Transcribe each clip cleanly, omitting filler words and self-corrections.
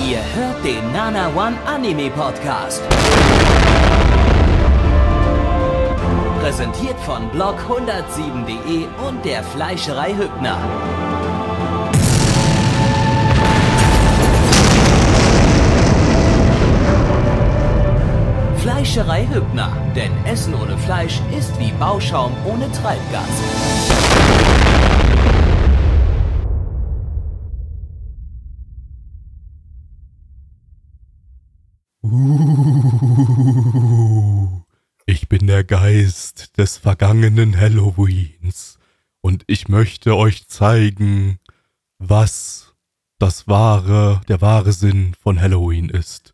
Ihr hört den Nana One Anime Podcast. Präsentiert von blog107.de und der Fleischerei Hübner. Fleischerei Hübner, denn Essen ohne Fleisch ist wie Bauschaum ohne Treibgas. Ich bin der Geist des vergangenen Halloweens und ich möchte euch zeigen, was der wahre Sinn von Halloween ist.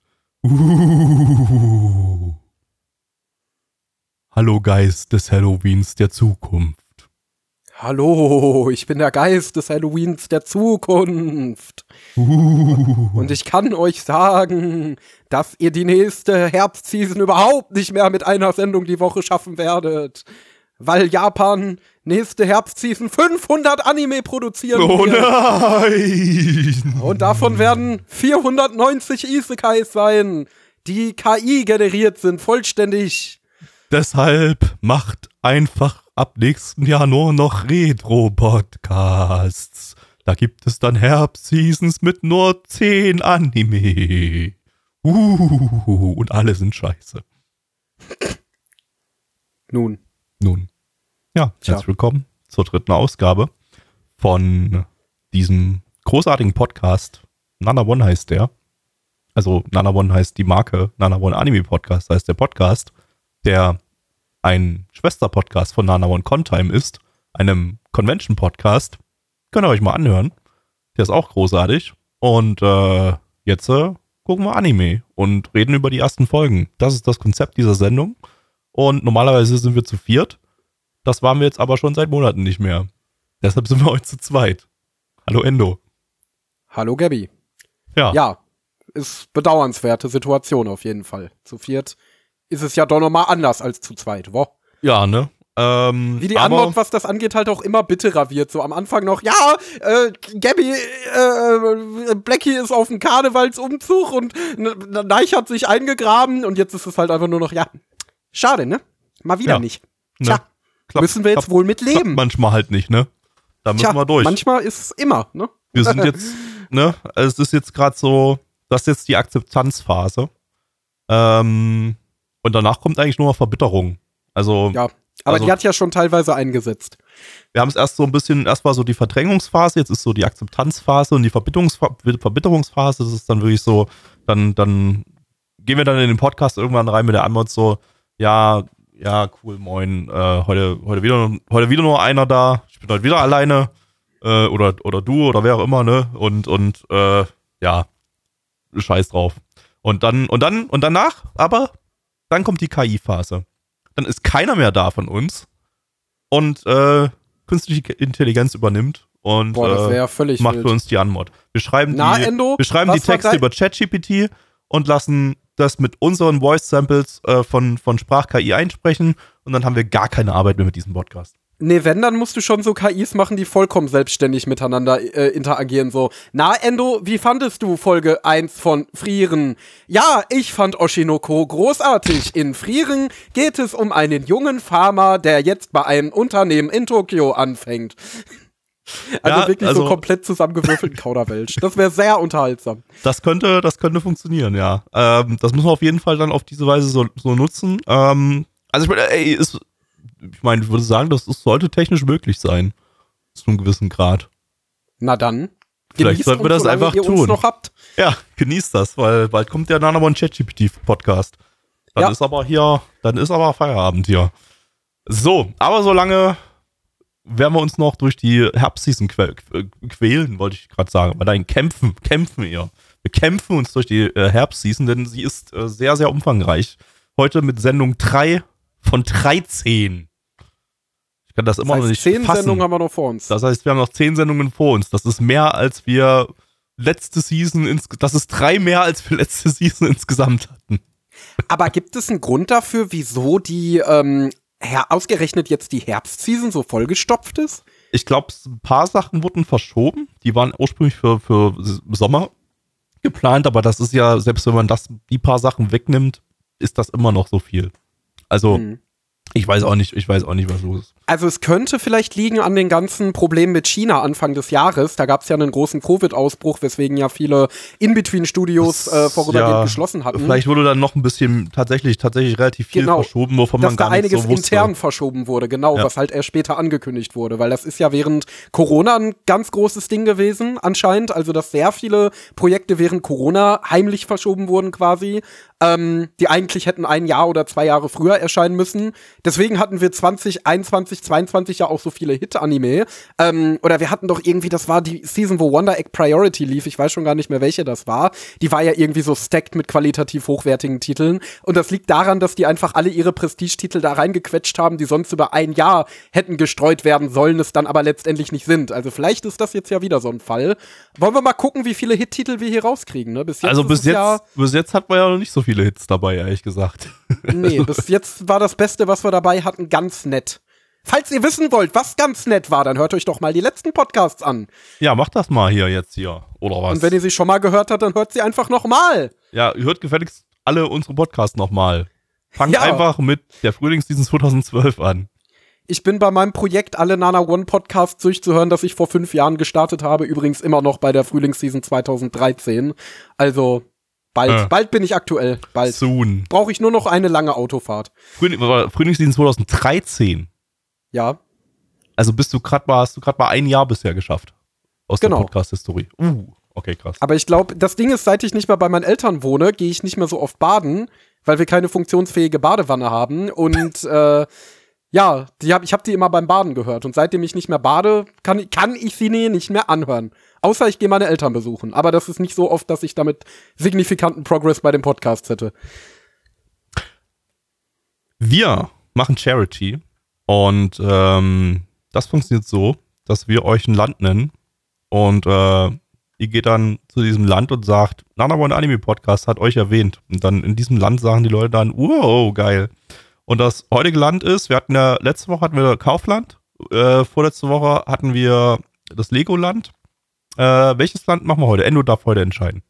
Hallo Geist des Halloweens der Zukunft. Hallo, ich bin der Geist des Halloweens der Zukunft. Und ich kann euch sagen, dass ihr die nächste Herbstseason überhaupt nicht mehr mit einer Sendung die Woche schaffen werdet. Weil Japan nächste Herbstseason 500 Anime produzieren wird. Oh nein! Und davon werden 490 Isekais sein, die KI generiert sind, vollständig. Deshalb macht einfach ab nächsten Jahr nur noch Retro-Podcasts. Da gibt es dann Herbstseasons mit nur 10 Anime. Und alle sind scheiße. Nun. Ja, herzlich willkommen zur 3. Ausgabe von diesem großartigen Podcast. Nana One heißt der. Also Nana One heißt die Marke, Nana One Anime Podcast heißt der Podcast, der ein Schwester-Podcast von Nana One Contime ist, einem Convention-Podcast. Könnt ihr euch mal anhören. Der ist auch großartig. Und jetzt gucken wir Anime und reden über die ersten Folgen. Das ist das Konzept dieser Sendung. Und normalerweise sind wir zu 4. Das waren wir jetzt aber schon seit Monaten nicht mehr. Deshalb sind wir heute zu 2. Hallo Endo. Hallo Gabby. Ja. Ja, ist bedauernswerte Situation auf jeden Fall. Zu 4 ist es ja doch nochmal anders als zu 2, wo? Ja, ne? Wie die Antwort, was das angeht, halt auch immer bitterer wird. So am Anfang noch, ja, Gabby, Blackie ist auf dem Karnevalsumzug und Neich hat sich eingegraben und jetzt ist es halt einfach nur noch, ja, schade, ne? Mal wieder nicht. Tja, ne? müssen wir jetzt wohl mit leben. Manchmal halt nicht, ne? Da müssen wir durch. Manchmal ist es immer, ne? Wir sind jetzt, ne? Es ist jetzt gerade so, das ist jetzt die Akzeptanzphase. Und danach kommt eigentlich nur noch Verbitterung. Also, ja, aber die hat ja schon teilweise eingesetzt. Wir haben es erst war so die Verdrängungsphase, jetzt ist so die Akzeptanzphase und die Verbitterungsphase, das ist dann wirklich so, dann gehen wir dann in den Podcast irgendwann rein mit der Antwort so, ja, cool, moin, heute wieder nur einer da, ich bin heute wieder alleine, oder du oder wer auch immer, ne, und ja, scheiß drauf. Und danach, aber dann kommt die KI-Phase. Dann ist keiner mehr da von uns und künstliche Intelligenz übernimmt und das wäre völlig macht wild. für uns die Antwort. Wir schreiben Endo, die Texte über ChatGPT und lassen das mit unseren Voice-Samples von Sprach-KI einsprechen und dann haben wir gar keine Arbeit mehr mit diesem Podcast. Nee, wenn, dann musst du schon so KIs machen, die vollkommen selbstständig miteinander interagieren. So, na, Endo, wie fandest du Folge 1 von Frieren? Ja, ich fand Oshinoko großartig. In Frieren geht es um einen jungen Farmer, der jetzt bei einem Unternehmen in Tokio anfängt. Also wirklich so komplett zusammengewürfelten Kauderwelsch. Das wäre sehr unterhaltsam. Das könnte funktionieren, ja. Das muss man auf jeden Fall dann auf diese Weise so nutzen. Also ich meine, ich würde sagen, das sollte technisch möglich sein. Zu einem gewissen Grad. Na dann. Vielleicht sollten wir das einfach tun. Uns noch habt. Ja, genießt das, weil bald kommt der Nana One ChatGPT-Podcast. Dann ist aber Feierabend hier. So, aber solange werden wir uns noch durch die Herbstseason quälen, wollte ich gerade sagen. Aber nein, kämpfen wir. Wir kämpfen uns durch die Herbstseason, denn sie ist sehr, sehr umfangreich. Heute mit Sendung 3 von 13. Ich kann das immer noch nicht 10 fassen. Sendungen haben wir noch vor uns. Das heißt, wir haben noch 10 Sendungen vor uns. Das ist mehr, als wir letzte Season das ist 3 mehr, als wir letzte Season insgesamt hatten. Aber gibt es einen Grund dafür, wieso die ausgerechnet jetzt die Herbstseason so vollgestopft ist? Ich glaube, ein paar Sachen wurden verschoben. Die waren ursprünglich für Sommer geplant, aber das ist ja, selbst wenn man die paar Sachen wegnimmt, ist das immer noch so viel. Also, ich weiß auch nicht, was los ist. Also es könnte vielleicht liegen an den ganzen Problemen mit China Anfang des Jahres. Da gab es ja einen großen Covid-Ausbruch, weswegen ja viele In-Between-Studios vorübergehend geschlossen hatten. Vielleicht wurde dann noch ein bisschen tatsächlich relativ viel verschoben, wovon man gar nicht so wusste. Dass da einiges intern verschoben wurde, was halt erst später angekündigt wurde. Weil das ist ja während Corona ein ganz großes Ding gewesen, anscheinend. Also dass sehr viele Projekte während Corona heimlich verschoben wurden quasi. Die eigentlich hätten 1 Jahr oder 2 Jahre früher erscheinen müssen. Deswegen hatten wir 2021, 22 ja auch so viele Hit-Anime. Oder wir hatten doch irgendwie, das war die Season, wo Wonder Egg Priority lief. Ich weiß schon gar nicht mehr, welche das war. Die war ja irgendwie so stacked mit qualitativ hochwertigen Titeln. Und das liegt daran, dass die einfach alle ihre Prestigetitel da reingequetscht haben, die sonst über 1 Jahr hätten gestreut werden sollen, es dann aber letztendlich nicht sind. Also vielleicht ist das jetzt ja wieder so ein Fall. Wollen wir mal gucken, wie viele Hit-Titel wir hier rauskriegen, ne? Bis jetzt hat man ja noch nicht so viele Hits dabei, ehrlich gesagt. Nee, bis jetzt war das Beste, was wir dabei hatten, ganz nett. Falls ihr wissen wollt, was ganz nett war, dann hört euch doch mal die letzten Podcasts an. Ja, macht das mal hier, oder was? Und wenn ihr sie schon mal gehört habt, dann hört sie einfach nochmal. Ja, hört gefälligst alle unsere Podcasts nochmal. Fangt einfach mit der Frühlingsseason 2012 an. Ich bin bei meinem Projekt, alle Nana One Podcasts durchzuhören, das ich vor 5 Jahren gestartet habe, übrigens immer noch bei der Frühlingsseason 2013. Also bald bin ich aktuell. Bald. Soon. Brauche ich nur noch eine lange Autofahrt. Frühlingsseason 2013. Ja. Also hast du gerade mal 1 Jahr bisher geschafft. Aus der Podcast-Historie. Okay, krass. Aber ich glaube, das Ding ist, seit ich nicht mehr bei meinen Eltern wohne, gehe ich nicht mehr so oft baden, weil wir keine funktionsfähige Badewanne haben. Und ich habe die immer beim Baden gehört. Und seitdem ich nicht mehr bade, kann ich sie nicht mehr anhören. Außer ich gehe meine Eltern besuchen. Aber das ist nicht so oft, dass ich damit signifikanten Progress bei dem Podcast hätte. Wir machen Charity. Und das funktioniert so, dass wir euch ein Land nennen. Und ihr geht dann zu diesem Land und sagt, Nana One Anime Podcast hat euch erwähnt. Und dann in diesem Land sagen die Leute dann, wow, geil. Und das heutige Land ist, letzte Woche hatten wir Kaufland, vorletzte Woche hatten wir das Legoland. Welches Land machen wir heute? Endo darf heute entscheiden.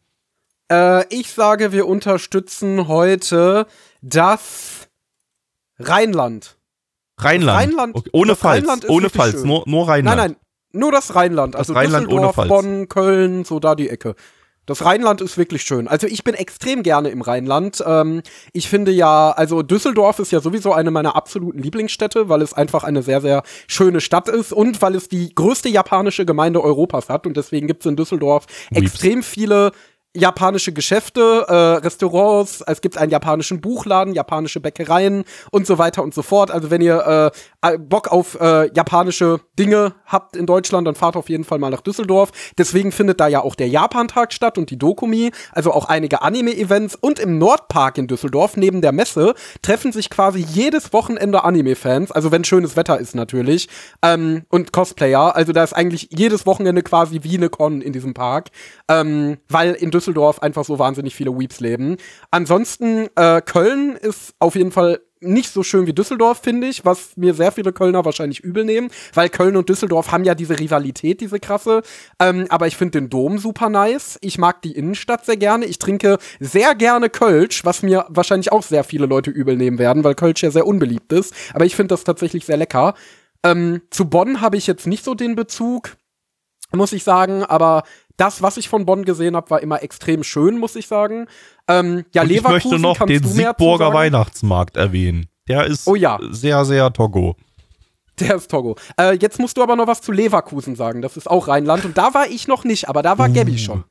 Ich sage, wir unterstützen heute das Rheinland. Rheinland. Okay. Ohne Pfalz, nur Rheinland. Nein, nur das Rheinland. Also das Rheinland Düsseldorf, ohne Pfalz. Bonn, Köln, so da die Ecke. Das Rheinland ist wirklich schön. Also ich bin extrem gerne im Rheinland. Ich finde ja, also Düsseldorf ist ja sowieso eine meiner absoluten Lieblingsstädte, weil es einfach eine sehr, sehr schöne Stadt ist und weil es die größte japanische Gemeinde Europas hat. Und deswegen gibt es in Düsseldorf extrem viele japanische Geschäfte, Restaurants, es gibt einen japanischen Buchladen, japanische Bäckereien und so weiter und so fort. Also wenn ihr Bock auf japanische Dinge habt in Deutschland, dann fahrt auf jeden Fall mal nach Düsseldorf. Deswegen findet da ja auch der Japantag statt und die Dokumi, also auch einige Anime-Events. Und im Nordpark in Düsseldorf, neben der Messe, treffen sich quasi jedes Wochenende Anime-Fans, also wenn schönes Wetter ist natürlich, und Cosplayer. Also da ist eigentlich jedes Wochenende quasi wie eine Con in diesem Park, weil in Düsseldorf einfach so wahnsinnig viele Weeps leben. Ansonsten, Köln ist auf jeden Fall nicht so schön wie Düsseldorf, finde ich, was mir sehr viele Kölner wahrscheinlich übel nehmen, weil Köln und Düsseldorf haben ja diese Rivalität, diese krasse. Aber ich finde den Dom super nice. Ich mag die Innenstadt sehr gerne. Ich trinke sehr gerne Kölsch, was mir wahrscheinlich auch sehr viele Leute übel nehmen werden, weil Kölsch ja sehr unbeliebt ist. Aber ich finde das tatsächlich sehr lecker. Zu Bonn habe ich jetzt nicht so den Bezug, muss ich sagen, aber das, was ich von Bonn gesehen habe, war immer extrem schön, muss ich sagen. Und ich möchte noch den Siegburger Weihnachtsmarkt erwähnen. Der ist sehr, sehr Togo. Der ist Togo. Jetzt musst du aber noch was zu Leverkusen sagen. Das ist auch Rheinland. Und da war ich noch nicht, aber da war Gabby schon.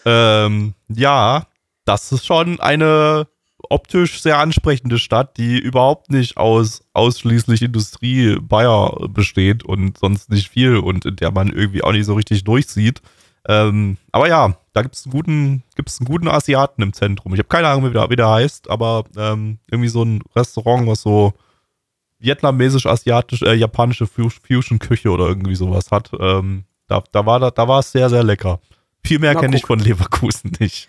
Ja, das ist schon eine optisch sehr ansprechende Stadt, die überhaupt nicht aus ausschließlich Industrie-Bayer besteht und sonst nicht viel und in der man irgendwie auch nicht so richtig durchsieht. Aber ja, da gibt's einen guten Asiaten im Zentrum. Ich habe keine Ahnung, wie der heißt, aber irgendwie so ein Restaurant, was so vietnamesisch-asiatisch, japanische Fusion-Küche oder irgendwie sowas hat. Da war es sehr, sehr lecker. Viel mehr kenne ich von Leverkusen nicht.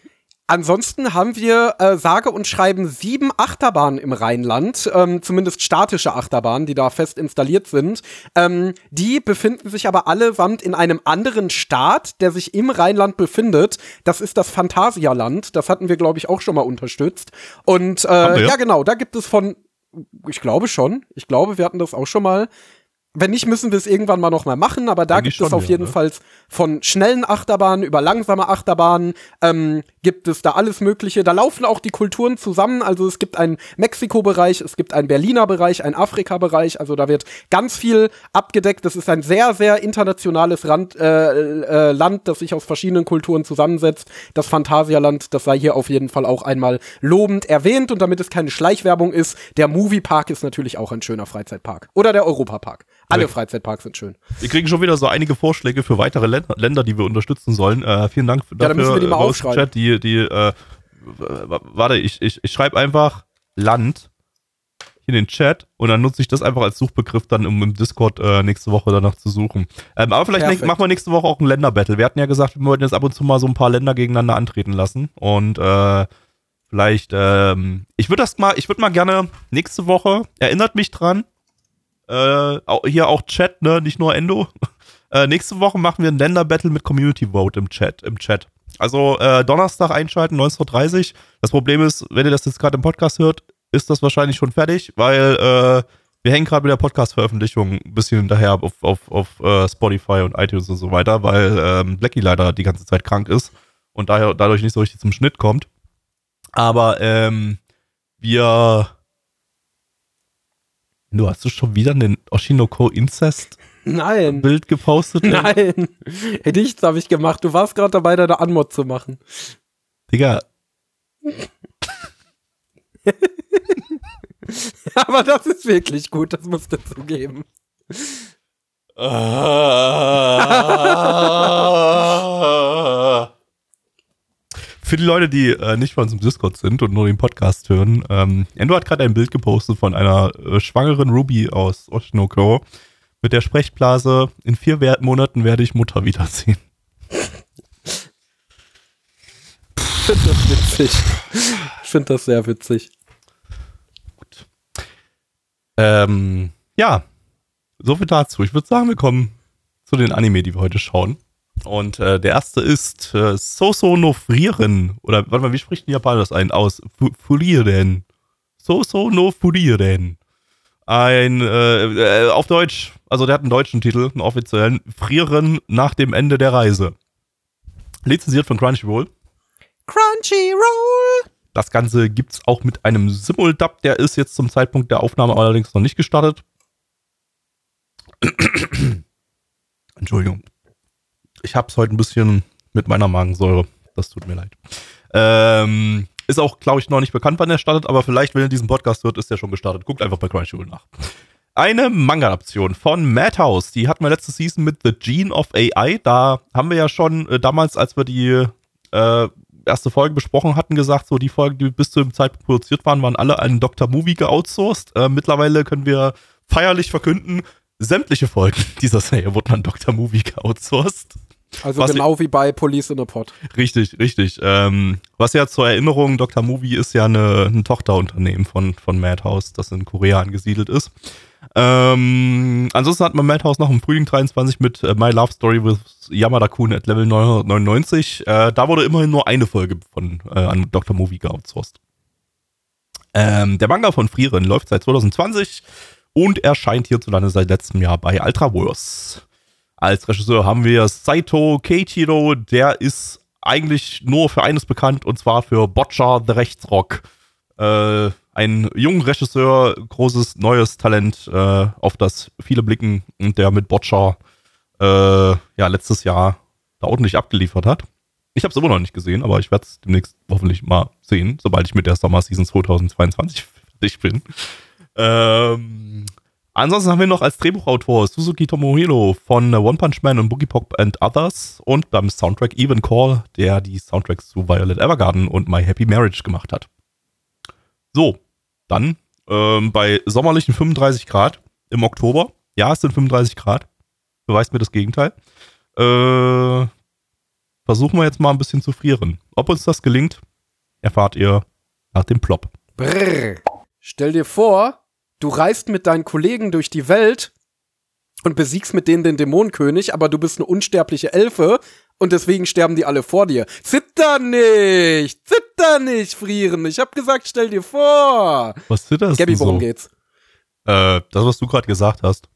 Ansonsten haben wir sage und schreiben 7 Achterbahnen im Rheinland, zumindest statische Achterbahnen, die da fest installiert sind. Die befinden sich aber allesamt in einem anderen Staat, der sich im Rheinland befindet. Das ist das Phantasialand. Das hatten wir, glaube ich, auch schon mal unterstützt. Und ja, genau, da gibt es ich glaube schon. Ich glaube, wir hatten das auch schon mal. Wenn nicht, müssen wir es irgendwann mal noch mal machen, aber da gibt es auf jeden Fall von schnellen Achterbahnen über langsame Achterbahnen, gibt es da alles Mögliche. Da laufen auch die Kulturen zusammen, also es gibt einen Mexiko-Bereich, es gibt einen Berliner Bereich, einen Afrika-Bereich, also da wird ganz viel abgedeckt. Das ist ein sehr, sehr internationales Land, das sich aus verschiedenen Kulturen zusammensetzt. Das Phantasialand, das sei hier auf jeden Fall auch einmal lobend erwähnt und damit es keine Schleichwerbung ist, der Moviepark ist natürlich auch ein schöner Freizeitpark. Oder der Europapark. Alle Freizeitparks sind schön. Wir kriegen schon wieder so einige Vorschläge für weitere Länder, die wir unterstützen sollen. Vielen Dank dafür. Ja, dann müssen wir die mal aufschreiben. Chat, warte, ich schreibe einfach Land in den Chat und dann nutze ich das einfach als Suchbegriff dann, um im Discord nächste Woche danach zu suchen. Aber vielleicht machen wir nächste Woche auch ein Länderbattle. Wir hatten ja gesagt, wir wollten jetzt ab und zu mal so ein paar Länder gegeneinander antreten lassen und vielleicht, ich würde mal gerne nächste Woche, erinnert mich dran, hier auch Chat, ne, nicht nur Endo. Nächste Woche machen wir ein Länderbattle mit Community Vote im Chat. Also Donnerstag einschalten, 19:30 Uhr. Das Problem ist, wenn ihr das jetzt gerade im Podcast hört, ist das wahrscheinlich schon fertig, weil wir hängen gerade mit der Podcast-Veröffentlichung ein bisschen hinterher auf Spotify und iTunes und so weiter, weil Blackie leider die ganze Zeit krank ist und dadurch nicht so richtig zum Schnitt kommt. Aber Du hast schon wieder einen Oshinoko Incest Bild gepostet? Nein. Nichts habe ich gemacht. Du warst gerade dabei, deine Anmod zu machen. Digga. Aber das ist wirklich gut, das musst du zugeben. Für die Leute, die nicht bei uns im Discord sind und nur den Podcast hören, Endo hat gerade ein Bild gepostet von einer schwangeren Ruby aus Oshinoko mit der Sprechblase: in 4 Monaten werde ich Mutter wiedersehen. Ich finde das witzig. Ich finde das sehr witzig. Gut. Ja, so viel dazu. Ich würde sagen, wir kommen zu den Anime, die wir heute schauen. Und der erste ist Soso no Frieren. Oder, warte mal, wie spricht ein Japaner das aus? Furieren. Soso no Furieren. Auf Deutsch, also der hat einen deutschen Titel, einen offiziellen: Frieren nach dem Ende der Reise. Lizenziert von Crunchyroll. Crunchyroll! Das Ganze gibt's auch mit einem Simuldub, der ist jetzt zum Zeitpunkt der Aufnahme allerdings noch nicht gestartet. Entschuldigung. Ich hab's heute ein bisschen mit meiner Magensäure. Das tut mir leid. Ist auch, glaube ich, noch nicht bekannt, wann er startet, aber vielleicht, wenn ihr diesen Podcast hört, ist der schon gestartet. Guckt einfach bei Crunchyroll nach. Eine Manga-Adaption von Madhouse. Die hatten wir letzte Season mit The Gene of AI. Da haben wir ja schon damals, als wir die erste Folge besprochen hatten, gesagt, so die Folgen, die bis zu dem Zeitpunkt produziert waren alle an Dr. Movie geoutsourced. Mittlerweile können wir feierlich verkünden, sämtliche Folgen dieser Serie wurden an Dr. Movie geoutsourced. Also genau wie bei Police in a Pod. Richtig. Was ja zur Erinnerung, Dr. Movie ist ja ein Tochterunternehmen von Madhouse, das in Korea angesiedelt ist. Ansonsten hat man Madhouse noch im Frühling 23 mit My Love Story with Yamada-kun at Level 999. Da wurde immerhin nur eine Folge an Dr. Movie geoutsourced. Der Manga von Frieren läuft seit 2020 und erscheint hierzulande seit letztem Jahr bei Ultraverse. Als Regisseur haben wir Saito Keiichiro, der ist eigentlich nur für eines bekannt, und zwar für Boccia the Rechtsrock. Ein junger Regisseur, großes, neues Talent, auf das viele blicken, und der mit Boccia letztes Jahr da ordentlich abgeliefert hat. Ich habe es immer noch nicht gesehen, aber ich werde es demnächst hoffentlich mal sehen, sobald ich mit der Summer Season 2022 fertig bin. Ansonsten haben wir noch als Drehbuchautor Suzuki Tomohiro von One Punch Man und Boogie Pop and Others und beim Soundtrack Even Call, der die Soundtracks zu Violet Evergarden und My Happy Marriage gemacht hat. So, dann bei sommerlichen 35 Grad im Oktober, ja, es sind 35 Grad, beweist mir das Gegenteil, versuchen wir jetzt mal ein bisschen zu frieren. Ob uns das gelingt, erfahrt ihr nach dem Plop. Brrr. Stell dir vor, du reist mit deinen Kollegen durch die Welt und besiegst mit denen den Dämonenkönig, aber du bist eine unsterbliche Elfe und deswegen sterben die alle vor dir. Zitter nicht, Frieren. Ich hab gesagt, stell dir vor. Was zitterst Gabby, du so? worum geht's? Das, was du gerade gesagt hast.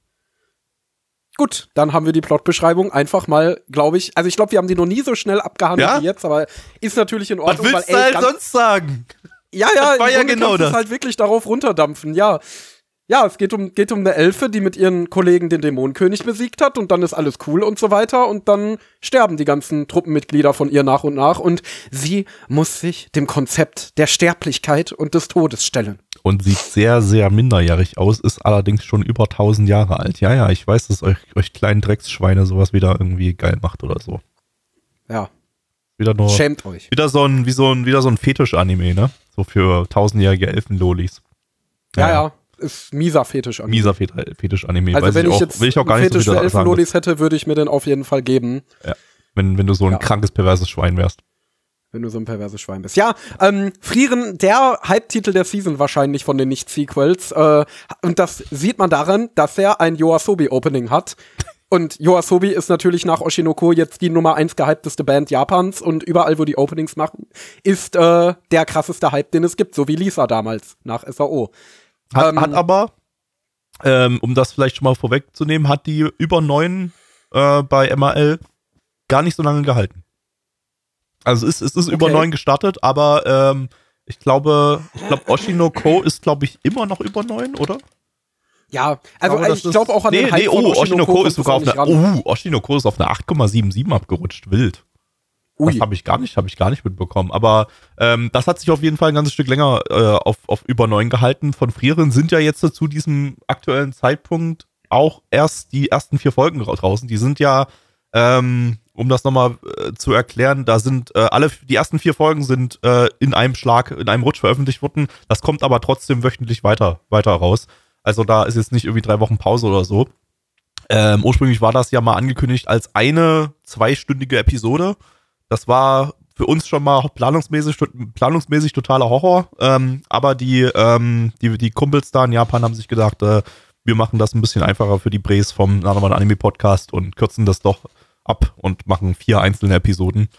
Gut, dann haben wir die Plotbeschreibung einfach mal, glaube ich, also ich glaube, wir haben die noch nie so schnell abgehandelt Ja? wie jetzt, aber ist natürlich in Was Ordnung. willst du halt sonst sagen? Ja, Das war im ja Grunde genau kannst du es das. halt wirklich darauf runterdampfen, ja. Ja, es geht um eine Elfe, die mit ihren Kollegen den Dämonenkönig besiegt hat und dann ist alles cool und so weiter und dann sterben die ganzen Truppenmitglieder von ihr nach und sie muss sich dem Konzept der Sterblichkeit und des Todes stellen. Und sieht sehr, sehr minderjährig aus, ist allerdings schon über 1000 Jahre alt. Ja, ich weiß, dass euch kleinen Drecksschweine sowas wieder irgendwie geil macht oder so. Ja. Wieder nur, Schämt euch. wieder so ein Fetisch-Anime, ne? So für 1000-jährige Elfenlolis. Ja. Ist mieser Fetisch an. Mieser Fetisch-Anime. Also wenn ich jetzt will ich auch gar nicht Fetisch so für wieder sagen. Elfenlolis hätte, würde ich mir den auf jeden Fall geben. Ja. Wenn du so ein krankes, perverses Schwein wärst. Wenn du so ein perverses Schwein bist. Ja, Frieren, der Hype-Titel der Season wahrscheinlich von den Nicht-Sequels. Und das sieht man daran, dass er ein YOASOBI-Opening hat. Und YOASOBI ist natürlich nach Oshinoko jetzt die Nummer 1 gehypteste Band Japans. Und überall, wo die Openings machen, ist der krasseste Hype, den es gibt. So wie Lisa damals nach SAO. Hat aber, um das vielleicht schon mal vorwegzunehmen, hat die über 9 bei MAL gar nicht so lange gehalten. Also es ist okay. Über 9 gestartet, aber ich glaube Oshinoko ist, glaube ich, immer noch über 9, oder? Ja, also ich glaube auch an den Hype von Oshinoko ist sogar auf eine Oshinoko ist auf eine 8,77 abgerutscht, wild. Ui. Das habe ich gar nicht mitbekommen. Aber das hat sich auf jeden Fall ein ganzes Stück länger auf über 9 gehalten. Von Frieren sind ja jetzt zu diesem aktuellen Zeitpunkt auch erst die ersten 4 Folgen draußen. Die sind ja, um das nochmal zu erklären, da sind die ersten 4 Folgen sind in einem Rutsch veröffentlicht worden. Das kommt aber trotzdem wöchentlich weiter raus. Also da ist jetzt nicht irgendwie 3 Wochen Pause oder so. Ursprünglich war das ja mal angekündigt als eine 2-stündige Episode. Das war für uns schon mal planungsmäßig totaler Horror. Aber die Kumpels da in Japan haben sich gedacht, wir machen das ein bisschen einfacher für die Bres vom Nanaman Anime Podcast und kürzen das doch ab und machen 4 einzelne Episoden.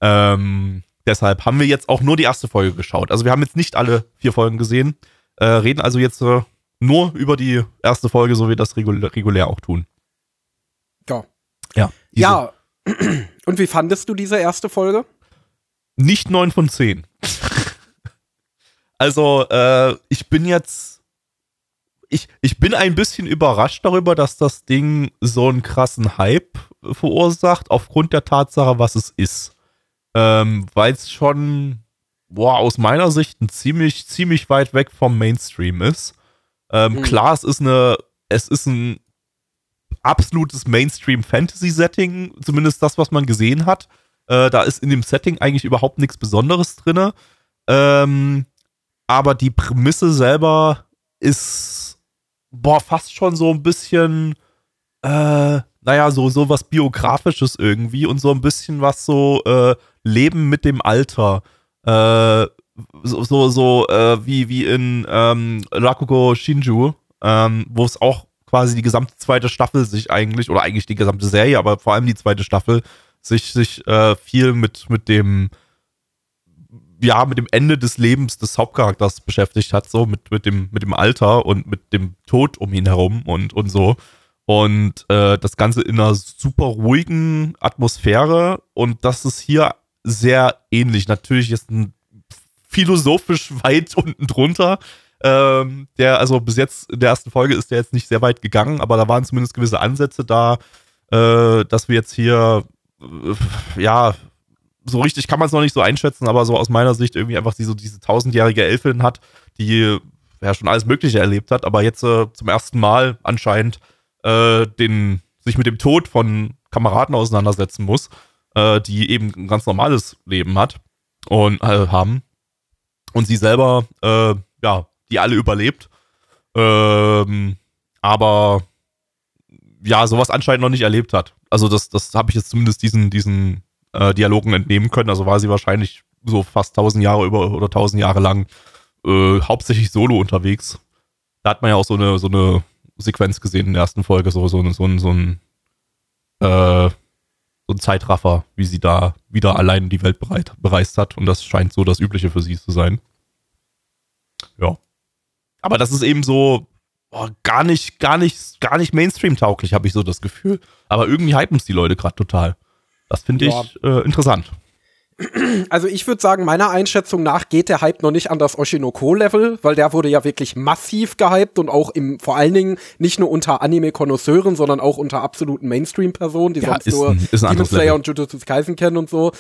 Deshalb haben wir jetzt auch nur die erste Folge geschaut. Also wir haben jetzt nicht alle 4 Folgen gesehen, reden also jetzt nur über die erste Folge, so wie wir das regulär auch tun. Ja. Und wie fandest du diese erste Folge? Nicht 9 von 10. Also, ich bin ein bisschen überrascht darüber, dass das Ding so einen krassen Hype verursacht, aufgrund der Tatsache, was es ist. Weil es schon, aus meiner Sicht ziemlich weit weg vom Mainstream ist. Klar, es ist ein absolutes Mainstream-Fantasy-Setting, zumindest das, was man gesehen hat. Da ist in dem Setting eigentlich überhaupt nichts Besonderes drin. Aber die Prämisse selber ist fast schon so ein bisschen so was Biografisches irgendwie und so ein bisschen was so Leben mit dem Alter. Wie in Rakugo Shinju, wo es auch quasi die gesamte zweite Staffel sich eigentlich die gesamte Serie, aber vor allem die zweite Staffel sich viel mit dem Ende des Lebens des Hauptcharakters beschäftigt hat, so mit dem Alter und mit dem Tod um ihn herum und so. Und das Ganze in einer super ruhigen Atmosphäre und das ist hier sehr ähnlich. Natürlich ist ein philosophisch weit unten drunter. Also bis jetzt in der ersten Folge ist der jetzt nicht sehr weit gegangen, aber da waren zumindest gewisse Ansätze da, dass wir jetzt hier, so richtig kann man es noch nicht so einschätzen, aber so aus meiner Sicht irgendwie einfach diese 1000-jährige Elfin hat, die ja schon alles Mögliche erlebt hat, aber jetzt zum ersten Mal anscheinend sich mit dem Tod von Kameraden auseinandersetzen muss, die eben ein ganz normales Leben haben und sie selber, die alle überlebt, aber sowas anscheinend noch nicht erlebt hat. Also das habe ich jetzt zumindest diesen Dialogen entnehmen können, also war sie wahrscheinlich so fast 1000 Jahre oder 1000 Jahre lang hauptsächlich solo unterwegs. Da hat man ja auch so eine Sequenz gesehen in der ersten Folge, so ein Zeitraffer, wie sie da wieder allein die Welt bereist hat. Und das scheint so das Übliche für sie zu sein. Ja. Aber das ist eben so gar nicht Mainstream-tauglich, habe ich so das Gefühl. Aber irgendwie hypen es die Leute gerade total. Das finde ich interessant. Also ich würde sagen, meiner Einschätzung nach geht der Hype noch nicht an das Oshinoko-Level, weil der wurde ja wirklich massiv gehypt und auch vor allen Dingen nicht nur unter Anime-Konnoisseuren, sondern auch unter absoluten Mainstream-Personen, die sonst nur Demon Slayer und Jujutsu Kaisen kennen und so.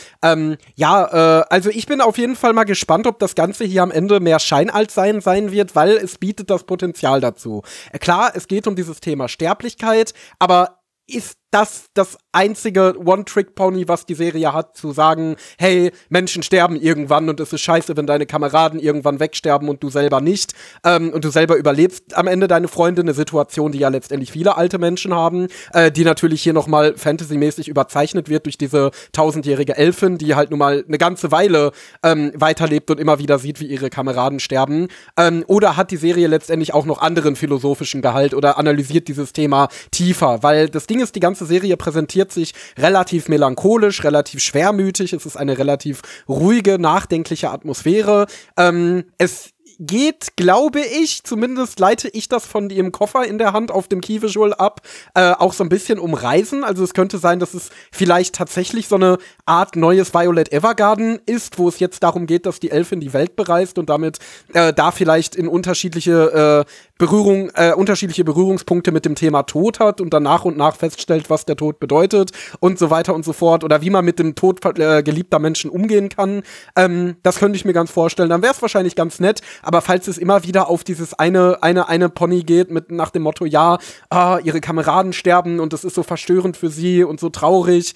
Also ich bin auf jeden Fall mal gespannt, ob das Ganze hier am Ende mehr Scheinalt sein wird, weil es bietet das Potenzial dazu. Klar, es geht um dieses Thema Sterblichkeit, aber ist das einzige One-Trick-Pony, was die Serie hat, zu sagen, hey, Menschen sterben irgendwann und es ist scheiße, wenn deine Kameraden irgendwann wegsterben und du selber nicht. Und du selber überlebst am Ende deine Freunde, eine Situation, die ja letztendlich viele alte Menschen haben, die natürlich hier nochmal fantasymäßig überzeichnet wird durch diese 1000-jährige Elfin, die halt nun mal eine ganze Weile weiterlebt und immer wieder sieht, wie ihre Kameraden sterben. Oder hat die Serie letztendlich auch noch anderen philosophischen Gehalt oder analysiert dieses Thema tiefer? Weil das Ding ist, die ganze Serie präsentiert sich relativ melancholisch, relativ schwermütig. Es ist eine relativ ruhige, nachdenkliche Atmosphäre. Es geht, glaube ich, zumindest leite ich das von dem Koffer in der Hand auf dem Key Visual ab, auch so ein bisschen um Reisen. Also es könnte sein, dass es vielleicht tatsächlich so eine Art neues Violet Evergarden ist, wo es jetzt darum geht, dass die Elfin die Welt bereist und damit da vielleicht in unterschiedliche Berührungspunkte mit dem Thema Tod hat und dann nach und nach feststellt, was der Tod bedeutet und so weiter und so fort oder wie man mit dem Tod geliebter Menschen umgehen kann. Das könnte ich mir ganz vorstellen. Dann wäre es wahrscheinlich ganz nett, aber falls es immer wieder auf dieses eine Pony geht mit nach dem Motto, ja, ihre Kameraden sterben und es ist so verstörend für sie und so traurig,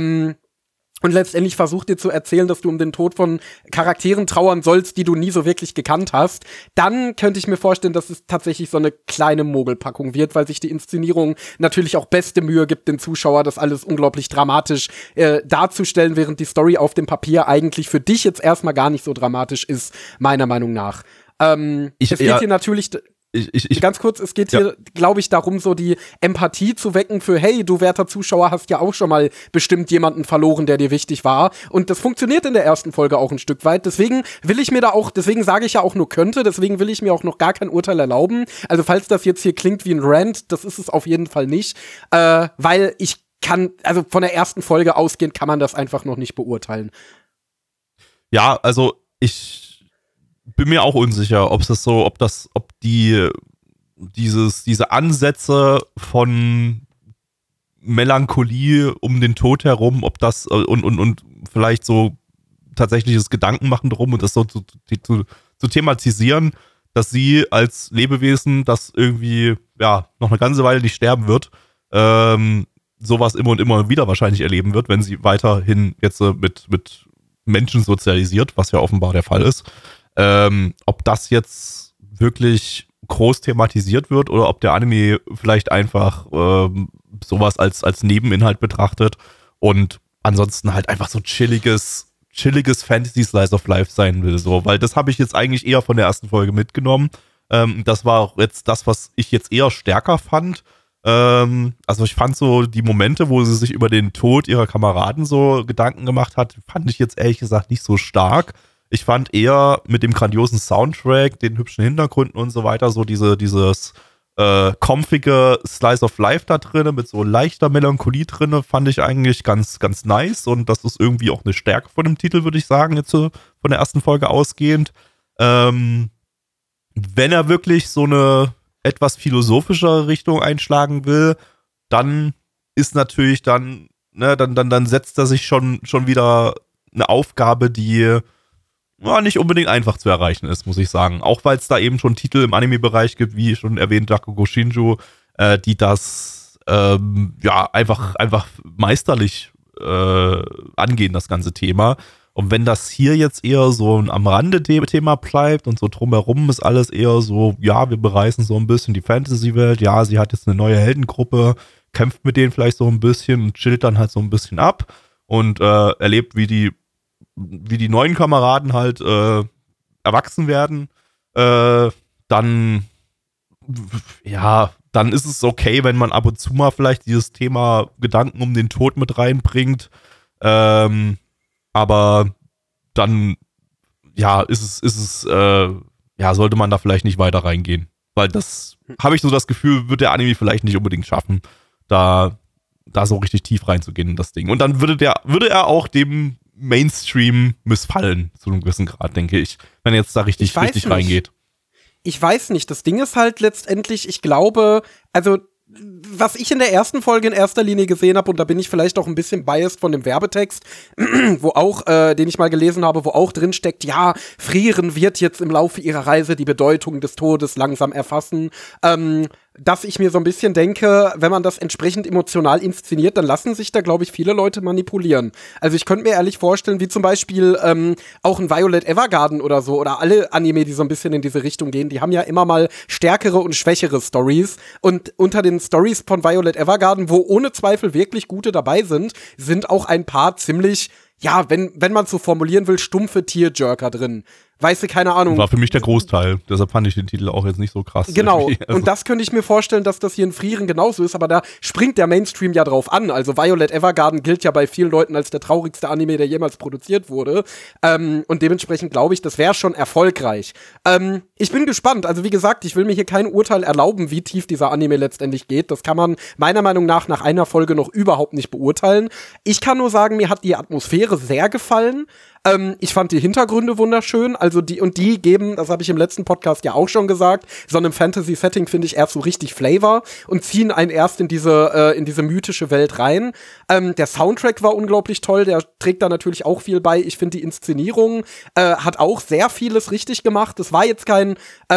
und letztendlich versucht dir zu erzählen, dass du um den Tod von Charakteren trauern sollst, die du nie so wirklich gekannt hast, dann könnte ich mir vorstellen, dass es tatsächlich so eine kleine Mogelpackung wird, weil sich die Inszenierung natürlich auch beste Mühe gibt, den Zuschauer das alles unglaublich dramatisch darzustellen, während die Story auf dem Papier eigentlich für dich jetzt erstmal gar nicht so dramatisch ist, meiner Meinung nach. Es geht hier natürlich ganz kurz, es geht hier, glaube ich, darum, so die Empathie zu wecken für, hey, du werter Zuschauer hast ja auch schon mal bestimmt jemanden verloren, der dir wichtig war. Und das funktioniert in der ersten Folge auch ein Stück weit. Deswegen deswegen sage ich ja auch nur könnte, deswegen will ich mir auch noch gar kein Urteil erlauben. Also falls das jetzt hier klingt wie ein Rant, das ist es auf jeden Fall nicht. Weil also von der ersten Folge ausgehend kann man das einfach noch nicht beurteilen. Ja, also ich bin mir auch unsicher, ob diese Ansätze von Melancholie um den Tod herum, ob das und vielleicht so tatsächliches Gedankenmachen drum und das so zu thematisieren, dass sie als Lebewesen, das irgendwie noch eine ganze Weile nicht sterben wird, sowas immer und immer wieder wahrscheinlich erleben wird, wenn sie weiterhin jetzt mit Menschen sozialisiert, was ja offenbar der Fall ist. Ob das jetzt wirklich groß thematisiert wird oder ob der Anime vielleicht einfach sowas als Nebeninhalt betrachtet und ansonsten halt einfach so chilliges Fantasy Slice of Life sein will, so, weil das habe ich jetzt eigentlich eher von der ersten Folge mitgenommen. Das war auch jetzt das, was ich jetzt eher stärker fand. Also ich fand so die Momente, wo sie sich über den Tod ihrer Kameraden so Gedanken gemacht hat, fand ich jetzt ehrlich gesagt nicht so stark. Ich fand eher mit dem grandiosen Soundtrack, den hübschen Hintergründen und so weiter, so dieses comfige Slice of Life da drin, mit so leichter Melancholie drin, fand ich eigentlich ganz, ganz nice. Und das ist irgendwie auch eine Stärke von dem Titel, würde ich sagen, jetzt so von der ersten Folge ausgehend. Wenn er wirklich so eine etwas philosophischere Richtung einschlagen will, dann ist natürlich dann setzt er sich schon wieder eine Aufgabe, die nicht unbedingt einfach zu erreichen ist, muss ich sagen. Auch weil es da eben schon Titel im Anime-Bereich gibt, wie schon erwähnt, Rakugo Shinju, die das einfach meisterlich angehen, das ganze Thema. Und wenn das hier jetzt eher so ein am Rande Thema bleibt und so drumherum ist alles eher so, ja, wir bereisen so ein bisschen die Fantasy-Welt, ja, sie hat jetzt eine neue Heldengruppe, kämpft mit denen vielleicht so ein bisschen und chillt dann halt so ein bisschen ab und erlebt, wie die wie die neuen Kameraden halt erwachsen werden, dann ist es okay, wenn man ab und zu mal vielleicht dieses Thema Gedanken um den Tod mit reinbringt. Aber dann, sollte man da vielleicht nicht weiter reingehen. Weil das, habe ich so das Gefühl, wird der Anime vielleicht nicht unbedingt schaffen, da so richtig tief reinzugehen in das Ding. Und dann würde er auch dem Mainstream missfallen, zu einem gewissen Grad, denke ich, wenn er jetzt da richtig reingeht. Ich weiß nicht. Das Ding ist halt letztendlich, ich glaube, also was ich in der ersten Folge in erster Linie gesehen habe, und da bin ich vielleicht auch ein bisschen biased von dem Werbetext, wo auch, den ich mal gelesen habe, wo auch drin steckt, ja, Frieren wird jetzt im Laufe ihrer Reise die Bedeutung des Todes langsam erfassen, dass ich mir so ein bisschen denke, wenn man das entsprechend emotional inszeniert, dann lassen sich da, glaube ich, viele Leute manipulieren. Also ich könnte mir ehrlich vorstellen, wie zum Beispiel auch ein Violet Evergarden oder so, oder alle Anime, die so ein bisschen in diese Richtung gehen, die haben ja immer mal stärkere und schwächere Stories. Und unter den Stories von Violet Evergarden, wo ohne Zweifel wirklich gute dabei sind, sind auch ein paar ziemlich, ja, wenn man so formulieren will, stumpfe Tearjerker drin. Weißt du, keine Ahnung. War für mich der Großteil, deshalb fand ich den Titel auch jetzt nicht so krass. Genau, also. Und das könnte ich mir vorstellen, dass das hier in Frieren genauso ist, aber da springt der Mainstream ja drauf an. Also Violet Evergarden gilt ja bei vielen Leuten als der traurigste Anime, der jemals produziert wurde. Und dementsprechend glaube ich, das wäre schon erfolgreich. Ich bin gespannt, also wie gesagt, ich will mir hier kein Urteil erlauben, wie tief dieser Anime letztendlich geht. Das kann man meiner Meinung nach einer Folge noch überhaupt nicht beurteilen. Ich kann nur sagen, mir hat die Atmosphäre sehr gefallen. Ich fand die Hintergründe wunderschön, also die geben, das habe ich im letzten Podcast ja auch schon gesagt, so einem Fantasy-Setting finde ich erst so richtig Flavor und ziehen einen erst in diese mythische Welt rein. Der Soundtrack war unglaublich toll, der trägt da natürlich auch viel bei. Ich finde, die Inszenierung hat auch sehr vieles richtig gemacht. Es war jetzt kein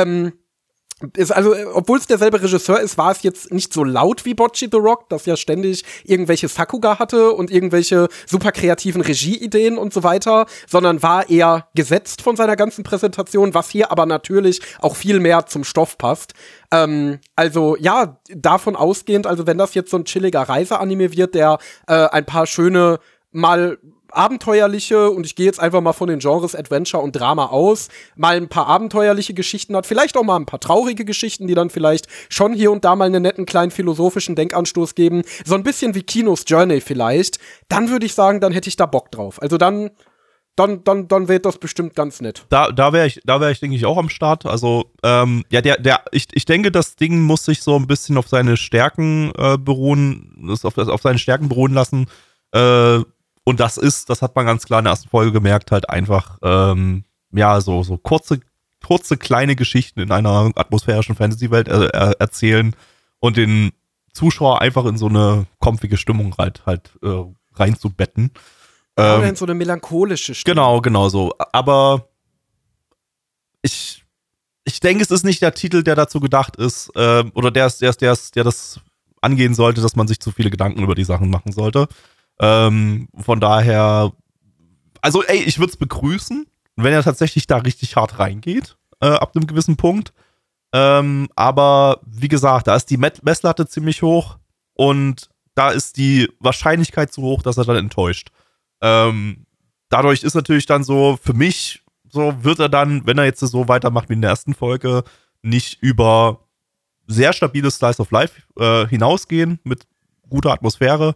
obwohl es derselbe Regisseur ist, war es jetzt nicht so laut wie Bocchi the Rock, das ja ständig irgendwelche Sakuga hatte und irgendwelche super kreativen Regieideen und so weiter, sondern war eher gesetzt von seiner ganzen Präsentation, was hier aber natürlich auch viel mehr zum Stoff passt. Also ja, davon ausgehend, also wenn das jetzt so ein chilliger Reiseanime wird, der ein paar schöne, mal abenteuerliche, und ich gehe jetzt einfach mal von den Genres Adventure und Drama aus, mal ein paar abenteuerliche Geschichten hat, vielleicht auch mal ein paar traurige Geschichten, die dann vielleicht schon hier und da mal einen netten kleinen philosophischen Denkanstoß geben, so ein bisschen wie Kinos Journey vielleicht, dann würde ich sagen, dann hätte ich da Bock drauf. Also dann wird das bestimmt ganz nett. Da wäre ich, denke ich, auch am Start. Also, ich denke, das Ding muss sich so ein bisschen auf seine Stärken auf seine Stärken beruhen lassen. Und das hat man ganz klar in der ersten Folge gemerkt, halt einfach, so kurze kleine Geschichten in einer atmosphärischen Fantasy-Welt erzählen und den Zuschauer einfach in so eine comfige Stimmung halt reinzubetten. Oder in so eine melancholische Stimmung. Genau so. Aber ich denke, es ist nicht der Titel, der dazu gedacht ist, oder der das angehen sollte, dass man sich zu viele Gedanken über die Sachen machen sollte. Von daher, also ich würde es begrüßen, wenn er tatsächlich da richtig hart reingeht, ab einem gewissen Punkt. Aber wie gesagt, da ist die Messlatte ziemlich hoch und da ist die Wahrscheinlichkeit zu hoch, dass er dann enttäuscht. Dadurch ist natürlich dann so, für mich, so wird er dann, wenn er jetzt so weitermacht wie in der ersten Folge, nicht über sehr stabiles Slice of Life hinausgehen mit guter Atmosphäre.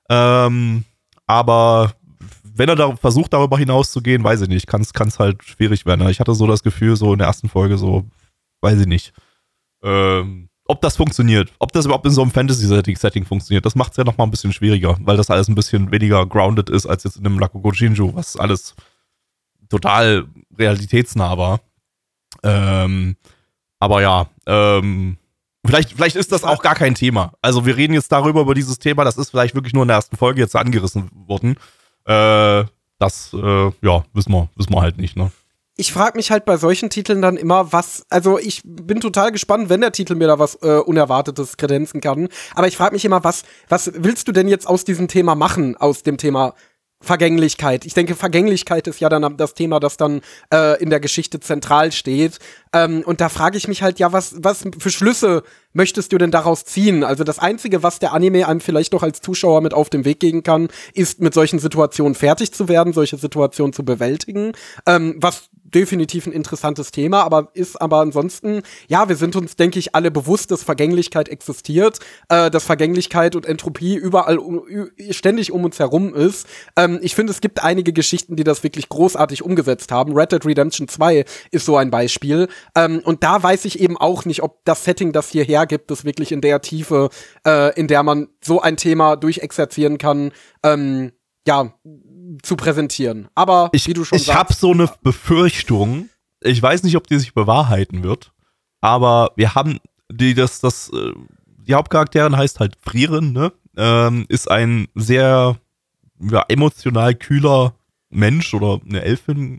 Aber wenn er da versucht, darüber hinauszugehen, weiß ich nicht, kann es halt schwierig werden. Ich hatte so das Gefühl, so in der ersten Folge, so, weiß ich nicht, ob das funktioniert, ob das überhaupt in so einem Fantasy-Setting funktioniert. Das macht es ja nochmal ein bisschen schwieriger, weil das alles ein bisschen weniger grounded ist, als jetzt in einem Rakugo Shinju, was alles total realitätsnah war. Aber ja, Vielleicht ist das auch gar kein Thema. Also wir reden jetzt über dieses Thema, das ist vielleicht wirklich nur in der ersten Folge jetzt angerissen worden. Wissen wir halt nicht, ne? Ich frage mich halt bei solchen Titeln dann immer, also ich bin total gespannt, wenn der Titel mir da was Unerwartetes kredenzen kann, aber ich frage mich immer, was willst du denn jetzt aus diesem Thema machen, aus dem Thema Vergänglichkeit. Ich denke, Vergänglichkeit ist ja dann das Thema, das dann in der Geschichte zentral steht. Und da frage ich mich halt, ja, was für Schlüsse möchtest du denn daraus ziehen? Also das Einzige, was der Anime einem vielleicht noch als Zuschauer mit auf den Weg geben kann, ist, mit solchen Situationen fertig zu werden, solche Situationen zu bewältigen. Was definitiv ein interessantes Thema, aber ansonsten, ja, wir sind uns, denke ich, alle bewusst, dass Vergänglichkeit existiert, dass Vergänglichkeit und Entropie überall ständig um uns herum ist. Ich finde, es gibt einige Geschichten, die das wirklich großartig umgesetzt haben. Red Dead Redemption 2 ist so ein Beispiel. Und da weiß ich eben auch nicht, ob das Setting, das hierher gibt, das wirklich in der Tiefe, in der man so ein Thema durchexerzieren kann, zu präsentieren. Aber wie du schon sagst. Ich habe so eine Befürchtung, ich weiß nicht, ob die sich bewahrheiten wird, aber wir haben die Hauptcharakterin heißt halt Frieren, ne? Ist ein sehr emotional kühler Mensch oder eine Elfin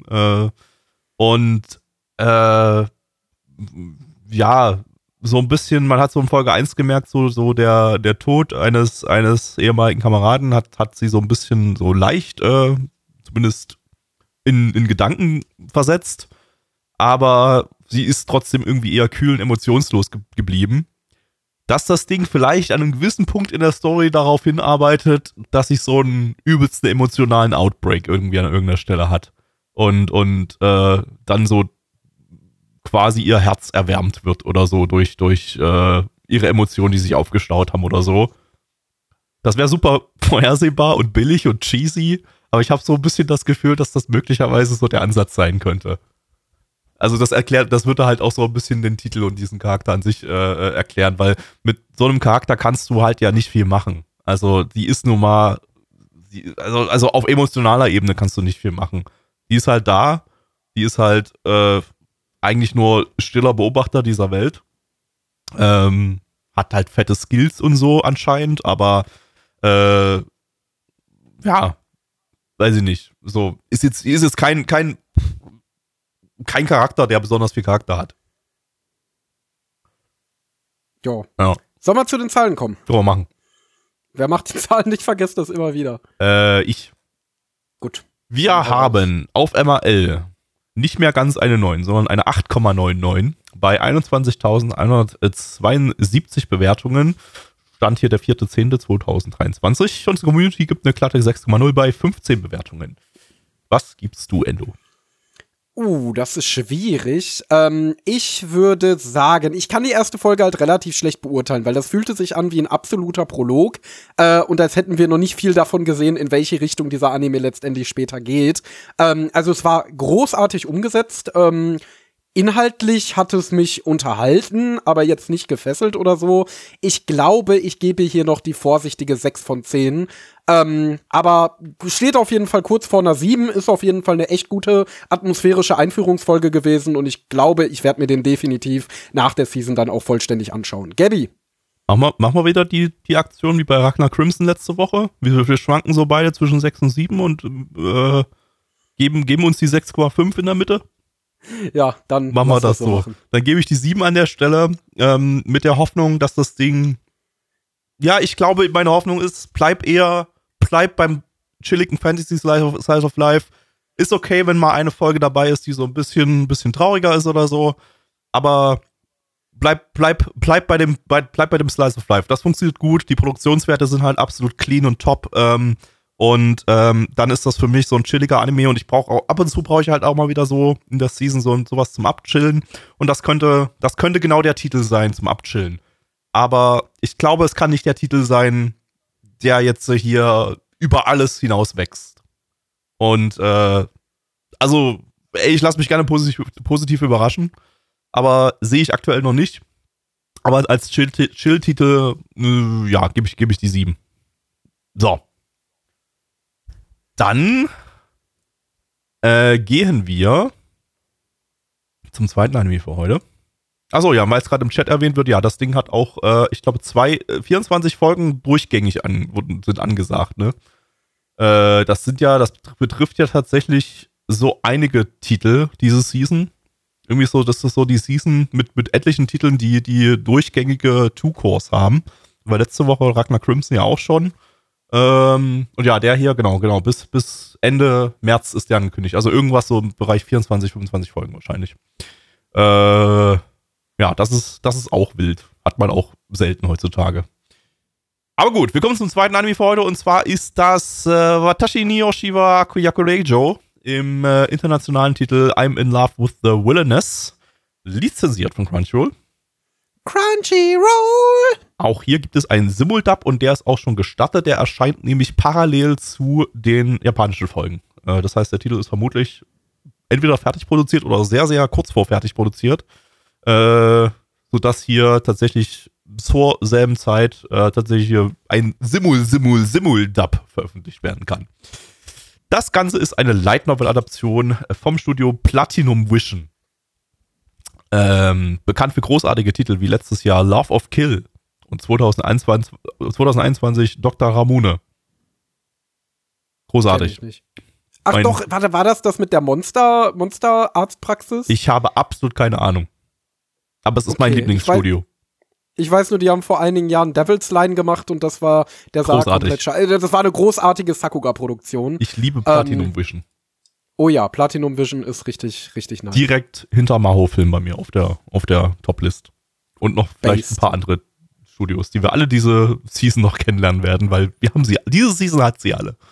so ein bisschen, man hat so in Folge 1 gemerkt, so der Tod eines ehemaligen Kameraden hat sie so ein bisschen so leicht, zumindest in Gedanken versetzt, aber sie ist trotzdem irgendwie eher kühl und emotionslos geblieben. Dass das Ding vielleicht an einem gewissen Punkt in der Story darauf hinarbeitet, dass sich so einen übelsten emotionalen Outbreak irgendwie an irgendeiner Stelle hat und dann so quasi ihr Herz erwärmt wird oder so durch ihre Emotionen, die sich aufgestaut haben oder so. Das wäre super vorhersehbar und billig und cheesy, aber ich habe so ein bisschen das Gefühl, dass das möglicherweise so der Ansatz sein könnte. Also das würde halt auch so ein bisschen den Titel und diesen Charakter an sich erklären, weil mit so einem Charakter kannst du halt ja nicht viel machen. Also die ist nun mal, also auf emotionaler Ebene kannst du nicht viel machen. Die ist halt da, die ist halt eigentlich nur stiller Beobachter dieser Welt. Hat halt fette Skills und so anscheinend, aber weiß ich nicht. So, ist jetzt kein Charakter, der besonders viel Charakter hat. Jo. Ja. Sollen wir zu den Zahlen kommen? Können wir machen. Wer macht die Zahlen nicht, vergesst das immer wieder. Ich. Gut. Wir haben auf MRL nicht mehr ganz eine 9, sondern eine 8,99 bei 21.172 Bewertungen. Stand hier der 4.10.2023. Unsere Community gibt eine glatte 6,0 bei 15 Bewertungen. Was gibst du, Endo? Das ist schwierig. Ich würde sagen, ich kann die erste Folge halt relativ schlecht beurteilen, weil das fühlte sich an wie ein absoluter Prolog und als hätten wir noch nicht viel davon gesehen, in welche Richtung dieser Anime letztendlich später geht. Also es war großartig umgesetzt. Inhaltlich hat es mich unterhalten, aber jetzt nicht gefesselt oder so. Ich glaube, ich gebe hier noch die vorsichtige 6 von 10. Aber steht auf jeden Fall kurz vor einer 7, ist auf jeden Fall eine echt gute atmosphärische Einführungsfolge gewesen und ich glaube, ich werde mir den definitiv nach der Season dann auch vollständig anschauen. Gabby? Machen wir wieder die Aktion wie bei Ragnar Crimson letzte Woche. Wir schwanken so beide zwischen 6 und 7 und geben uns die 6,5 in der Mitte. Ja, dann machen wir das so. Dann gebe ich die 7 an der Stelle, mit der Hoffnung, dass das Ding, ja, ich glaube, meine Hoffnung ist, bleib beim chilligen Fantasy Slice of Life. Ist okay, wenn mal eine Folge dabei ist, die so ein bisschen trauriger ist oder so, aber bleib bei dem Slice of Life. Das funktioniert gut, die Produktionswerte sind halt absolut clean und top, und dann ist das für mich so ein chilliger Anime und ab und zu brauche ich halt auch mal wieder so in der Season sowas zum Abchillen und das könnte genau der Titel sein zum Abchillen. Aber ich glaube, es kann nicht der Titel sein, der jetzt hier über alles hinaus wächst. Und also ich lasse mich gerne positiv überraschen, aber sehe ich aktuell noch nicht. Aber als Chill-Titel, gebe ich die 7. So. Dann gehen wir zum zweiten Anime für heute. Achso, ja, weil es gerade im Chat erwähnt wird, ja, das Ding hat auch, ich glaube, 24 Folgen durchgängig sind angesagt, ne? Das betrifft ja tatsächlich so einige Titel diese Season. Irgendwie so, das ist so die Season mit etlichen Titeln, die durchgängige Two-Cores haben. Weil letzte Woche Ragnar Crimson ja auch schon. Und ja, der hier, genau, bis Ende März ist der angekündigt. Also irgendwas so im Bereich 24, 25 Folgen wahrscheinlich. Ja, das ist auch wild. Hat man auch selten heutzutage. Aber gut, wir kommen zum zweiten Anime für heute und zwar ist das Watashi ni Yoshiwa Kuyakureijo im internationalen Titel I'm in Love with the Villainess, lizenziert von Crunchyroll. Crunchyroll! Auch hier gibt es einen Simuldub und der ist auch schon gestartet. Der erscheint nämlich parallel zu den japanischen Folgen. Das heißt, der Titel ist vermutlich entweder fertig produziert oder sehr, sehr kurz vor fertig produziert. Sodass hier tatsächlich zur selben Zeit tatsächlich hier ein Simul-Dub veröffentlicht werden kann. Das Ganze ist eine Light Novel-Adaption vom Studio Platinum Vision. Bekannt für großartige Titel wie letztes Jahr Love of Kill und 2021 Dr. Ramune. Großartig. Ach doch, warte, war das mit der Monster-Arztpraxis? Ich habe absolut keine Ahnung. Aber es ist mein Lieblingsstudio. Ich weiß nur, die haben vor einigen Jahren Devil's Line gemacht und das war der Saga komplett. Das war eine großartige Sakuga-Produktion. Ich liebe Platinum Vision. Oh ja, Platinum Vision ist richtig, richtig nice. Direkt hinter Maho-Film bei mir auf der Top-List. Und noch vielleicht ein paar andere Studios, die wir alle diese Season noch kennenlernen werden, weil wir haben sie, diese Season hat sie alle.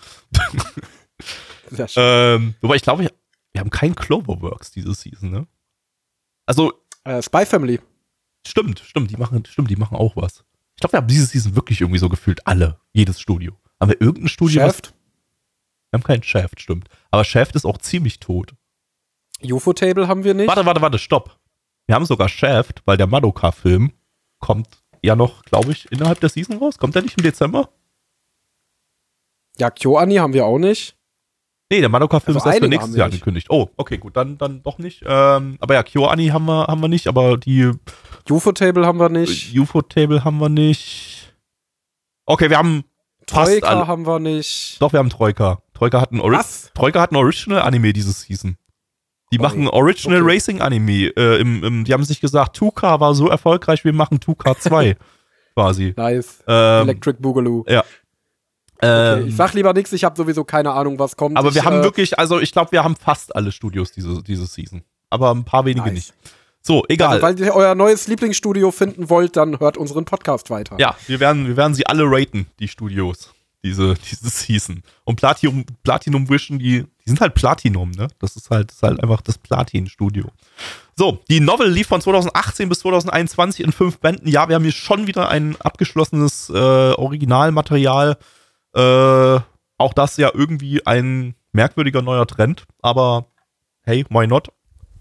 Sehr schön. Wobei ich glaube, wir haben kein Cloverworks diese Season, ne? Also Spy Family. Stimmt, die machen auch was. Ich glaube, wir haben diese Season wirklich irgendwie so gefühlt alle, jedes Studio. Haben wir irgendein Studio? Shaft? Wir haben keinen Shaft, stimmt. Aber Shaft ist auch ziemlich tot. UFO-Table haben wir nicht. Warte, stopp. Wir haben sogar Shaft, weil der Madoka-Film kommt ja noch, glaube ich, innerhalb der Season raus. Kommt der nicht im Dezember? Ja, KyoAni haben wir auch nicht. Nee, der Madoka-Film Also ist erst für nächstes Jahr angekündigt. Oh, okay, gut, dann doch nicht. Aber ja, KyoAni haben wir nicht, aber die UFO-Table haben wir nicht. UFO-Table haben wir nicht. Okay, wir haben Troika alle. haben wir nicht. Doch, wir haben Troika. Troika hat ein Original-Anime diese Season. Die machen Original Racing-Anime. Die haben sich gesagt, 2K war so erfolgreich, wir machen 2K 2. quasi. Nice. Electric Boogaloo. Ja. Okay, ich sag lieber nichts, ich habe sowieso keine Ahnung, was kommt. Aber wir haben wirklich, also ich glaube, wir haben fast alle Studios diese Season. Aber ein paar wenige nicht. So, egal. Also, weil ihr euer neues Lieblingsstudio finden wollt, dann hört unseren Podcast weiter. Ja, wir werden sie alle raten, die Studios, diese Season. Und Platinum Vision, die sind halt Platinum, ne? Das ist halt einfach das Platin-Studio. So, die Novel lief von 2018 bis 2021 in 5 Bänden. Ja, wir haben hier schon wieder ein abgeschlossenes Originalmaterial. Auch das ja irgendwie ein merkwürdiger neuer Trend, aber hey, why not?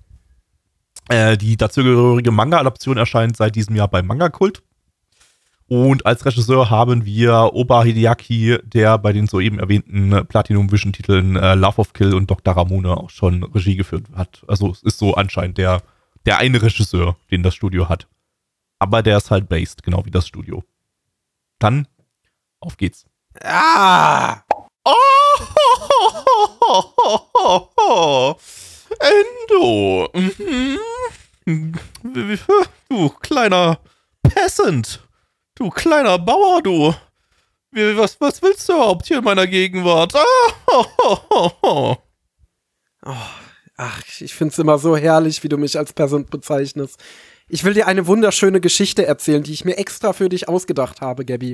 Die dazugehörige Manga-Adaption erscheint seit diesem Jahr bei Manga Kult. Und als Regisseur haben wir Oba Hideaki, der bei den soeben erwähnten Platinum Vision Titeln Love of Kill und Dr. Ramune auch schon Regie geführt hat. Also es ist so anscheinend der eine Regisseur, den das Studio hat. Aber der ist halt based, genau wie das Studio. Dann, auf geht's. Ah! Oh! Endo! Du kleiner Peasant! Du kleiner Bauer, du! Was willst du überhaupt hier in meiner Gegenwart? Ach, ich find's immer so herrlich, wie du mich als Person bezeichnest. Ich will dir eine wunderschöne Geschichte erzählen, die ich mir extra für dich ausgedacht habe, Gabby.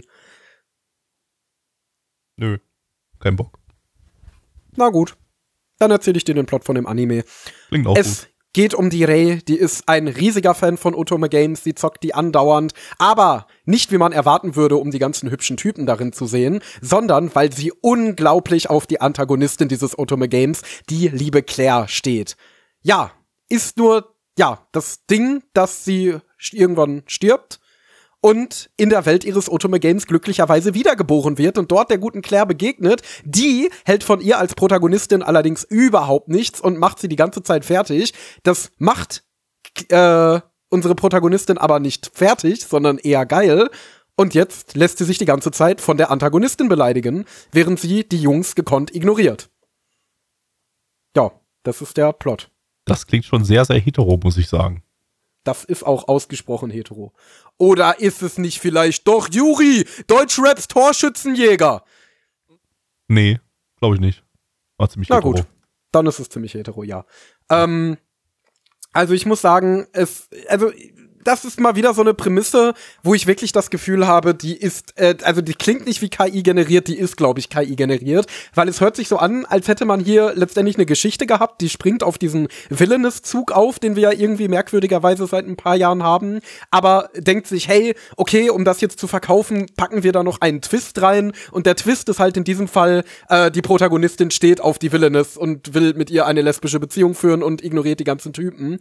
Nö, kein Bock. Na gut, dann erzähle ich dir den Plot von dem Anime. Klingt auch gut. Es geht um die Rei, die ist ein riesiger Fan von Otome Games, sie zockt die andauernd, aber nicht wie man erwarten würde, um die ganzen hübschen Typen darin zu sehen, sondern weil sie unglaublich auf die Antagonistin dieses Otome Games, die liebe Claire, steht. Ja, ist nur, das Ding, dass sie irgendwann stirbt und in der Welt ihres Otome Games glücklicherweise wiedergeboren wird und dort der guten Claire begegnet. Die hält von ihr als Protagonistin allerdings überhaupt nichts und macht sie die ganze Zeit fertig. Das macht unsere Protagonistin aber nicht fertig, sondern eher geil. Und jetzt lässt sie sich die ganze Zeit von der Antagonistin beleidigen, während sie die Jungs gekonnt ignoriert. Ja, das ist der Plot. Das klingt schon sehr, sehr hetero, muss ich sagen. Das ist auch ausgesprochen hetero. Oder ist es nicht vielleicht doch Juri, Deutschraps Torschützenjäger? Nee, glaube ich nicht. War ziemlich hetero. Na gut, dann ist es ziemlich hetero, ja. Also ich muss sagen, das ist mal wieder so eine Prämisse, wo ich wirklich das Gefühl habe, die ist, die klingt nicht wie KI generiert, die ist, glaube ich, KI generiert, weil es hört sich so an, als hätte man hier letztendlich eine Geschichte gehabt, die springt auf diesen Villainous-Zug auf, den wir ja irgendwie merkwürdigerweise seit ein paar Jahren haben, aber denkt sich, hey, okay, um das jetzt zu verkaufen, packen wir da noch einen Twist rein und der Twist ist halt in diesem Fall, die Protagonistin steht auf die Villainous und will mit ihr eine lesbische Beziehung führen und ignoriert die ganzen Typen.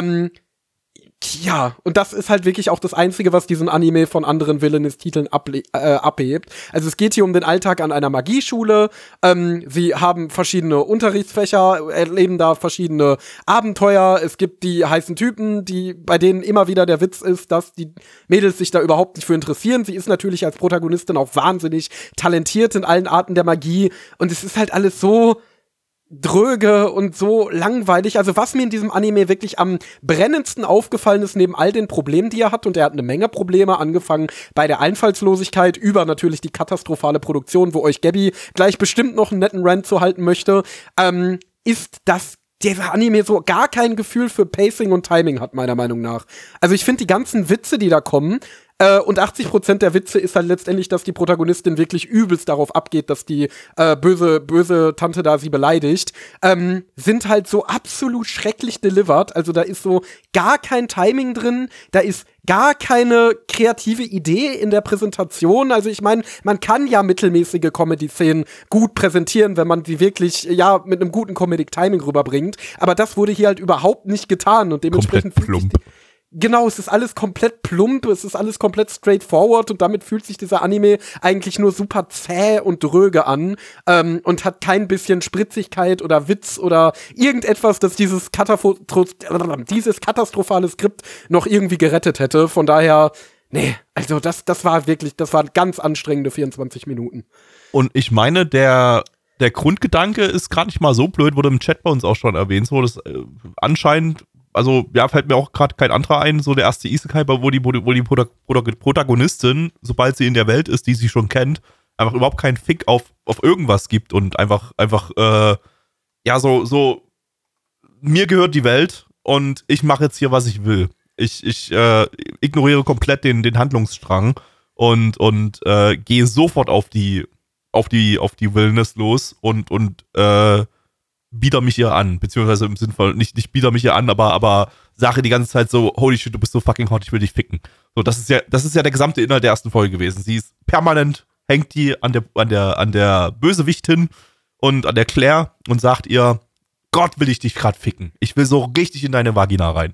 Ja, und das ist halt wirklich auch das Einzige, was diesen Anime von anderen Villainous-Titeln abhebt. Also es geht hier um den Alltag an einer Magieschule. Sie haben verschiedene Unterrichtsfächer, erleben da verschiedene Abenteuer. Es gibt die heißen Typen, bei denen immer wieder der Witz ist, dass die Mädels sich da überhaupt nicht für interessieren. Sie ist natürlich als Protagonistin auch wahnsinnig talentiert in allen Arten der Magie. Und es ist halt alles so dröge und so langweilig. Also was mir in diesem Anime wirklich am brennendsten aufgefallen ist, neben all den Problemen, die er hat, und er hat eine Menge Probleme, angefangen bei der Einfallslosigkeit über natürlich die katastrophale Produktion, wo euch Gabby gleich bestimmt noch einen netten Rant zu halten möchte, ist, dass dieser Anime so gar kein Gefühl für Pacing und Timing hat, meiner Meinung nach. Also ich finde die ganzen Witze, die da kommen, und 80% der Witze ist halt letztendlich, dass die Protagonistin wirklich übelst darauf abgeht, dass die böse Tante da sie beleidigt, sind halt so absolut schrecklich delivered. Also da ist so gar kein Timing drin, da ist gar keine kreative Idee in der Präsentation. Also ich meine, man kann ja mittelmäßige Comedy-Szenen gut präsentieren, wenn man die wirklich, ja, mit einem guten Comedic-Timing rüberbringt. Aber das wurde hier halt überhaupt nicht getan und dementsprechend komplett plump. Genau, es ist alles komplett plump, es ist alles komplett straightforward und damit fühlt sich dieser Anime eigentlich nur super zäh und dröge an und hat kein bisschen Spritzigkeit oder Witz oder irgendetwas, das dieses katastrophale Skript noch irgendwie gerettet hätte. Von daher, nee, also das waren ganz anstrengende 24 Minuten. Und ich meine, der Grundgedanke ist gar nicht mal so blöd, wurde im Chat bei uns auch schon erwähnt, so dass anscheinend, also ja, fällt mir auch gerade kein anderer ein, so der erste Isekai, wo die Protagonistin, sobald sie in der Welt ist, die sie schon kennt, einfach überhaupt keinen Fick auf irgendwas gibt und einfach ja, so mir gehört die Welt und ich mache jetzt hier, was ich will. Ich ignoriere komplett den Handlungsstrang und gehe sofort auf die Wildnis los und bieder mich ihr an, beziehungsweise im Sinne von, nicht bieder mich ihr an, aber sage die ganze Zeit so, holy shit, du bist so fucking hot, ich will dich ficken. So, das ist ja der gesamte Inhalt der ersten Folge gewesen. Sie ist permanent, hängt die an der Bösewichtin und an der Claire und sagt ihr, Gott, will ich dich gerade ficken. Ich will so richtig in deine Vagina rein.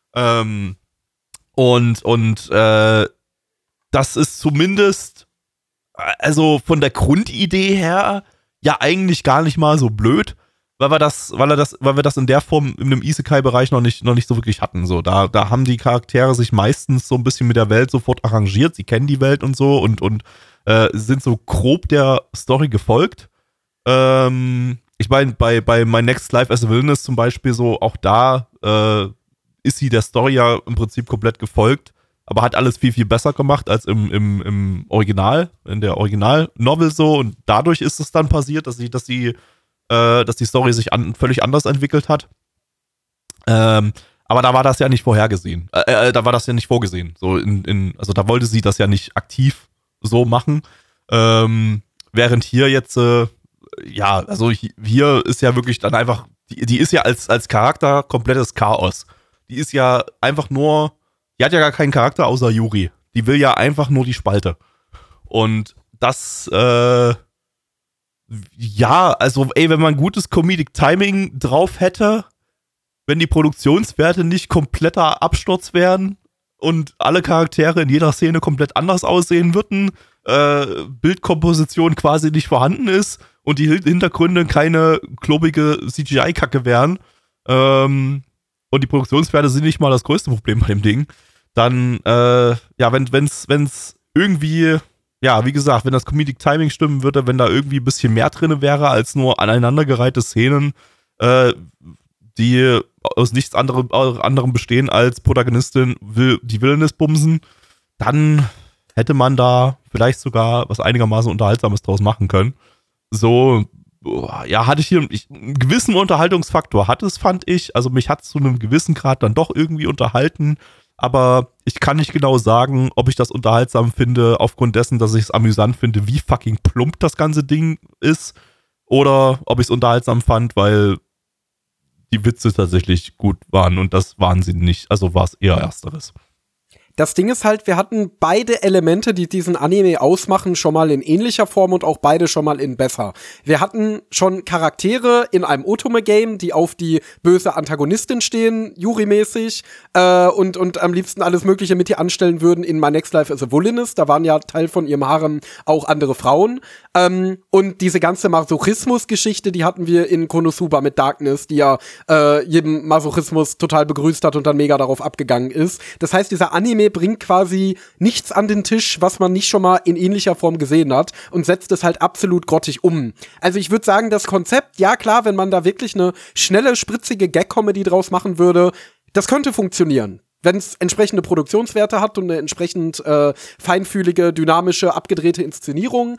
Das ist zumindest, also von der Grundidee her, ja eigentlich gar nicht mal so blöd, weil wir das in der Form in einem Isekai-Bereich noch nicht so wirklich hatten. So, da haben die Charaktere sich meistens so ein bisschen mit der Welt sofort arrangiert, sie kennen die Welt und so und sind so grob der Story gefolgt. Ich meine, bei My Next Life as a Villainous zum Beispiel so, auch da ist sie der Story ja im Prinzip komplett gefolgt, aber hat alles viel, viel besser gemacht als im Original, in der Original-Novel so, und dadurch ist es dann passiert, dass die Story sich völlig anders entwickelt hat. Aber da war das ja nicht vorhergesehen. Da war das ja nicht vorgesehen. So also da wollte sie das ja nicht aktiv so machen. Während hier jetzt, ja, also hier ist ja wirklich dann einfach, die ist ja als Charakter komplettes Chaos. Die ist ja einfach nur, die hat ja gar keinen Charakter außer Yuri. Die will ja einfach nur die Spalte. Und das, ja, also ey, wenn man gutes Comedic Timing drauf hätte, wenn die Produktionswerte nicht kompletter Absturz wären und alle Charaktere in jeder Szene komplett anders aussehen würden, Bildkomposition quasi nicht vorhanden ist und die Hintergründe keine klobige CGI-Kacke wären, und die Produktionswerte sind nicht mal das größte Problem bei dem Ding, dann, ja, wenn's irgendwie, ja, wie gesagt, wenn das Comedic Timing stimmen würde, wenn da irgendwie ein bisschen mehr drin wäre als nur aneinandergereihte Szenen, die aus nichts anderem bestehen als Protagonistin will die Villainous bumsen, dann hätte man da vielleicht sogar was einigermaßen Unterhaltsames draus machen können. so, ja, hatte ich hier einen gewissen Unterhaltungsfaktor, fand ich. Also mich hat es zu einem gewissen Grad dann doch irgendwie unterhalten, aber ich kann nicht genau sagen, ob ich das unterhaltsam finde, aufgrund dessen, dass ich es amüsant finde, wie fucking plump das ganze Ding ist, oder ob ich es unterhaltsam fand, weil die Witze tatsächlich gut waren, und das waren sie nicht. Also war es eher Ersteres. Das Ding ist halt, wir hatten beide Elemente, die diesen Anime ausmachen, schon mal in ähnlicher Form und auch beide schon mal in besser. Wir hatten schon Charaktere in einem Otome-Game, die auf die böse Antagonistin stehen, Yuri-mäßig, und am liebsten alles Mögliche mit ihr anstellen würden in My Next Life as a Villainess. Da waren ja Teil von ihrem Harem auch andere Frauen. Und diese ganze Masochismus-Geschichte, die hatten wir in Konosuba mit Darkness, die ja jedem Masochismus total begrüßt hat und dann mega darauf abgegangen ist. Das heißt, dieser Anime bringt quasi nichts an den Tisch, was man nicht schon mal in ähnlicher Form gesehen hat, und setzt es halt absolut grottig um. Also ich würde sagen, das Konzept, ja klar, wenn man da wirklich eine schnelle, spritzige Gag-Comedy draus machen würde, das könnte funktionieren. Wenn es entsprechende Produktionswerte hat und eine entsprechend feinfühlige, dynamische, abgedrehte Inszenierung,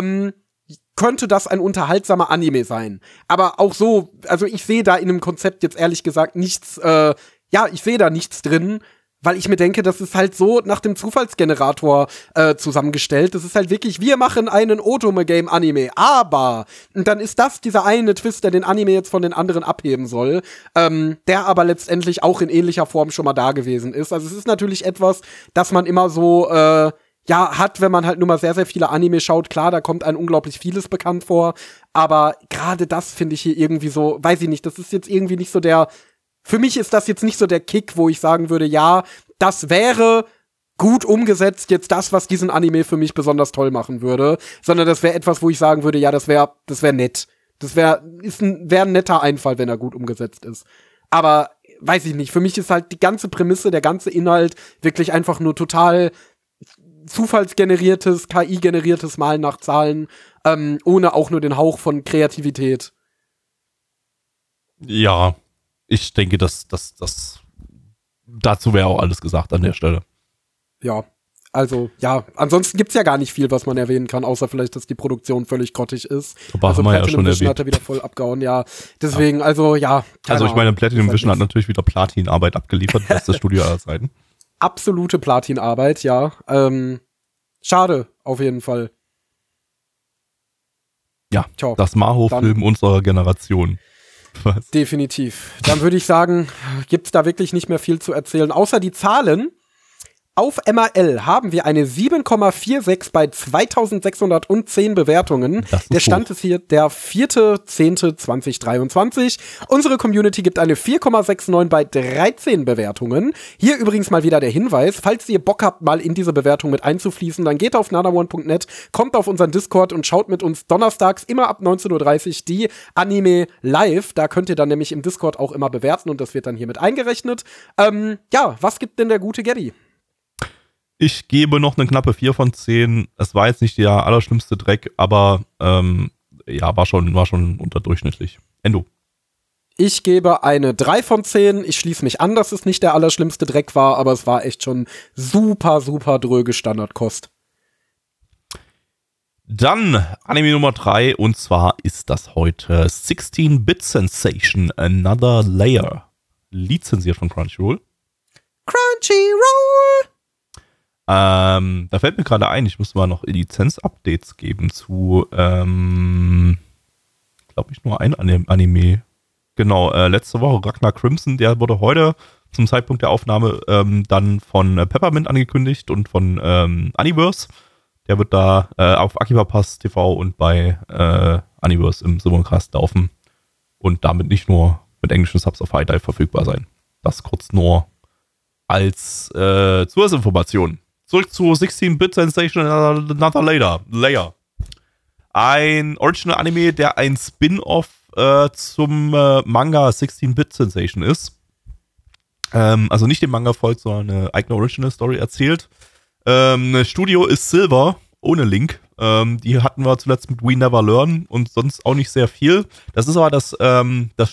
könnte das ein unterhaltsamer Anime sein. Aber auch so, also ich sehe da in dem Konzept jetzt ehrlich gesagt nichts, ich sehe da nichts drin, weil ich mir denke, das ist halt so nach dem Zufallsgenerator zusammengestellt. Das ist halt wirklich, wir machen einen Otome-Game-Anime, aber, und dann ist das dieser eine Twist, der den Anime jetzt von den anderen abheben soll, der aber letztendlich auch in ähnlicher Form schon mal da gewesen ist. Also es ist natürlich etwas, das man immer so, hat, wenn man halt nur mal sehr, sehr viele Anime schaut. Klar, da kommt einem unglaublich vieles bekannt vor, aber gerade das finde ich hier irgendwie so, weiß ich nicht, das ist jetzt irgendwie nicht so für mich ist das jetzt nicht so der Kick, wo ich sagen würde, ja, das wäre gut umgesetzt jetzt das, was diesen Anime für mich besonders toll machen würde, sondern das wäre etwas, wo ich sagen würde, ja, das wäre nett. Das wäre ein netter Einfall, wenn er gut umgesetzt ist. Aber weiß ich nicht, für mich ist halt die ganze Prämisse, der ganze Inhalt wirklich einfach nur total zufallsgeneriertes, KI-generiertes Malen nach Zahlen, ohne auch nur den Hauch von Kreativität. Ja, ich denke, dass dazu wäre auch alles gesagt an der Stelle. Ja, also, ja, ansonsten gibt's ja gar nicht viel, was man erwähnen kann, außer vielleicht, dass die Produktion völlig grottig ist. Aber also haben wir ja schon erwähnt. Hat er wieder voll abgehauen, ja. Deswegen, also, ja. Also, ich meine, Platinum Vision hat natürlich wieder Platinarbeit abgeliefert, beste Studio aller Zeiten. Absolute Platinarbeit, ja. Schade, auf jeden Fall. Ja, das Maho-Film unserer Generation. Was? Definitiv. Dann würde ich sagen, gibt's da wirklich nicht mehr viel zu erzählen, außer die Zahlen. Auf MRL haben wir eine 7,46 bei 2610 Bewertungen. Der Stand ist hier der 4.10.2023. Unsere Community gibt eine 4,69 bei 13 Bewertungen. Hier übrigens mal wieder der Hinweis, falls ihr Bock habt, mal in diese Bewertung mit einzufließen, dann geht auf nanaone.net, kommt auf unseren Discord und schaut mit uns donnerstags immer ab 19:30 Uhr die Anime live. Da könnt ihr dann nämlich im Discord auch immer bewerten und das wird dann hier mit eingerechnet. Was gibt denn der gute Gabby? Ich gebe noch eine knappe 4 von 10. Es war jetzt nicht der allerschlimmste Dreck, aber war schon unterdurchschnittlich. Endo. Ich gebe eine 3 von 10. Ich schließe mich an, dass es nicht der allerschlimmste Dreck war, aber es war echt schon super, super dröge Standardkost. Dann Anime Nummer 3, und zwar ist das heute 16-Bit Sensation Another Layer. Lizenziert von Crunchyroll. Crunchyroll! Da fällt mir gerade ein, ich muss mal noch Lizenz-Updates geben zu, glaube ich, nur ein Anime. Genau, letzte Woche Ragnar Crimson, der wurde heute zum Zeitpunkt der Aufnahme dann von Peppermint angekündigt und von Universe. Der wird da auf Akiba Pass TV und bei Universe im Simoncast laufen und damit nicht nur mit englischen Subs auf High Dive verfügbar sein. Das kurz nur als Zusatzinformation. Zurück zu 16-Bit Sensation Another Layer. Ein Original-Anime, der ein Spin-Off zum Manga 16-Bit Sensation ist. Also nicht dem Manga folgt, sondern eine eigene Original-Story erzählt. Studio ist Silver, ohne Link. Die hatten wir zuletzt mit We Never Learn und sonst auch nicht sehr viel. Das ist aber das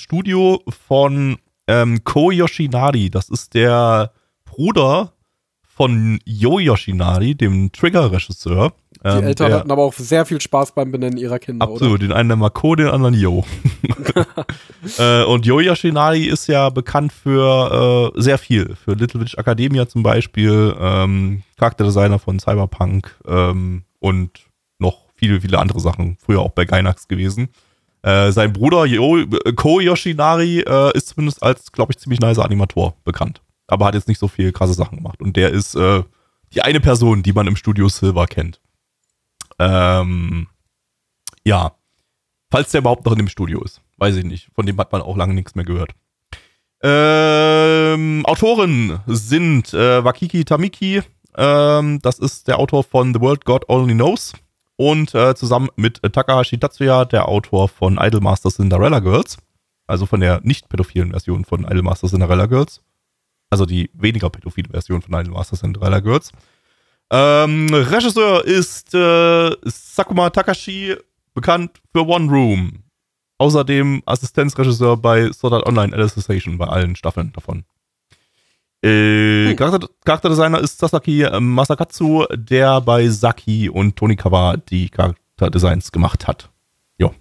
Studio von Ko Yoshinari. Das ist der Bruder von Yo Yoshinari, dem Trigger-Regisseur. Die Eltern hatten aber auch sehr viel Spaß beim Benennen ihrer Kinder, absolut, oder? Den einen Mako, den anderen Yo. Und Yo Yoshinari ist ja bekannt für sehr viel. Für Little Witch Academia zum Beispiel, Charakterdesigner von Cyberpunk und noch viele, viele andere Sachen. Früher auch bei Gainax gewesen. Sein Bruder Ko Yoshinari ist zumindest als, glaube ich, ziemlich nicer Animator bekannt. Aber hat jetzt nicht so viel krasse Sachen gemacht. Und der ist die eine Person, die man im Studio Silver kennt. Ja. Falls der überhaupt noch in dem Studio ist. Weiß ich nicht. Von dem hat man auch lange nichts mehr gehört. Autoren sind Wakiki Tamiki. Das ist der Autor von The World God Only Knows. Und zusammen mit Takahashi Tatsuya, der Autor von Idolmaster Cinderella Girls. Also von der nicht pädophilen Version von Idolmaster Cinderella Girls. Also die weniger pädophile Version von Idolmaster Cinderella Girls. Regisseur ist Sakuma Takashi, bekannt für One Room. Außerdem Assistenzregisseur bei Sword Art Online Alicization, bei allen Staffeln davon. Charakterdesigner ist Sasaki Masakatsu, der bei Saki und Tonikawa die Charakterdesigns gemacht hat. Jo.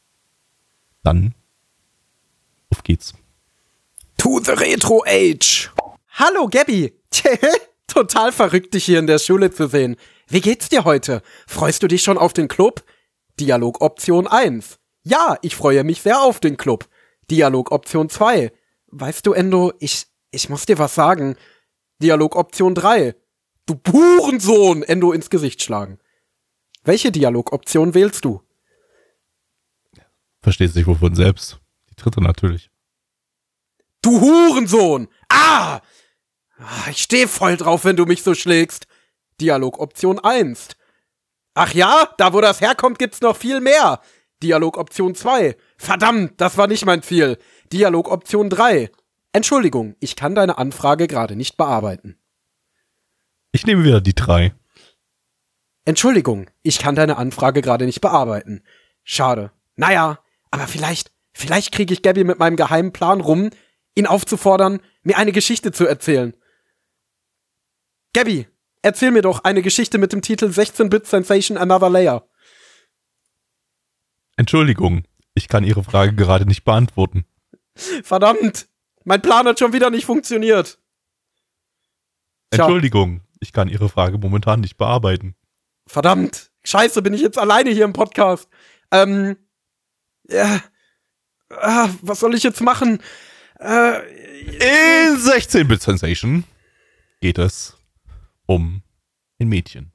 Dann auf geht's. To the Retro Age. Hallo Gabby. Total verrückt, dich hier in der Schule zu sehen. Wie geht's dir heute? Freust du dich schon auf den Club? Dialogoption 1. Ja, ich freue mich sehr auf den Club. Dialogoption 2. Weißt du, Endo, ich muss dir was sagen. Dialogoption 3. Du Hurensohn! Endo ins Gesicht schlagen. Welche Dialogoption wählst du? Versteht sich wohl von selbst. Die dritte natürlich. Du Hurensohn! Ah! Ich stehe voll drauf, wenn du mich so schlägst. Dialogoption 1. Ach ja, da wo das herkommt, gibt's noch viel mehr. Dialogoption 2. Verdammt, das war nicht mein Ziel. Dialogoption 3. Entschuldigung, ich kann deine Anfrage gerade nicht bearbeiten. Ich nehme wieder die 3. Entschuldigung, ich kann deine Anfrage gerade nicht bearbeiten. Schade. Naja, aber vielleicht kriege ich Gabby mit meinem geheimen Plan rum, ihn aufzufordern, mir eine Geschichte zu erzählen. Gabby, erzähl mir doch eine Geschichte mit dem Titel 16-Bit Sensation Another Layer. Entschuldigung, ich kann Ihre Frage gerade nicht beantworten. Verdammt, mein Plan hat schon wieder nicht funktioniert. Entschuldigung, ich kann Ihre Frage momentan nicht bearbeiten. Verdammt, scheiße, bin ich jetzt alleine hier im Podcast. Was soll ich jetzt machen? In 16-Bit Sensation geht es um ein Mädchen.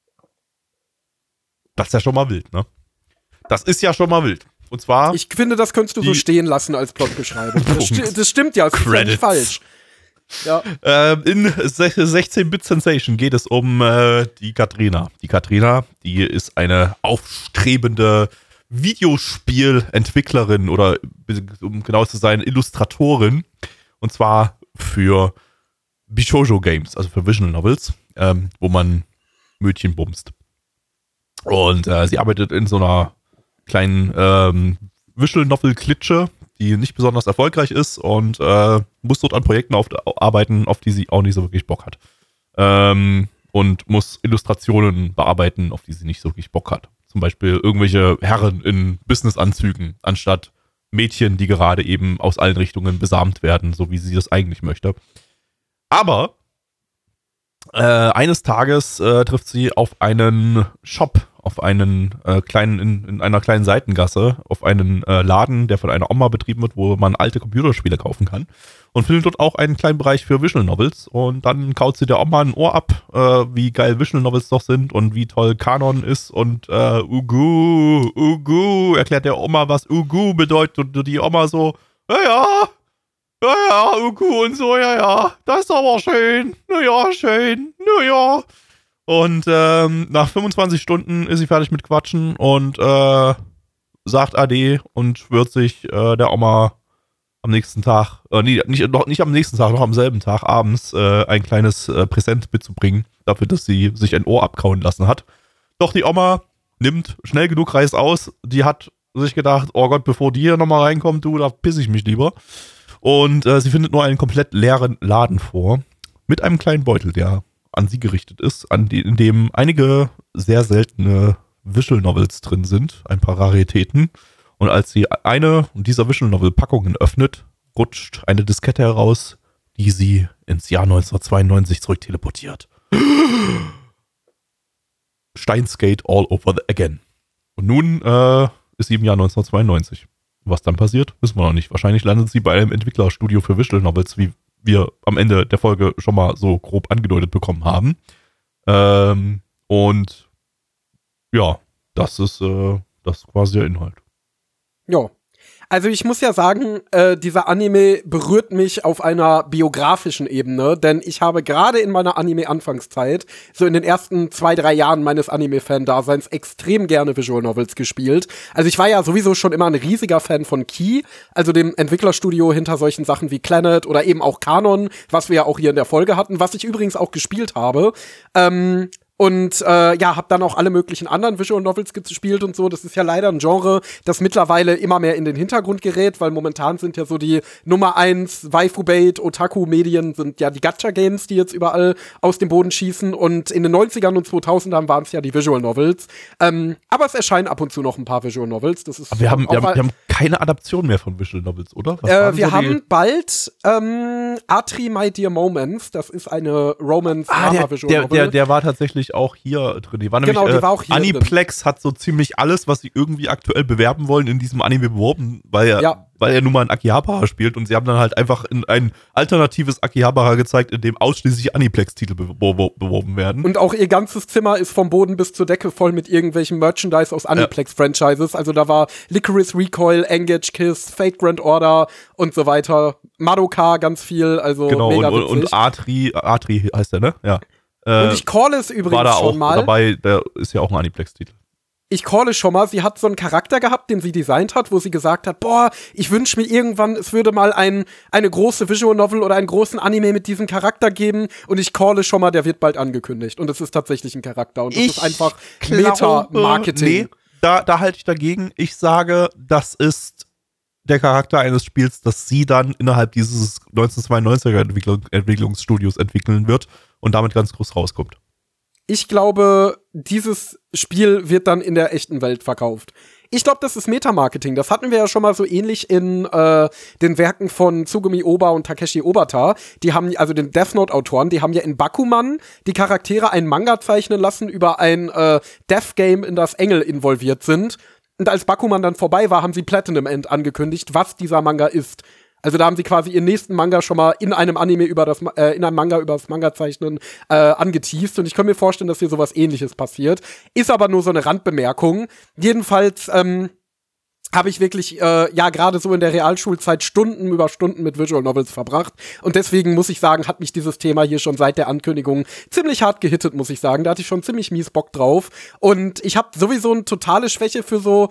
Das ist ja schon mal wild, ne? Das ist ja schon mal wild. Und zwar... Ich finde, das könntest du so stehen lassen als Plotbeschreibung. Das stimmt ja, das ist ja nicht falsch. Ja. In 16-Bit Sensation geht es um die Katrina. Die Katrina, die ist eine aufstrebende Videospielentwicklerin oder, um genau zu sein, Illustratorin. Und zwar für Bishoujo Games, also für Visual Novels, wo man Mädchen bumst. Und sie arbeitet in so einer kleinen Visual Novel Klitsche, die nicht besonders erfolgreich ist und muss dort an Projekten arbeiten, auf die sie auch nicht so wirklich Bock hat. Und muss Illustrationen bearbeiten, auf die sie nicht so wirklich Bock hat. Zum Beispiel irgendwelche Herren in Businessanzügen, anstatt Mädchen, die gerade eben aus allen Richtungen besamt werden, so wie sie das eigentlich möchte. Aber eines Tages trifft sie auf einen Shop, auf einen in einer kleinen Seitengasse, auf einen Laden, der von einer Oma betrieben wird, wo man alte Computerspiele kaufen kann. Und findet dort auch einen kleinen Bereich für Visual Novels. Und dann kaut sie der Oma ein Ohr ab, wie geil Visual Novels doch sind und wie toll Kanon ist. Und Ugu, erklärt der Oma, was Ugu bedeutet. Und die Oma so, ja, Ugu und so, ja, das ist aber schön. Schön. Und nach 25 Stunden ist sie fertig mit Quatschen und sagt Ade und schwört sich der Oma am nächsten Tag, nicht am nächsten Tag, noch am selben Tag abends ein kleines Präsent mitzubringen, dafür, dass sie sich ein Ohr abkauen lassen hat. Doch die Oma nimmt schnell genug Reis aus, die hat sich gedacht, oh Gott, bevor die hier nochmal reinkommt, da pisse ich mich lieber. Und sie findet nur einen komplett leeren Laden vor, mit einem kleinen Beutel, der an sie gerichtet ist, in dem einige sehr seltene Visual Novels drin sind, ein paar Raritäten. Und als sie eine dieser Visual Novel Packungen öffnet, rutscht eine Diskette heraus, die sie ins Jahr 1992 zurückteleportiert. Steins;Gate all over again. Und nun ist sie im Jahr 1992. Was dann passiert, wissen wir noch nicht. Wahrscheinlich landet sie bei einem Entwicklerstudio für Visual Novels, wie wir am Ende der Folge schon mal so grob angedeutet bekommen haben. Und ja, das ist quasi der Inhalt. Ja. Also ich muss ja sagen, dieser Anime berührt mich auf einer biografischen Ebene, denn ich habe gerade in meiner Anime-Anfangszeit, so in den ersten 2-3 Jahren meines Anime-Fan-Daseins, extrem gerne Visual Novels gespielt. Also ich war ja sowieso schon immer ein riesiger Fan von Key, also dem Entwicklerstudio hinter solchen Sachen wie Clannad oder eben auch Kanon, was wir ja auch hier in der Folge hatten, was ich übrigens auch gespielt habe. Und hab dann auch alle möglichen anderen Visual Novels gespielt und so. Das ist ja leider ein Genre, das mittlerweile immer mehr in den Hintergrund gerät, weil momentan sind ja so die Nummer 1 Waifu-Bait, Otaku-Medien sind ja die Gacha-Games, die jetzt überall aus dem Boden schießen. Und in den 90ern und 2000ern waren es ja die Visual Novels. Aber es erscheinen ab und zu noch ein paar Visual Novels. Das ist aber wir haben keine Adaption mehr von Visual Novels, oder? Wir haben bald Atri My Dear Moments. Das ist eine Romance-Drama-Visual Novel. Der war tatsächlich auch hier drin. Die war nämlich, die war auch hier Aniplex drin. Hat so ziemlich alles, was sie irgendwie aktuell bewerben wollen, in diesem Anime beworben, weil er nun mal in Akihabara spielt, und sie haben dann halt einfach in ein alternatives Akihabara gezeigt, in dem ausschließlich Aniplex-Titel beworben werden. Und auch ihr ganzes Zimmer ist vom Boden bis zur Decke voll mit irgendwelchen Merchandise aus Aniplex-Franchises. Also da war Licorice Recoil, Engage Kiss, Fate Grand Order und so weiter. Madoka ganz viel, also genau, mega und Atri heißt der, ne? Ja. Und ich call es übrigens war da schon auch mal. Dabei, der ist ja auch ein Aniplex-Titel. Ich call es schon mal, sie hat so einen Charakter gehabt, den sie designt hat, wo sie gesagt hat, boah, ich wünsche mir irgendwann, es würde mal eine große Visual Novel oder einen großen Anime mit diesem Charakter geben, und ich call es schon mal, der wird bald angekündigt. Und es ist tatsächlich ein Charakter, und das ist einfach Meta-Marketing. Nee, da halte ich dagegen. Ich sage, das ist der Charakter eines Spiels, das sie dann innerhalb dieses 1992er Entwicklungsstudios entwickeln wird und damit ganz groß rauskommt. Ich glaube, dieses Spiel wird dann in der echten Welt verkauft. Ich glaube, das ist Metamarketing. Das hatten wir ja schon mal so ähnlich in den Werken von Tsugumi Ohba und Takeshi Obata. Die haben, also den Death Note-Autoren, die haben ja in Bakuman die Charaktere einen Manga zeichnen lassen über ein Death-Game, in das Engel involviert sind. Und als Bakuman dann vorbei war, haben sie Platinum End angekündigt, was dieser Manga ist. Also da haben sie quasi ihren nächsten Manga schon mal in einem Anime in einem Manga über das Manga-Zeichnen angeteased. Und ich kann mir vorstellen, dass hier sowas Ähnliches passiert. Ist aber nur so eine Randbemerkung. Jedenfalls habe ich wirklich, gerade so in der Realschulzeit Stunden über Stunden mit Visual Novels verbracht. Und deswegen muss ich sagen, hat mich dieses Thema hier schon seit der Ankündigung ziemlich hart gehittet, muss ich sagen. Da hatte ich schon ziemlich mies Bock drauf. Und ich habe sowieso eine totale Schwäche für so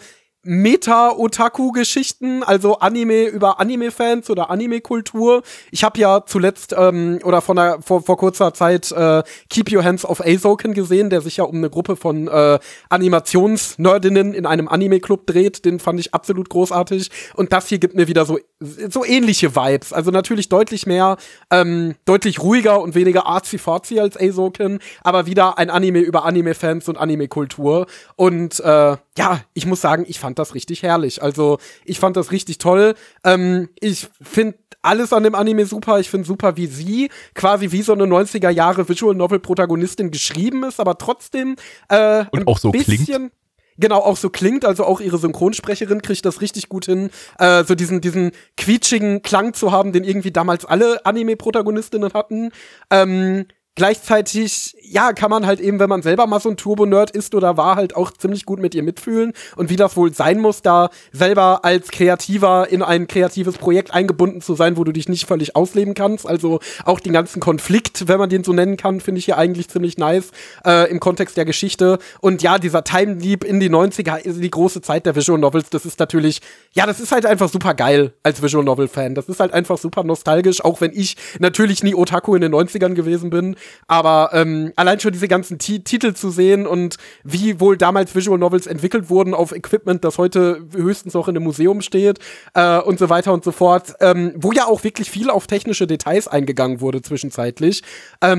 Meta-Otaku-Geschichten, also Anime über Anime-Fans oder Anime-Kultur. Ich habe ja zuletzt vor kurzer Zeit Keep Your Hands Off Eizouken gesehen, der sich ja um eine Gruppe von Animationsnerdinnen in einem Anime-Club dreht. Den fand ich absolut großartig. Und das hier gibt mir wieder so ähnliche Vibes. Also natürlich deutlich mehr, deutlich ruhiger und weniger artsy-fartsy als Eizouken, aber wieder ein Anime über Anime-Fans und Anime-Kultur. Und ich muss sagen, ich fand das richtig herrlich. Also, ich fand das richtig toll. Ich finde alles an dem Anime super. Ich finde super, wie sie quasi wie so eine 90er-Jahre Visual-Novel-Protagonistin geschrieben ist, aber trotzdem und auch so klingt. Genau, auch so klingt, also auch ihre Synchronsprecherin kriegt das richtig gut hin, so diesen quietschigen Klang zu haben, den irgendwie damals alle Anime-Protagonistinnen hatten. Gleichzeitig, kann man halt eben, wenn man selber mal so ein Turbo-Nerd ist oder war, halt auch ziemlich gut mit ihr mitfühlen und wie das wohl sein muss, da selber als Kreativer in ein kreatives Projekt eingebunden zu sein, wo du dich nicht völlig ausleben kannst. Also auch den ganzen Konflikt, wenn man den so nennen kann, finde ich hier eigentlich ziemlich nice im Kontext der Geschichte. Und ja, dieser Time Leap in die 90er, die große Zeit der Visual Novels, das ist natürlich, das ist halt einfach super geil als Visual Novel-Fan. Das ist halt einfach super nostalgisch, auch wenn ich natürlich nie Otaku in den 90ern gewesen bin. Aber allein schon diese ganzen Titel zu sehen und wie wohl damals Visual Novels entwickelt wurden auf Equipment, das heute höchstens noch in einem Museum steht und so weiter und so fort, wo ja auch wirklich viel auf technische Details eingegangen wurde zwischenzeitlich,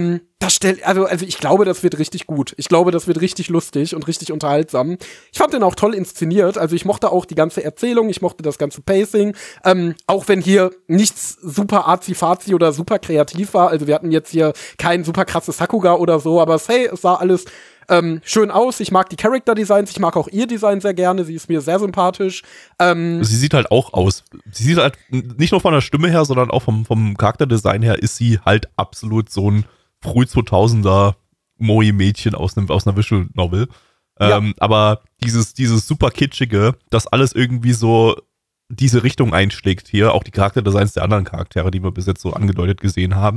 Also ich glaube, das wird richtig gut. Ich glaube, das wird richtig lustig und richtig unterhaltsam. Ich fand den auch toll inszeniert. Also ich mochte auch die ganze Erzählung, ich mochte das ganze Pacing. Auch wenn hier nichts super arzi-fazi oder super kreativ war. Also wir hatten jetzt hier kein super krasses Sakuga oder so, aber es sah alles schön aus. Ich mag die Character-Designs, ich mag auch ihr Design sehr gerne. Sie ist mir sehr sympathisch. Sie sieht halt auch aus. Sie sieht halt nicht nur von der Stimme her, sondern auch vom Charakterdesign her ist sie halt absolut so ein früh 2000er Moe-Mädchen aus einer Visual Novel. Ja. Aber dieses super kitschige, das alles irgendwie so diese Richtung einschlägt hier, auch die Charakterdesigns der anderen Charaktere, die wir bis jetzt so angedeutet gesehen haben,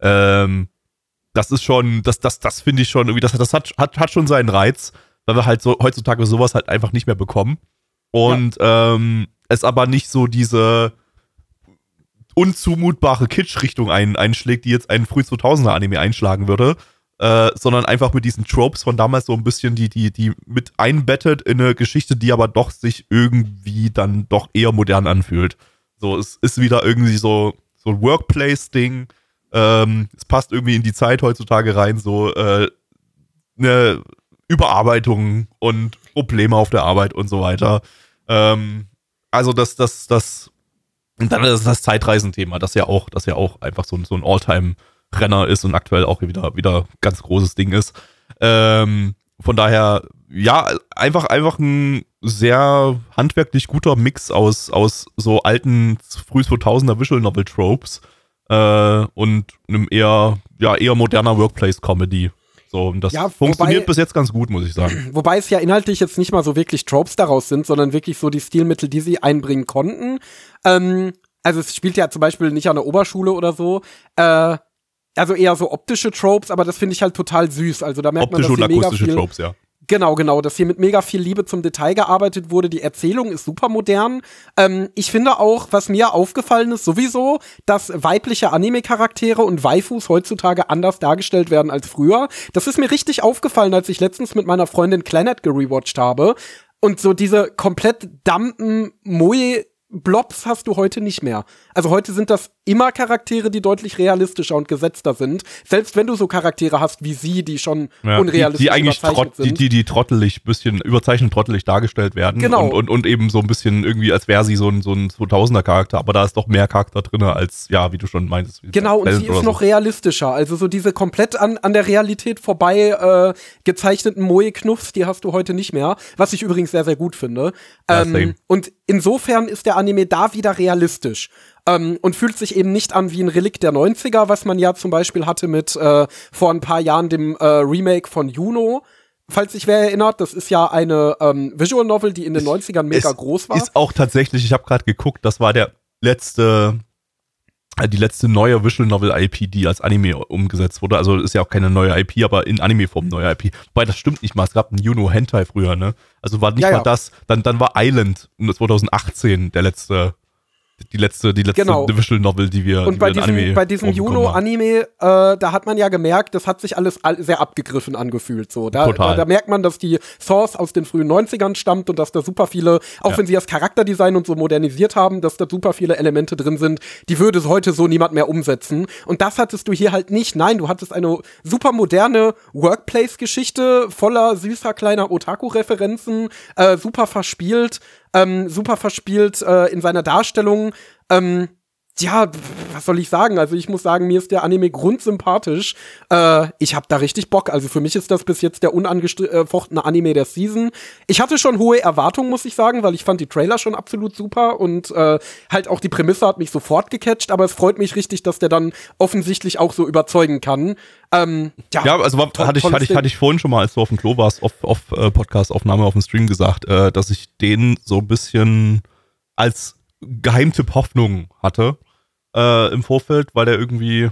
das ist schon, das finde ich schon irgendwie, das hat schon seinen Reiz, weil wir halt so heutzutage sowas halt einfach nicht mehr bekommen. Und es aber nicht so diese unzumutbare Kitsch-Richtung einschlägt, die jetzt einen früh 2000er Anime einschlagen würde, sondern einfach mit diesen Tropes von damals so ein bisschen die mit einbettet in eine Geschichte, die aber doch sich irgendwie dann doch eher modern anfühlt. So, es ist wieder irgendwie so ein Workplace-Ding. Es passt irgendwie in die Zeit heutzutage rein, so eine Überarbeitung und Probleme auf der Arbeit und so weiter. Also und dann ist das Zeitreisenthema, das ja auch einfach so ein All-Time-Renner ist und aktuell auch wieder ganz großes Ding ist. Von daher, ja, einfach ein sehr handwerklich guter Mix aus so alten, früh 2000er Visual Novel Tropes und einem eher moderner Workplace-Comedy. So, und das funktioniert bis jetzt ganz gut, muss ich sagen. Wobei es ja inhaltlich jetzt nicht mal so wirklich Tropes daraus sind, sondern wirklich so die Stilmittel, die sie einbringen konnten. Also es spielt ja zum Beispiel nicht an der Oberschule oder so. Also eher so optische Tropes, aber das finde ich halt total süß. Also da merkt optische man, dass und akustische Tropes, ja. Genau, dass hier mit mega viel Liebe zum Detail gearbeitet wurde. Die Erzählung ist super modern. Ich finde auch, was mir aufgefallen ist, sowieso, dass weibliche Anime-Charaktere und Waifus heutzutage anders dargestellt werden als früher. Das ist mir richtig aufgefallen, als ich letztens mit meiner Freundin Clannad gerewatcht habe. Und so diese komplett dampen Moe-Blobs hast du heute nicht mehr. Also heute sind das immer Charaktere, die deutlich realistischer und gesetzter sind. Selbst wenn du so Charaktere hast wie sie, die schon unrealistisch die eigentlich sind. Die trottelig, überzeichnet trottelig dargestellt werden. Genau. Und eben so ein bisschen irgendwie, als wäre sie so ein 2000er-Charakter. Aber da ist doch mehr Charakter drin als, ja, wie du schon meintest. Genau, und sie ist noch realistischer. Also so diese komplett an der Realität vorbei gezeichneten Moe-Knuffs, die hast du heute nicht mehr. Was ich übrigens sehr, sehr gut finde. Und insofern ist der Anime da wieder realistisch. Und fühlt sich eben nicht an wie ein Relikt der 90er, was man ja zum Beispiel hatte mit vor ein paar Jahren dem Remake von Juno. Falls sich wer erinnert, das ist ja eine Visual Novel, die in den 90ern mega groß war. Ist auch tatsächlich, ich habe gerade geguckt, das war die letzte neue Visual Novel IP, die als Anime umgesetzt wurde. Also ist ja auch keine neue IP, aber in Anime-Form neue IP. Wobei, das stimmt nicht mal. Es gab einen Juno Hentai früher, ne? Also war nicht mal das. Dann war Island 2018 die letzte genau. Visual Novel, die wir und bei diesem Juno-Anime, da hat man ja gemerkt, das hat sich alles sehr abgegriffen angefühlt. So. Da merkt man, dass die Source aus den frühen 90ern stammt und dass da super viele, auch wenn sie das Charakterdesign und so modernisiert haben, dass da super viele Elemente drin sind, die würde heute so niemand mehr umsetzen. Und das hattest du hier halt nicht. Nein, du hattest eine super moderne Workplace-Geschichte voller süßer kleiner Otaku-Referenzen, super verspielt in seiner Darstellung. Ja, was soll ich sagen? Also ich muss sagen, mir ist der Anime grundsympathisch. Ich habe da richtig Bock. Also für mich ist das bis jetzt der unangefochtene Anime der Season. Ich hatte schon hohe Erwartungen, muss ich sagen, weil ich fand die Trailer schon absolut super und halt auch die Prämisse hat mich sofort gecatcht, aber es freut mich richtig, dass der dann offensichtlich auch so überzeugen kann. Also hatte ich vorhin schon mal, als du auf dem Klo warst, auf Podcast-Aufnahme auf dem Stream gesagt, dass ich den so ein bisschen als Geheimtipp Hoffnung hatte im Vorfeld, weil der irgendwie,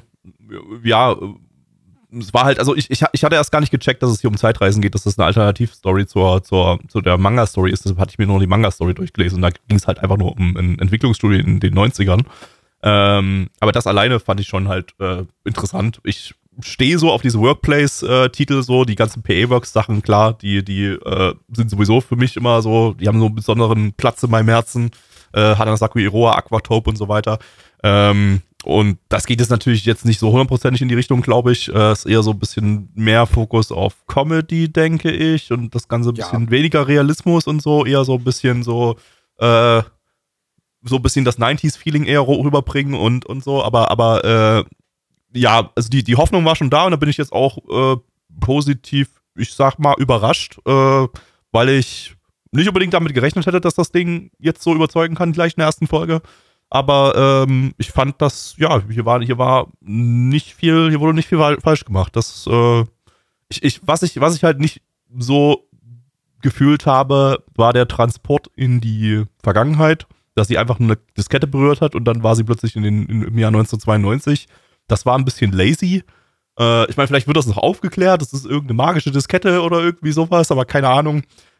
es war halt, also ich hatte erst gar nicht gecheckt, dass es hier um Zeitreisen geht, dass das eine Alternativstory zu der Manga-Story ist, deshalb hatte ich mir nur die Manga-Story durchgelesen und da ging es halt einfach nur um ein Entwicklungsstudio in den 90ern. Aber das alleine fand ich schon halt interessant. Ich stehe so auf diese Workplace-Titel so, die ganzen PA-Works-Sachen, klar, die sind sowieso für mich immer so, die haben so einen besonderen Platz in meinem Herzen. Hanasaku Iroha, Aquatope und so weiter. Und das geht jetzt natürlich jetzt nicht so hundertprozentig in die Richtung, glaube ich. Ist eher so ein bisschen mehr Fokus auf Comedy, denke ich. Und das Ganze ein bisschen weniger Realismus und so. Eher so ein bisschen so ein bisschen das 90s-Feeling eher rüberbringen und so. Aber ja, also die Hoffnung war schon da und da bin ich jetzt auch positiv, ich sag mal, überrascht, weil ich nicht unbedingt damit gerechnet hätte, dass das Ding jetzt so überzeugen kann, gleich in der ersten Folge. Aber ich fand das, ja, hier wurde nicht viel falsch gemacht. Das, was ich halt nicht so gefühlt habe, war der Transport in die Vergangenheit, dass sie einfach eine Diskette berührt hat und dann war sie plötzlich im Jahr 1992. Das war ein bisschen lazy. Ich meine, vielleicht wird das noch aufgeklärt, das ist irgendeine magische Diskette oder irgendwie sowas, aber keine Ahnung.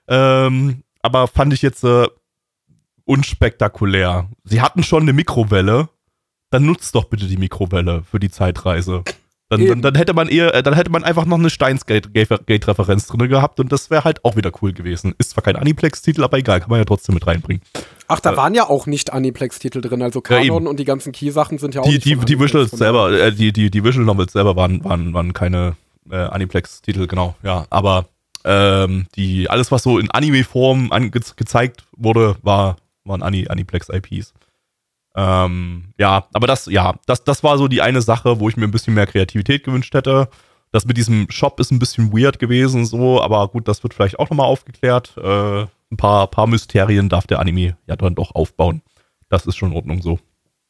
Aber fand ich jetzt unspektakulär. Sie hatten schon eine Mikrowelle, dann nutzt doch bitte die Mikrowelle für die Zeitreise. Dann hätte man einfach noch eine Steins-Gate-Referenz drin gehabt und das wäre halt auch wieder cool gewesen. Ist zwar kein Aniplex-Titel, aber egal, kann man ja trotzdem mit reinbringen. Ach, da waren ja auch nicht Aniplex-Titel drin, also Kanon und die ganzen Key-Sachen sind ja auch die Visuals selber, die Visual Novels selber waren keine Aniplex-Titel, genau, ja, aber alles, was so in Anime-Form gezeigt wurde, waren Aniplex-IPs. Ja, aber das war so die eine Sache, wo ich mir ein bisschen mehr Kreativität gewünscht hätte. Das mit diesem Shop ist ein bisschen weird gewesen, so, aber gut, das wird vielleicht auch nochmal aufgeklärt. Ein paar Mysterien darf der Anime ja dann doch aufbauen. Das ist schon in Ordnung so.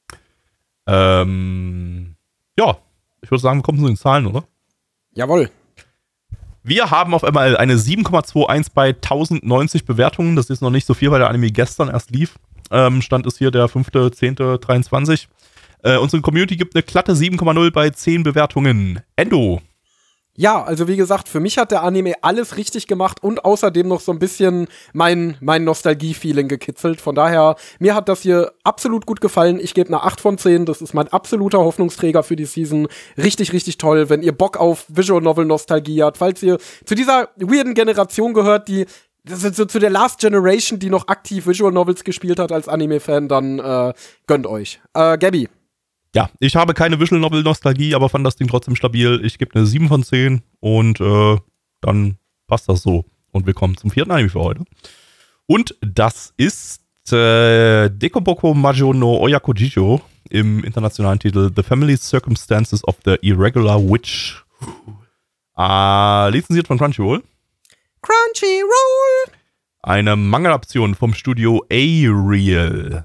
Ja, ich würde sagen, wir kommen zu den Zahlen, oder? Jawohl. Wir haben auf einmal eine 7,21 bei 1090 Bewertungen. Das ist noch nicht so viel, weil der Anime gestern erst lief. Stand ist hier der 5.10.23. Unsere Community gibt eine glatte 7,0 bei 10 Bewertungen. Endo. Ja, also wie gesagt, für mich hat der Anime alles richtig gemacht und außerdem noch so ein bisschen mein Nostalgie-Feeling gekitzelt. Von daher, mir hat das hier absolut gut gefallen. Ich gebe eine 8 von 10. Das ist mein absoluter Hoffnungsträger für die Season. Richtig, richtig toll. Wenn ihr Bock auf Visual Novel Nostalgie habt, falls ihr zu dieser weirden Generation gehört, zu der Last Generation, die noch aktiv Visual Novels gespielt hat als Anime-Fan, dann gönnt euch. Gabby. Ja, ich habe keine Visual Novel Nostalgie, aber fand das Ding trotzdem stabil. Ich gebe eine 7 von 10 und dann passt das so. Und wir kommen zum 4. Anime für heute. Und das ist Dekoboko Majo no Oyakujijo im internationalen Titel The Family Circumstances of the Irregular Witch. Lizenziert von Crunchyroll. Crunchyroll! Eine Manga-Adaption vom Studio A-Real.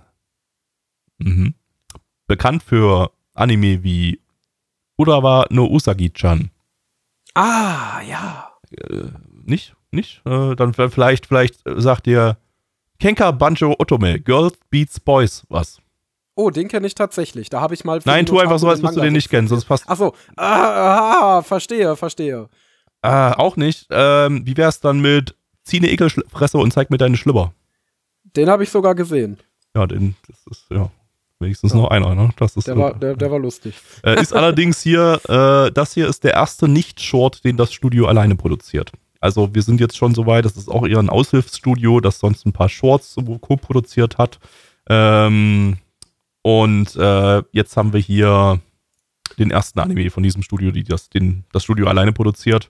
Bekannt für Anime wie Urawa no Usagi-chan. Ah, ja. Nicht? Dann vielleicht sagt ihr Kenka Banjo Otome, Girls Beats Boys was. Oh, den kenne ich tatsächlich. Da habe ich mal... Nein, tu einfach so, als würdest du den nicht kennen, sonst passt... Ach so. Verstehe. Auch nicht. Wie wär's dann mit zieh eine Ekelfresse und zeig mir deine Schlüpper? Den habe ich sogar gesehen. Ja, das ist, ja, wenigstens noch einer, ne? Das ist, der war lustig. Ist allerdings hier, das hier ist der erste Nicht-Short, den das Studio alleine produziert. Also wir sind jetzt schon so weit, das ist auch eher ein Aushilfsstudio, das sonst ein paar Shorts co-produziert hat. Und jetzt haben wir hier den ersten Anime von diesem Studio, das Studio alleine produziert.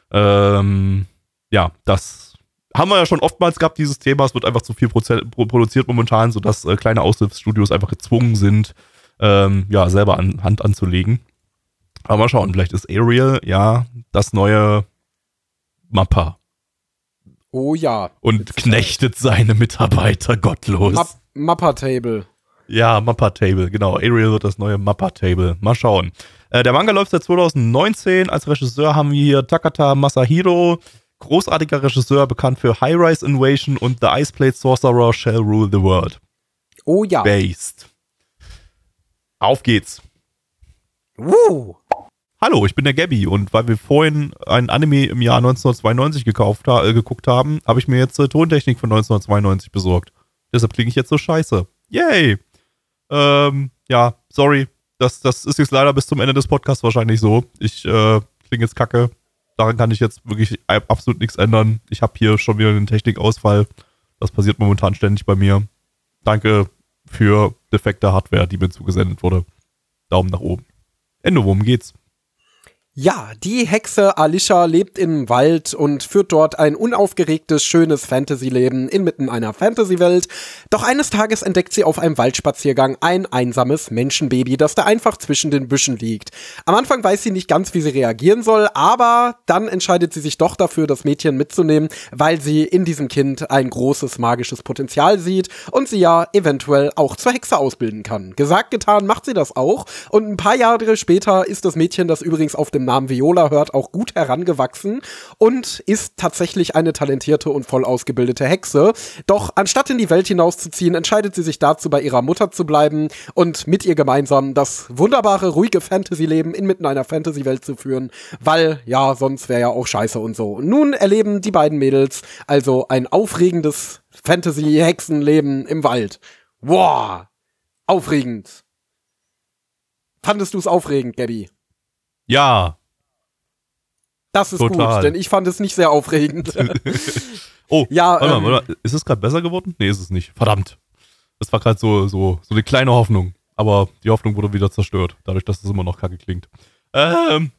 Ja, das haben wir ja schon oftmals gehabt, dieses Thema. Es wird einfach zu viel produziert momentan, sodass kleine Aushilfsstudios einfach gezwungen sind, selber Hand anzulegen. Aber mal schauen, vielleicht ist A-Real ja das neue Mappa. Oh ja. Und knechtet seine Mitarbeiter gottlos. Mappa-Table. Ja, Mappa-Table, genau. A-Real wird das neue Mappa-Table. Mal schauen. Der Manga läuft seit 2019. Als Regisseur haben wir hier Takata Masahiro. Großartiger Regisseur, bekannt für High Rise Invasion und The Iceblade Sorcerer Shall Rule the World. Oh ja. Based. Auf geht's. Hallo, ich bin der Gabby und weil wir vorhin ein Anime im Jahr 1992 geguckt haben, habe ich mir jetzt Tontechnik von 1992 besorgt. Deshalb klinge ich jetzt so scheiße. Yay! Ja, sorry. Das ist jetzt leider bis zum Ende des Podcasts wahrscheinlich so. Ich klinge jetzt kacke. Daran kann ich jetzt wirklich absolut nichts ändern. Ich habe hier schon wieder einen Technikausfall. Das passiert momentan ständig bei mir. Danke für defekte Hardware, die mir zugesendet wurde. Daumen nach oben. Ende, worum geht's? Ja, die Hexe Alicia lebt im Wald und führt dort ein unaufgeregtes, schönes Fantasy-Leben inmitten einer Fantasy-Welt. Doch eines Tages entdeckt sie auf einem Waldspaziergang ein einsames Menschenbaby, das da einfach zwischen den Büschen liegt. Am Anfang weiß sie nicht ganz, wie sie reagieren soll, aber dann entscheidet sie sich doch dafür, das Mädchen mitzunehmen, weil sie in diesem Kind ein großes magisches Potenzial sieht und sie ja eventuell auch zur Hexe ausbilden kann. Gesagt, getan, macht sie das auch und ein paar Jahre später ist das Mädchen, das übrigens auf dem Namen Viola hört, auch gut herangewachsen und ist tatsächlich eine talentierte und voll ausgebildete Hexe. Doch anstatt in die Welt hinauszuziehen, entscheidet sie sich dazu, bei ihrer Mutter zu bleiben und mit ihr gemeinsam das wunderbare, ruhige Fantasy-Leben inmitten einer Fantasy-Welt zu führen, weil, ja, sonst wäre ja auch scheiße und so. Und nun erleben die beiden Mädels also ein aufregendes Fantasy-Hexenleben im Wald. Wow! Aufregend. Fandest du es aufregend, Gabby? Ja. Das ist total gut, denn ich fand es nicht sehr aufregend. Oh, ja, warte mal. Ist es gerade besser geworden? Nee, ist es nicht. Verdammt. Das war gerade so eine kleine Hoffnung. Aber die Hoffnung wurde wieder zerstört, dadurch, dass es immer noch kacke klingt. Mein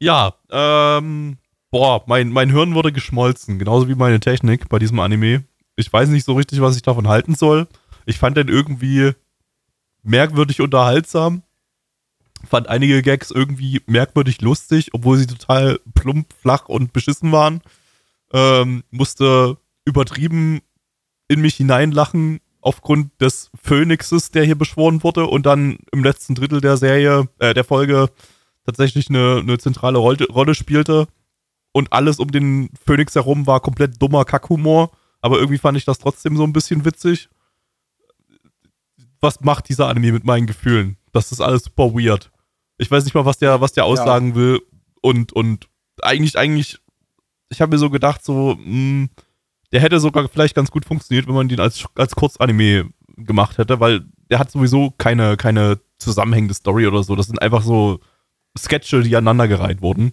Hirn wurde geschmolzen, genauso wie meine Technik bei diesem Anime. Ich weiß nicht so richtig, was ich davon halten soll. Ich fand den irgendwie merkwürdig unterhaltsam. Fand einige Gags irgendwie merkwürdig lustig, obwohl sie total plump, flach und beschissen waren. Musste übertrieben in mich hineinlachen aufgrund des Phönixes, der hier beschworen wurde und dann im letzten Drittel der Serie, der Folge tatsächlich eine zentrale Rolle spielte. Und alles um den Phönix herum war komplett dummer Kackhumor, aber irgendwie fand ich das trotzdem so ein bisschen witzig. Was macht dieser Anime mit meinen Gefühlen? Das ist alles super weird. Ich weiß nicht mal, was der aussagen will. Und eigentlich, ich habe mir so gedacht, der hätte sogar vielleicht ganz gut funktioniert, wenn man den als Kurzanime gemacht hätte, weil der hat sowieso keine zusammenhängende Story oder so. Das sind einfach so Sketche, die aneinandergereiht wurden.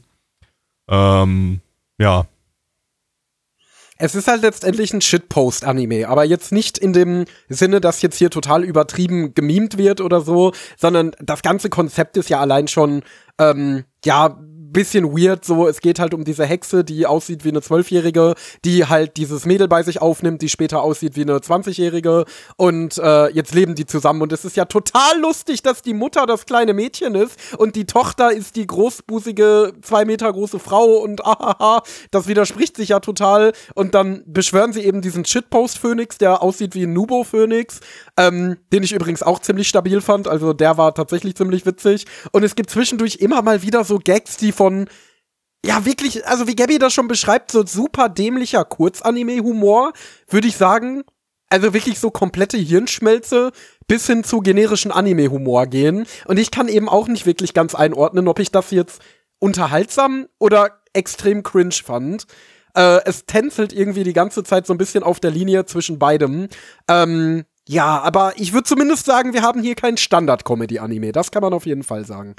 Ja. Es ist halt letztendlich ein Shitpost-Anime, aber jetzt nicht in dem Sinne, dass jetzt hier total übertrieben gemimt wird oder so, sondern das ganze Konzept ist ja allein schon, bisschen weird, so, es geht halt um diese Hexe, die aussieht wie eine 12-Jährige, die halt dieses Mädel bei sich aufnimmt, die später aussieht wie eine 20-Jährige und jetzt leben die zusammen und es ist ja total lustig, dass die Mutter das kleine Mädchen ist und die Tochter ist die großbusige, 2 Meter große Frau und das widerspricht sich ja total und dann beschwören sie eben diesen Shitpost-Phönix, der aussieht wie ein Nubo-Phönix, den ich übrigens auch ziemlich stabil fand, also der war tatsächlich ziemlich witzig und es gibt zwischendurch immer mal wieder so Gags, die von, ja wirklich, also wie Gabby das schon beschreibt, so super dämlicher Kurzanime-Humor, würde ich sagen, also wirklich so komplette Hirnschmelze bis hin zu generischen Anime-Humor gehen. Und ich kann eben auch nicht wirklich ganz einordnen, ob ich das jetzt unterhaltsam oder extrem cringe fand. Es tänzelt irgendwie die ganze Zeit so ein bisschen auf der Linie zwischen beidem. Ja, aber ich würde zumindest sagen, wir haben hier kein Standard-Comedy-Anime. Das kann man auf jeden Fall sagen.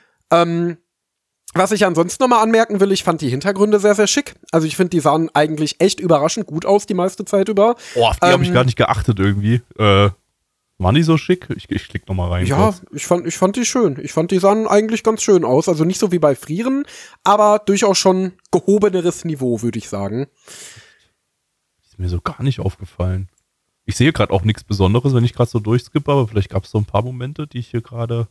Was ich ansonsten nochmal anmerken will, ich fand die Hintergründe sehr, sehr schick. Also ich finde, die sahen eigentlich echt überraschend gut aus die meiste Zeit über. Oh, auf die habe ich gar nicht geachtet irgendwie. Waren die so schick? Ich klick nochmal rein. Ja, ich fand die schön. Ich fand, die sahen eigentlich ganz schön aus. Also nicht so wie bei Frieren, aber durchaus schon gehobeneres Niveau, würde ich sagen. Ist mir so gar nicht aufgefallen. Ich sehe gerade auch nichts Besonderes, wenn ich gerade so durchskippe, aber vielleicht gab es so ein paar Momente, die ich hier gerade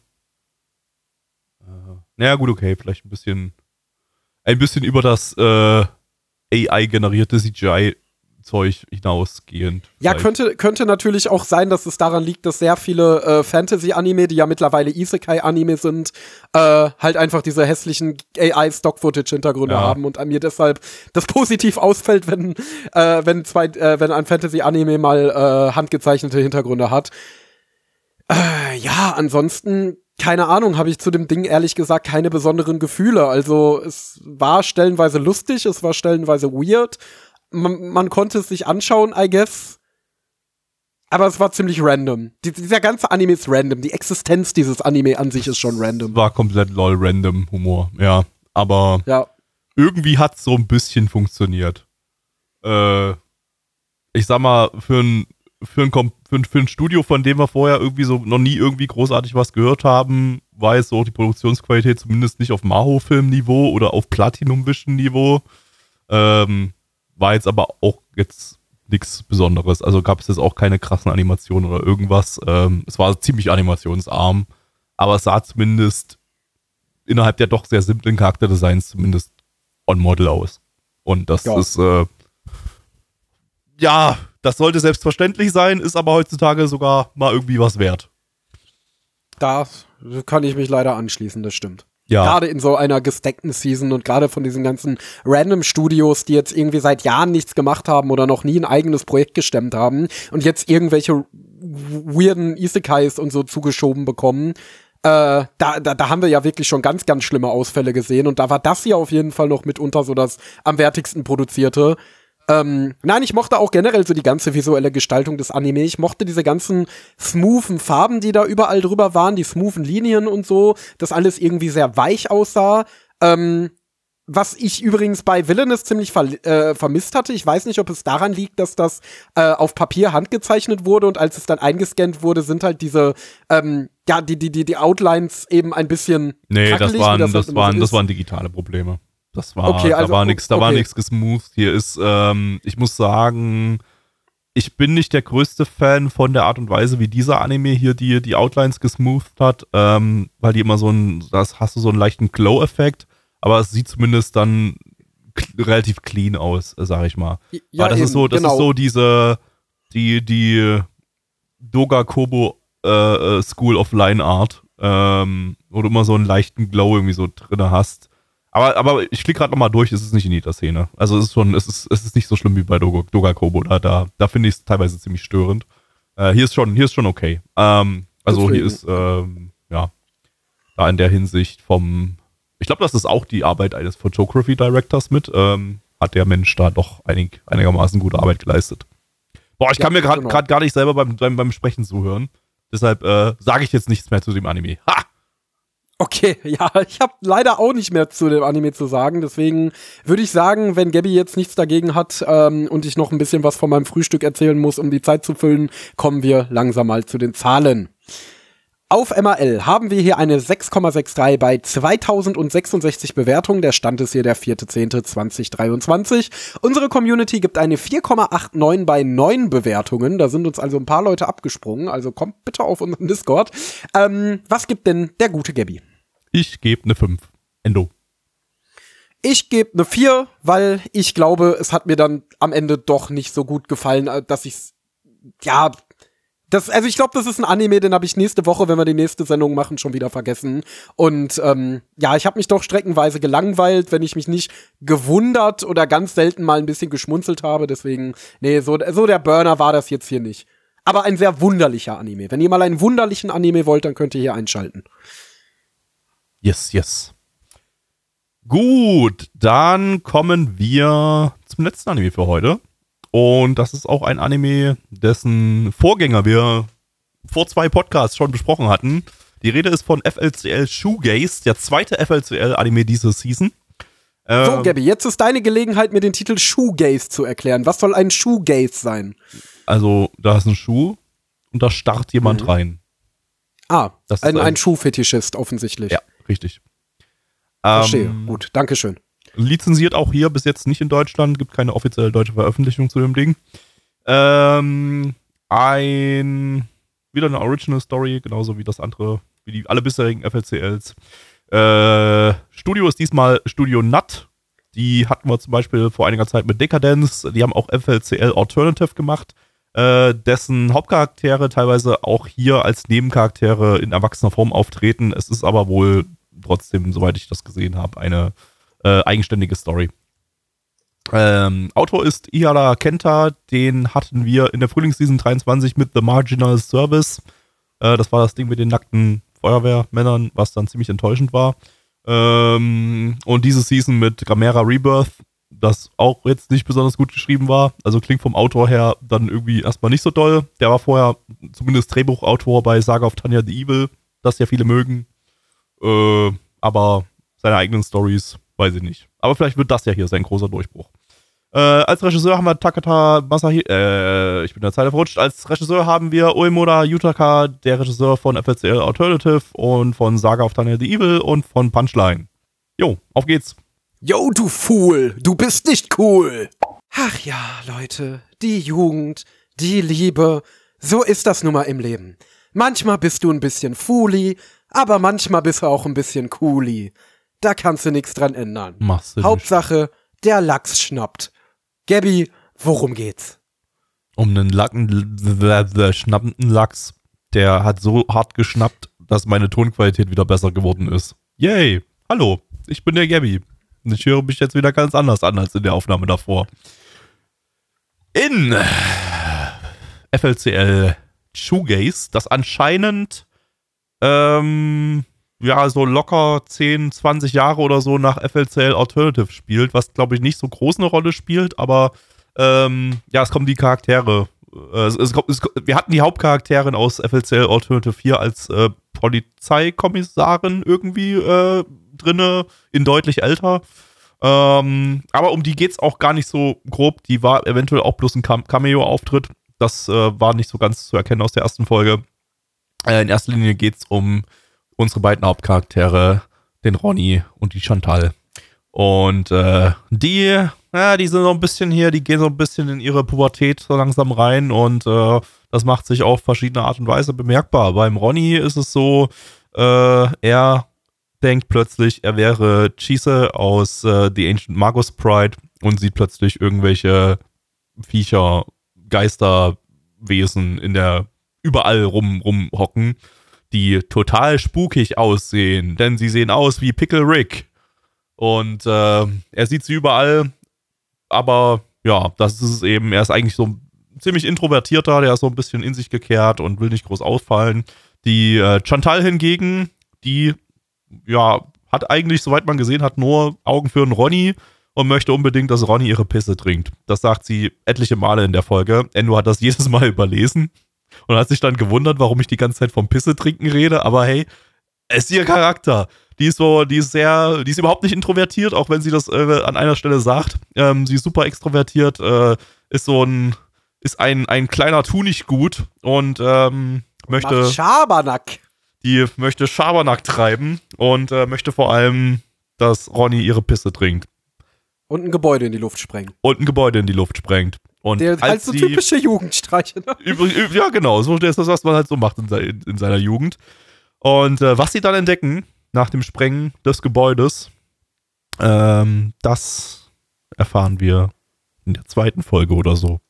naja, gut, okay, vielleicht ein bisschen über das AI-generierte CGI-Zeug hinausgehend. Ja, könnte natürlich auch sein, dass es daran liegt, dass sehr viele Fantasy-Anime, die ja mittlerweile Isekai-Anime sind, halt einfach diese hässlichen AI-Stock-Footage-Hintergründe haben und an mir deshalb das positiv ausfällt, wenn ein Fantasy-Anime mal handgezeichnete Hintergründe hat. Ja, ansonsten keine Ahnung, habe ich zu dem Ding ehrlich gesagt keine besonderen Gefühle. Also es war stellenweise lustig, es war stellenweise weird. Man konnte es sich anschauen, I guess. Aber es war ziemlich random. Dieser ganze Anime ist random. Die Existenz dieses Anime an sich ist schon random. War komplett random Humor, ja. Aber irgendwie hat es so ein bisschen funktioniert. Ich sag mal, für einen für ein Studio, von dem wir vorher irgendwie so noch nie irgendwie großartig was gehört haben, war jetzt so die Produktionsqualität zumindest nicht auf Maho-Film-Niveau oder auf Platinum-Vision-Niveau. War jetzt aber auch jetzt nichts Besonderes. Also gab es jetzt auch keine krassen Animationen oder irgendwas. Es war ziemlich animationsarm, aber es sah zumindest innerhalb der doch sehr simplen Charakterdesigns zumindest on-Model aus. Und das ist, das sollte selbstverständlich sein, ist aber heutzutage sogar mal irgendwie was wert. Da kann ich mich leider anschließen, das stimmt. Ja. Gerade in so einer gesteckten Season und gerade von diesen ganzen random Studios, die jetzt irgendwie seit Jahren nichts gemacht haben oder noch nie ein eigenes Projekt gestemmt haben und jetzt irgendwelche weirden Isekais und so zugeschoben bekommen. Da haben wir ja wirklich schon ganz, ganz schlimme Ausfälle gesehen und da war das hier auf jeden Fall noch mitunter so das am wertigsten produzierte. Nein, ich mochte auch generell so die ganze visuelle Gestaltung des Anime. Ich mochte diese ganzen smoothen Farben, die da überall drüber waren, die smoothen Linien und so, dass alles irgendwie sehr weich aussah. Was ich übrigens bei Villainous ziemlich vermisst hatte. Ich weiß nicht, ob es daran liegt, dass das auf Papier handgezeichnet wurde und als es dann eingescannt wurde, sind halt diese die Outlines eben ein bisschen krackelig, das waren digitale Probleme. Das war, okay, also, da war nichts gesmoothed. Hier ist, ich muss sagen, ich bin nicht der größte Fan von der Art und Weise, wie dieser Anime hier die Outlines gesmoothed hat, weil die immer das hast du so einen leichten Glow-Effekt, aber es sieht zumindest dann relativ clean aus, sag ich mal. Ja, aber das ist so diese, die Doga Kobo School of Line Art, wo du immer so einen leichten Glow irgendwie so drin hast. Aber ich klicke gerade nochmal durch, es ist nicht in jeder Szene. Also es ist nicht so schlimm wie bei Doga Kobo. Da finde ich es teilweise ziemlich störend. Hier ist schon okay. Also hier ist, da in der Hinsicht ich glaube, das ist auch die Arbeit eines Photography Directors mit, hat der Mensch da doch einigermaßen gute Arbeit geleistet. Boah, ich kann mir gerade gar nicht selber beim Sprechen zuhören. Deshalb sage ich jetzt nichts mehr zu dem Anime. Ha! Okay, ja, ich habe leider auch nicht mehr zu dem Anime zu sagen, deswegen würde ich sagen, wenn Gabby jetzt nichts dagegen hat und ich noch ein bisschen was von meinem Frühstück erzählen muss, um die Zeit zu füllen, kommen wir langsam mal zu den Zahlen. Auf MRL haben wir hier eine 6,63 bei 2066 Bewertungen. Der Stand ist hier der 4.10.2023. Unsere Community gibt eine 4,89 bei 9 Bewertungen. Da sind uns also ein paar Leute abgesprungen. Also kommt bitte auf unseren Discord. Was gibt denn der gute Gabby? Ich gebe eine 5. Endo. Ich gebe eine 4, weil ich glaube, es hat mir dann am Ende doch nicht so gut gefallen, dass ich's, also ich glaube, das ist ein Anime, den habe ich nächste Woche, wenn wir die nächste Sendung machen, schon wieder vergessen. Und ich habe mich doch streckenweise gelangweilt, wenn ich mich nicht gewundert oder ganz selten mal ein bisschen geschmunzelt habe. Deswegen, nee, so der Burner war das jetzt hier nicht. Aber ein sehr wunderlicher Anime. Wenn ihr mal einen wunderlichen Anime wollt, dann könnt ihr hier einschalten. Yes. Gut, dann kommen wir zum letzten Anime für heute. Und das ist auch ein Anime, dessen Vorgänger wir vor 2 Podcasts schon besprochen hatten. Die Rede ist von FLCL Shoegaze, der zweite FLCL-Anime dieser Season. So, Gabby, jetzt ist deine Gelegenheit, mir den Titel Shoegaze zu erklären. Was soll ein Shoegaze sein? Also, da ist ein Schuh und da starrt jemand rein. Das ist ein Schuhfetischist offensichtlich. Ja, richtig. Verstehe, gut, dankeschön. Lizenziert auch hier bis jetzt nicht in Deutschland, gibt keine offizielle deutsche Veröffentlichung zu dem Ding. Wieder eine Original Story, genauso wie das andere, wie alle bisherigen FLCLs. Studio ist diesmal Studio Nut. Die hatten wir zum Beispiel vor einiger Zeit mit Decadence. Die haben auch FLCL Alternative gemacht, dessen Hauptcharaktere teilweise auch hier als Nebencharaktere in erwachsener Form auftreten. Es ist aber wohl trotzdem, soweit ich das gesehen habe, eine eigenständige Story. Autor ist Ihara Kenta, den hatten wir in der Frühlingsseason 23 mit The Marginal Service. Das war das Ding mit den nackten Feuerwehrmännern, was dann ziemlich enttäuschend war. Und diese Season mit Gamera Rebirth, das auch jetzt nicht besonders gut geschrieben war. Also klingt vom Autor her dann irgendwie erstmal nicht so doll. Der war vorher zumindest Drehbuchautor bei Saga of Tanya the Evil, das ja viele mögen. Aber seine eigenen Stories weiß ich nicht. Aber vielleicht wird das ja hier sein großer Durchbruch. Als Regisseur haben wir Takata Masahiro, ich bin der Zeile verrutscht. Als Regisseur haben wir Uemura Yutaka, der Regisseur von FLCL Alternative und von Saga of Daniel the Evil und von Punchline. Jo, auf geht's. Yo, du Fool, du bist nicht cool. Ach ja, Leute, die Jugend, die Liebe, so ist das nun mal im Leben. Manchmal bist du ein bisschen Fooli, aber manchmal bist du auch ein bisschen Cooli. Da kannst du nichts dran ändern. Machst du Hauptsache, der Lachs schnappt. Gabby, worum geht's? Um einen schnappenden Lachs. Der hat so hart geschnappt, dass meine Tonqualität wieder besser geworden ist. Yay! Hallo, ich bin der Gabby. Und ich höre mich jetzt wieder ganz anders an als in der Aufnahme davor. In FLCL Shoegaze, das anscheinend so locker 10, 20 Jahre oder so nach FLCL Alternative spielt, was glaube ich nicht so groß eine Rolle spielt, aber es kommen die Charaktere. Wir hatten die Hauptcharakterin aus FLCL Alternative 4 als Polizeikommissarin irgendwie drinne, in deutlich älter. Aber um die geht's auch gar nicht so grob. Die war eventuell auch bloß ein Cameo-Auftritt. Das war nicht so ganz zu erkennen aus der ersten Folge. In erster Linie geht's um unsere beiden Hauptcharaktere, den Ronny und die Chantal. Und die sind so ein bisschen hier, die gehen so ein bisschen in ihre Pubertät so langsam rein und das macht sich auf verschiedene Art und Weise bemerkbar. Beim Ronny ist es so, er denkt plötzlich, er wäre Chise aus The Ancient Magus Pride und sieht plötzlich irgendwelche Viecher, Geisterwesen überall rumhocken, die total spukig aussehen, denn sie sehen aus wie Pickle Rick. Und er sieht sie überall, aber ja, das ist es eben. Er ist eigentlich so ein ziemlich introvertierter, der ist so ein bisschen in sich gekehrt und will nicht groß auffallen. Die Chantal hingegen, die hat eigentlich, soweit man gesehen hat, nur Augen für einen Ronny und möchte unbedingt, dass Ronny ihre Pisse trinkt. Das sagt sie etliche Male in der Folge. Endo hat das jedes Mal überlesen und hat sich dann gewundert, warum ich die ganze Zeit vom Pisse trinken rede, aber hey, es ist ihr Charakter. Die ist überhaupt nicht introvertiert, auch wenn sie das an einer Stelle sagt. Sie ist super extrovertiert, ist ein kleiner Tunichtgut und möchte Schabernack. Die möchte Schabernack treiben und möchte vor allem, dass Ronny ihre Pisse trinkt. Und ein Gebäude in die Luft sprengt. Und der halt so typische Jugendstreiche. Ne? Ja, genau. So ist das, was man halt so macht in seiner Jugend. Und was sie dann entdecken nach dem Sprengen des Gebäudes, das erfahren wir in der zweiten Folge oder so.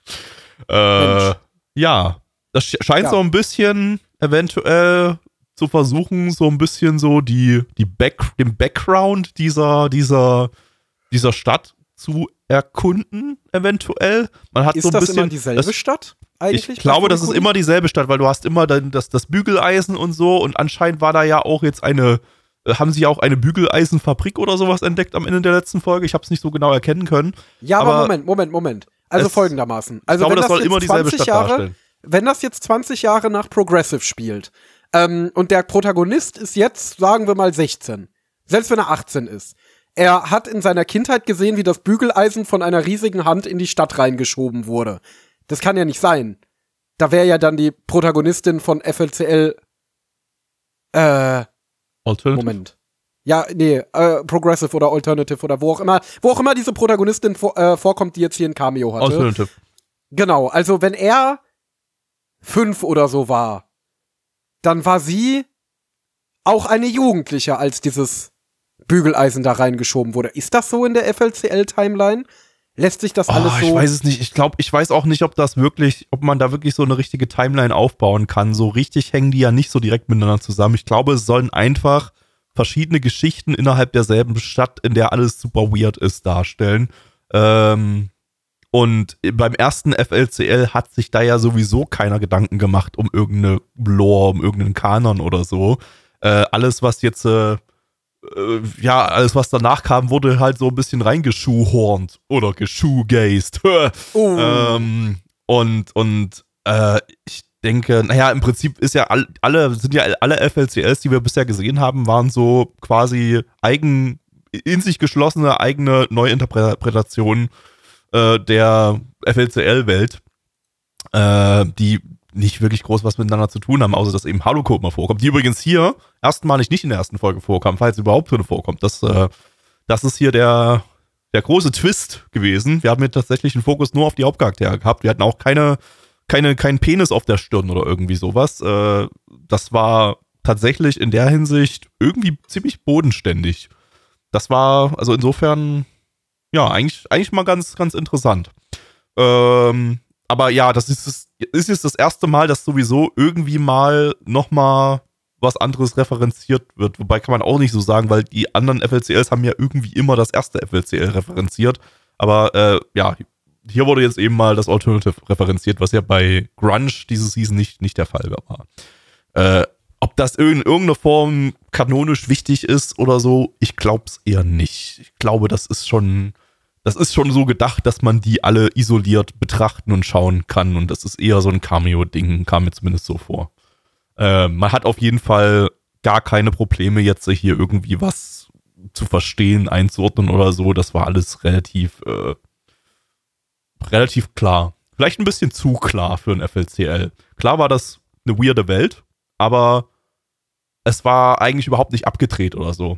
Ja, das scheint so ein bisschen eventuell zu versuchen, so ein bisschen so den Background dieser Stadt zu erkunden, eventuell. Man hat ist so ein das bisschen, immer dieselbe Stadt eigentlich? Ich glaube, das ist immer dieselbe Stadt, weil du hast immer das Bügeleisen und so und anscheinend war da ja auch jetzt haben sie auch eine Bügeleisenfabrik oder sowas entdeckt am Ende der letzten Folge. Ich habe es nicht so genau erkennen können. Ja, aber Moment. Also folgendermaßen. Also ich glaube, das soll immer dieselbe Stadt darstellen. Wenn das jetzt 20 Jahre nach Progressive spielt und der Protagonist ist jetzt, sagen wir mal, 16, selbst wenn er 18 ist, er hat in seiner Kindheit gesehen, wie das Bügeleisen von einer riesigen Hand in die Stadt reingeschoben wurde. Das kann ja nicht sein. Da wäre ja dann die Protagonistin von FLCL Alternative? Moment. Ja, nee, Progressive oder Alternative oder wo auch immer diese Protagonistin vorkommt, die jetzt hier ein Cameo hatte. Alternative. Genau, also wenn er 5 oder so war, dann war sie auch eine Jugendliche, als dieses Bügeleisen da reingeschoben wurde. Ist das so in der FLCL-Timeline? Lässt sich das alles so? Ich weiß es nicht. Ich weiß auch nicht, ob man da wirklich so eine richtige Timeline aufbauen kann. So richtig hängen die ja nicht so direkt miteinander zusammen. Ich glaube, es sollen einfach verschiedene Geschichten innerhalb derselben Stadt, in der alles super weird ist, darstellen. Und beim ersten FLCL hat sich da ja sowieso keiner Gedanken gemacht um irgendeine Lore, um irgendeinen Kanon oder so. Alles, was jetzt alles, was danach kam, wurde halt so ein bisschen reingeschuhhornt oder geshoegazed. Ich denke, im Prinzip ist ja alle FLCLs, die wir bisher gesehen haben, waren so quasi in sich geschlossene eigene Neuinterpretationen der FLCL-Welt, die nicht wirklich groß was miteinander zu tun haben, außer dass eben Haruko mal vorkommt. Die übrigens hier erstmalig nicht in der ersten Folge vorkam, falls überhaupt drin vorkommt. Das ist hier der große Twist gewesen. Wir haben hier tatsächlich einen Fokus nur auf die Hauptcharaktere gehabt. Wir hatten auch keinen Penis auf der Stirn oder irgendwie sowas. Das war tatsächlich in der Hinsicht irgendwie ziemlich bodenständig. Das war, also insofern, ja, eigentlich mal ganz, ganz interessant. Aber ja, das ist jetzt das erste Mal, dass sowieso irgendwie mal nochmal was anderes referenziert wird. Wobei kann man auch nicht so sagen, weil die anderen FLCLs haben ja irgendwie immer das erste FLCL referenziert. Aber ja, hier wurde jetzt eben mal das Alternative referenziert, was ja bei Grunge diese Season nicht der Fall war. Ob das in irgendeiner Form kanonisch wichtig ist oder so, ich glaube es eher nicht. Ich glaube, das ist schon so gedacht, dass man die alle isoliert betrachten und schauen kann. Und das ist eher so ein Cameo-Ding, kam mir zumindest so vor. Man hat auf jeden Fall gar keine Probleme, jetzt hier irgendwie was zu verstehen, einzuordnen oder so. Das war alles relativ klar. Vielleicht ein bisschen zu klar für ein FLCL. Klar war das eine weirde Welt, aber es war eigentlich überhaupt nicht abgedreht oder so.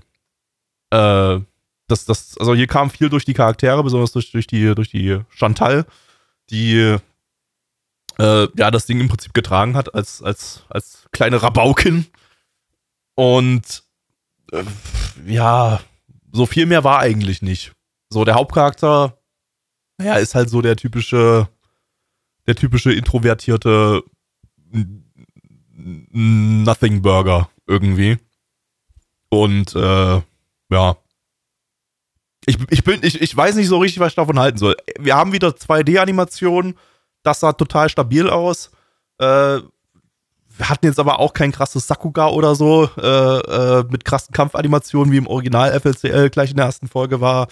Also hier kam viel durch die Charaktere, besonders durch die Chantal, die das Ding im Prinzip getragen hat als kleine Rabaukin. Und ja, so viel mehr war eigentlich nicht. So, der Hauptcharakter, naja, ist halt so der typische introvertierte Nothing Burger irgendwie. Und ja. Ich weiß nicht so richtig, was ich davon halten soll. Wir haben wieder 2D-Animationen. Das sah total stabil aus. Wir hatten jetzt aber auch kein krasses Sakuga oder so mit krassen Kampfanimationen wie im Original FLCL gleich in der ersten Folge war.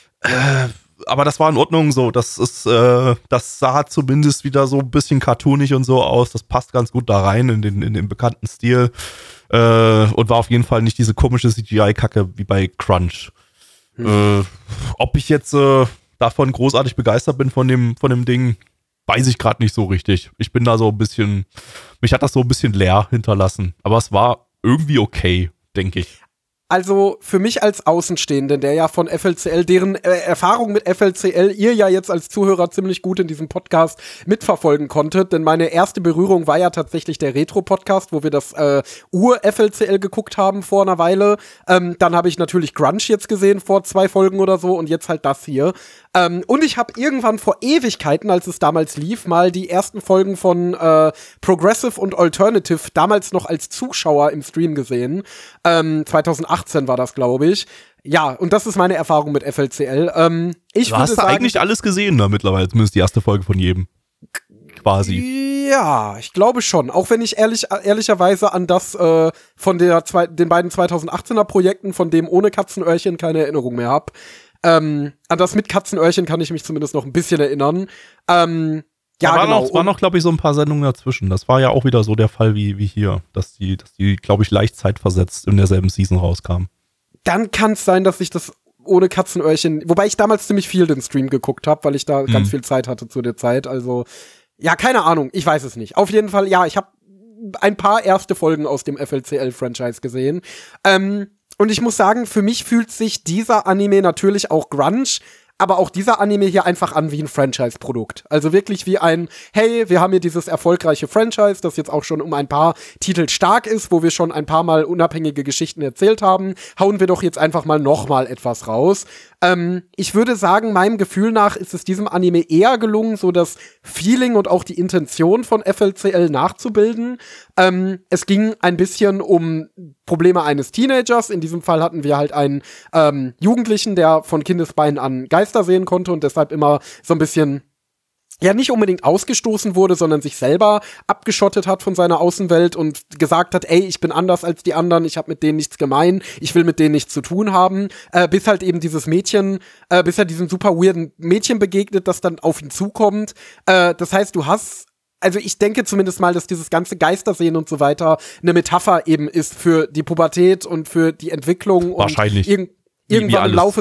Aber das war in Ordnung so. Das sah zumindest wieder so ein bisschen cartoonig und so aus. Das passt ganz gut da rein in den bekannten Stil. Und war auf jeden Fall nicht diese komische CGI-Kacke wie bei Crunch. Ob ich jetzt davon großartig begeistert bin von dem Ding, weiß ich gerade nicht so richtig. Ich bin da so ein bisschen, mich hat das so ein bisschen leer hinterlassen. Aber es war irgendwie okay, denke ich. Also für mich als Außenstehenden, der ja von FLCL, deren Erfahrung mit FLCL ihr ja jetzt als Zuhörer ziemlich gut in diesem Podcast mitverfolgen konntet, denn meine erste Berührung war ja tatsächlich der Retro-Podcast, wo wir das Ur-FLCL geguckt haben vor einer Weile. Dann habe ich natürlich Grunge jetzt gesehen vor 2 Folgen oder so und jetzt halt das hier. Und ich habe irgendwann vor Ewigkeiten, als es damals lief, mal die ersten Folgen von Progressive und Alternative damals noch als Zuschauer im Stream gesehen. 2018 war das, glaube ich. Ja, und das ist meine Erfahrung mit FLCL. Du hast da eigentlich alles gesehen da mittlerweile, zumindest die erste Folge von jedem. Quasi. Ja, ich glaube schon. Auch wenn ich ehrlicherweise an das von den beiden 2018er Projekten, von dem ohne Katzenöhrchen keine Erinnerung mehr habe. An das mit Katzenöhrchen kann ich mich zumindest noch ein bisschen erinnern. Ja, genau. Es waren noch, glaube ich, so ein paar Sendungen dazwischen. Das war ja auch wieder so der Fall wie hier, dass die glaube ich, leicht zeitversetzt in derselben Season rauskamen. Dann kann es sein, dass ich das ohne Katzenöhrchen, wobei ich damals ziemlich viel den Stream geguckt habe, weil ich da ganz viel Zeit hatte zu der Zeit. Also, ja, keine Ahnung, ich weiß es nicht. Auf jeden Fall, ja, ich habe ein paar erste Folgen aus dem FLCL-Franchise gesehen. Und ich muss sagen, für mich fühlt sich dieser Anime natürlich auch Grunge, aber auch dieser Anime hier einfach an wie ein Franchise-Produkt. Also wirklich wie ein, hey, wir haben hier dieses erfolgreiche Franchise, das jetzt auch schon um ein paar Titel stark ist, wo wir schon ein paar Mal unabhängige Geschichten erzählt haben, hauen wir doch jetzt einfach mal nochmal etwas raus. Ich würde sagen, meinem Gefühl nach ist es diesem Anime eher gelungen, so das Feeling und auch die Intention von FLCL nachzubilden. Es ging ein bisschen um Probleme eines Teenagers. In diesem Fall hatten wir halt einen Jugendlichen, der von Kindesbeinen an Geister sehen konnte und deshalb immer so ein bisschen, ja, nicht unbedingt ausgestoßen wurde, sondern sich selber abgeschottet hat von seiner Außenwelt und gesagt hat, ey, ich bin anders als die anderen, ich habe mit denen nichts gemein, ich will mit denen nichts zu tun haben, bis halt eben dieses Mädchen, bis er diesem super weirden Mädchen begegnet, das dann auf ihn zukommt. Das heißt, also ich denke zumindest mal, dass dieses ganze Geistersehen und so weiter eine Metapher eben ist für die Pubertät und für die Entwicklung. Wahrscheinlich. Und irgendwann im Laufe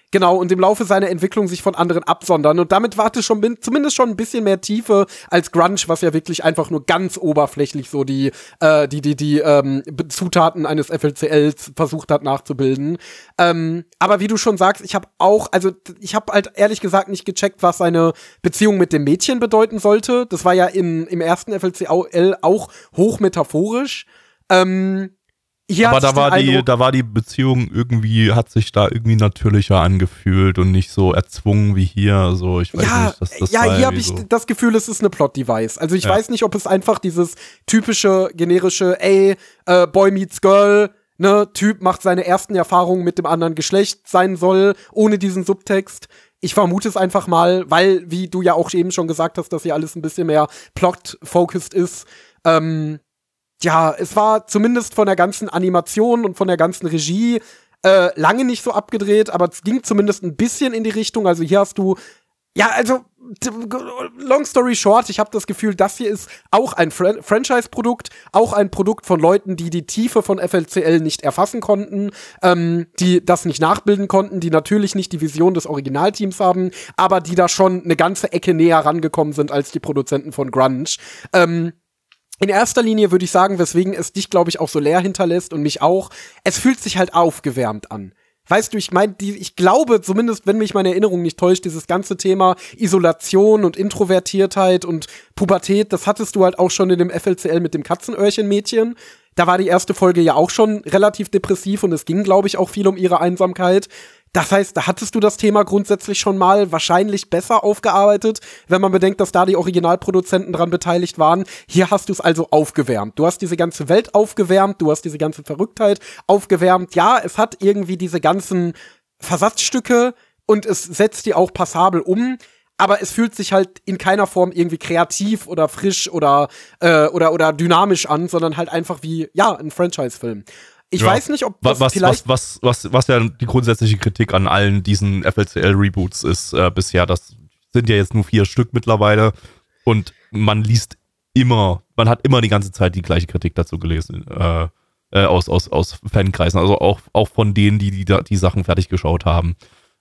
Genau, und im Laufe seiner Entwicklung sich von anderen absondern. Und damit warte zumindest schon ein bisschen mehr Tiefe als Grunge, was ja wirklich einfach nur ganz oberflächlich so die Zutaten eines FLCLs versucht hat nachzubilden. Aber wie du schon sagst, ich habe halt ehrlich gesagt nicht gecheckt, was seine Beziehung mit dem Mädchen bedeuten sollte. Das war ja im ersten FLCL auch hochmetaphorisch. Aber da war die Beziehung irgendwie, hat sich da irgendwie natürlicher angefühlt und nicht so erzwungen wie hier. Also ich weiß nicht, dass das hier habe ich das Gefühl, es ist eine Plot-Device. Also ich weiß nicht, ob es einfach dieses typische, generische, Boy meets Girl, ne, Typ macht seine ersten Erfahrungen mit dem anderen Geschlecht sein soll, ohne diesen Subtext. Ich vermute es einfach mal, weil, wie du ja auch eben schon gesagt hast, dass hier alles ein bisschen mehr plot-focused ist. Ja, es war zumindest von der ganzen Animation und von der ganzen Regie lange nicht so abgedreht, aber es ging zumindest ein bisschen in die Richtung. Also hier hast du, long story short, ich habe das Gefühl, das hier ist auch ein Franchise-Produkt, auch ein Produkt von Leuten, die die Tiefe von FLCL nicht erfassen konnten, die das nicht nachbilden konnten, die natürlich nicht die Vision des Originalteams haben, aber die da schon eine ganze Ecke näher rangekommen sind als die Produzenten von Grunge. In erster Linie würde ich sagen, weswegen es dich, glaube ich, auch so leer hinterlässt und mich auch, es fühlt sich halt aufgewärmt an. Weißt du, ich meine, ich glaube, zumindest, wenn mich meine Erinnerung nicht täuscht, dieses ganze Thema Isolation und Introvertiertheit und Pubertät, das hattest du halt auch schon in dem FLCL mit dem Katzenöhrchen-Mädchen. Da war die erste Folge ja auch schon relativ depressiv und es ging, glaube ich, auch viel um ihre Einsamkeit. Das heißt, da hattest du das Thema grundsätzlich schon mal wahrscheinlich besser aufgearbeitet, wenn man bedenkt, dass da die Originalproduzenten dran beteiligt waren. Hier hast du es also aufgewärmt. Du hast diese ganze Welt aufgewärmt, du hast diese ganze Verrücktheit aufgewärmt. Ja, es hat irgendwie diese ganzen Versatzstücke und es setzt die auch passabel um. Aber es fühlt sich halt in keiner Form irgendwie kreativ oder frisch oder dynamisch an, sondern halt einfach wie, ein Franchise-Film. Ich weiß nicht, ob das vielleicht was ja die grundsätzliche Kritik an allen diesen FLCL-Reboots ist bisher. Das sind ja jetzt nur 4 Stück mittlerweile und man hat immer die ganze Zeit die gleiche Kritik dazu gelesen aus Fankreisen, also auch von denen, die Sachen fertig geschaut haben.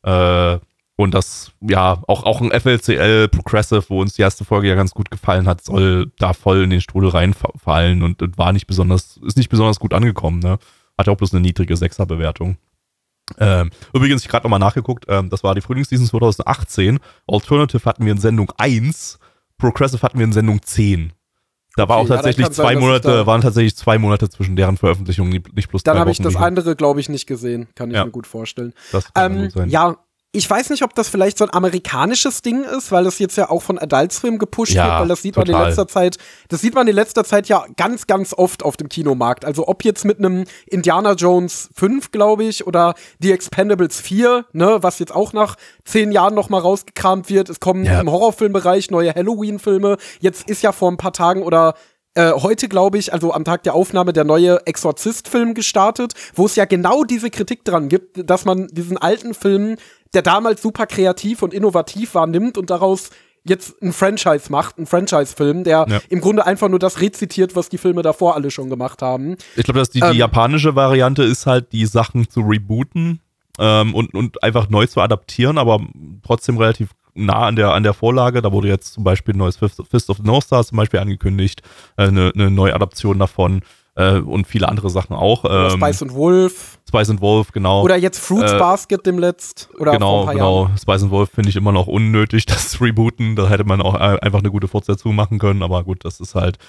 Und das, auch ein FLCL Progressive, wo uns die erste Folge ja ganz gut gefallen hat, soll da voll in den Strudel reinfallen und ist nicht besonders gut angekommen, ne? Hat ja auch bloß eine niedrige 6er-Bewertung. Übrigens, ich habe gerade nochmal nachgeguckt, das war die Frühlingsseason 2018. Alternative hatten wir in Sendung 1, Progressive hatten wir in Sendung 10. Da war auch tatsächlich 2 Monate, waren tatsächlich 2 Monate zwischen deren Veröffentlichungen, nicht plus 3 Wochen. Dann habe ich das andere, glaube ich, nicht gesehen. Kann ich mir gut vorstellen. Das kann gut sein. Ja, ich weiß nicht, ob das vielleicht so ein amerikanisches Ding ist, weil das jetzt ja auch von Adult Swim gepusht wird, weil das sieht man in letzter Zeit ja ganz, ganz oft auf dem Kinomarkt. Also ob jetzt mit einem Indiana Jones 5, glaube ich, oder The Expendables 4, ne, was jetzt auch nach 10 Jahren noch mal rausgekramt wird. Es kommen im Horrorfilmbereich neue Halloween-Filme. Jetzt ist ja vor ein paar Tagen oder heute, glaube ich, also am Tag der Aufnahme, der neue Exorzist-Film gestartet, wo es ja genau diese Kritik dran gibt, dass man diesen alten Film, der damals super kreativ und innovativ war, nimmt und daraus jetzt ein Franchise macht, ein Franchise-Film, der im Grunde einfach nur das rezitiert, was die Filme davor alle schon gemacht haben. Ich glaube, dass die japanische Variante ist halt, die Sachen zu rebooten und einfach neu zu adaptieren, aber trotzdem relativ nah an der Vorlage. Da wurde jetzt zum Beispiel ein neues Fist of the North Star zum Beispiel angekündigt, eine Neuadaption davon und viele andere Sachen auch. Spice and Wolf. Spice and Wolf, genau. Oder jetzt Fruits Basket demnächst. Oder genau. Spice and Wolf finde ich immer noch unnötig, das zu rebooten. Da hätte man auch einfach eine gute Fortsetzung machen können, aber gut, das ist halt.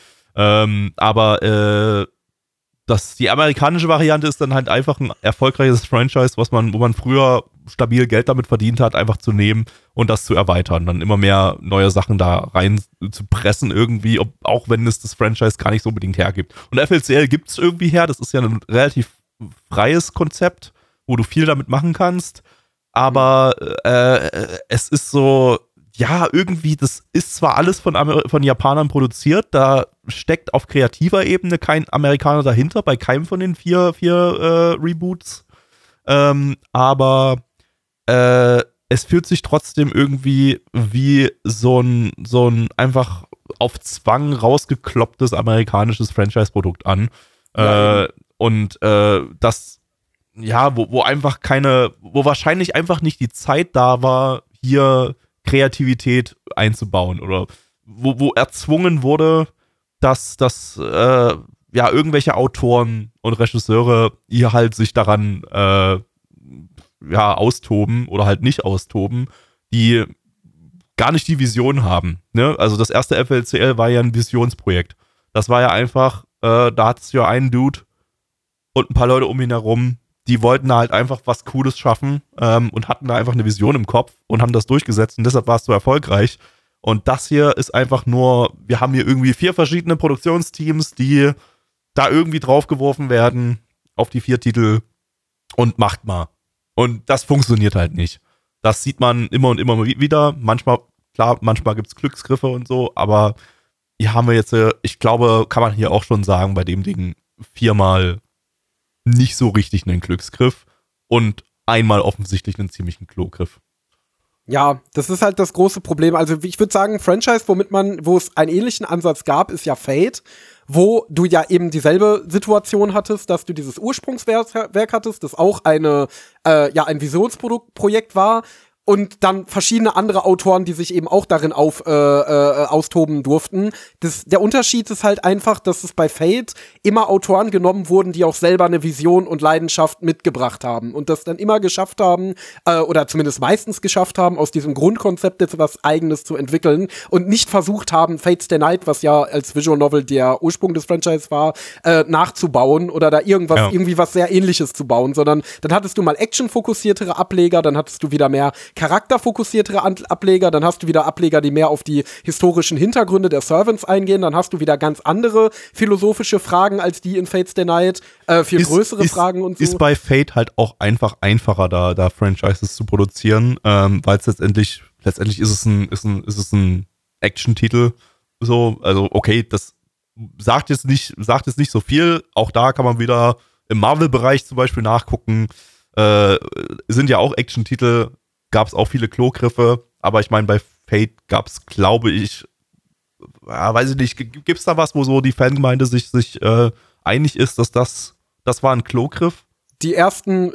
Die amerikanische Variante ist dann halt einfach ein erfolgreiches Franchise, wo man früher stabil Geld damit verdient hat, einfach zu nehmen und das zu erweitern. Dann immer mehr neue Sachen da rein zu pressen irgendwie, auch wenn es das Franchise gar nicht so unbedingt hergibt. Und FLCL gibt es irgendwie her, das ist ja ein relativ freies Konzept, wo du viel damit machen kannst, aber es ist so, irgendwie, das ist zwar alles von Japanern produziert, da steckt auf kreativer Ebene kein Amerikaner dahinter, bei keinem von den 4 Reboots, aber es fühlt sich trotzdem irgendwie wie so ein einfach auf Zwang rausgeklopptes amerikanisches Franchise-Produkt an. Und das wo einfach wo wahrscheinlich einfach nicht die Zeit da war, hier Kreativität einzubauen oder wo erzwungen wurde, dass irgendwelche Autoren und Regisseure hier halt sich daran austoben oder halt nicht austoben, die gar nicht die Vision haben. Ne? Also das erste FLCL war ja ein Visionsprojekt. Das war ja einfach, da hattest du ja einen Dude und ein paar Leute um ihn herum, die wollten da halt einfach was Cooles schaffen und hatten da einfach eine Vision im Kopf und haben das durchgesetzt und deshalb war es so erfolgreich. Und das hier ist einfach nur, wir haben hier irgendwie 4 verschiedene Produktionsteams, die da irgendwie draufgeworfen werden auf die 4 Titel und macht mal. Und das funktioniert halt nicht. Das sieht man immer und immer wieder. Manchmal gibt es Glücksgriffe und so, aber hier haben wir jetzt, ich glaube, kann man hier auch schon sagen, bei dem Ding 4-mal nicht so richtig einen Glücksgriff und einmal offensichtlich einen ziemlichen Klogriff. Ja, das ist halt das große Problem. Also ich würde sagen, Franchise, wo es einen ähnlichen Ansatz gab, ist ja Fate, wo du ja eben dieselbe Situation hattest, dass du dieses Ursprungswerk hattest, das auch ein Visionsprojekt war. Und dann verschiedene andere Autoren, die sich eben auch darin austoben durften. Der Unterschied ist halt einfach, dass es bei Fate immer Autoren genommen wurden, die auch selber eine Vision und Leidenschaft mitgebracht haben. Und das dann immer geschafft haben, oder zumindest meistens geschafft haben, aus diesem Grundkonzept jetzt was Eigenes zu entwickeln. Und nicht versucht haben, Fates Stay Night, was ja als Visual Novel der Ursprung des Franchise war, nachzubauen oder da irgendwie was sehr Ähnliches zu bauen. Sondern dann hattest du mal actionfokussiertere Ableger, dann hattest du wieder mehr charakterfokussiertere Ableger, dann hast du wieder Ableger, die mehr auf die historischen Hintergründe der Servants eingehen, dann hast du wieder ganz andere philosophische Fragen als die in Fates Stay Night, viel größere Fragen und so. Ist bei Fate halt auch einfach einfacher, da Franchises zu produzieren, weil es letztendlich ist es ein Action-Titel, so, also okay, das sagt jetzt nicht so viel, auch da kann man wieder im Marvel-Bereich zum Beispiel nachgucken, sind ja auch Action-Titel, gab es auch viele Klogriffe, aber ich meine, bei Fate gab es, glaube ich, weiß ich nicht, gibt es da was, wo so die Fangemeinde sich einig ist, dass das war ein Klogriff? Die ersten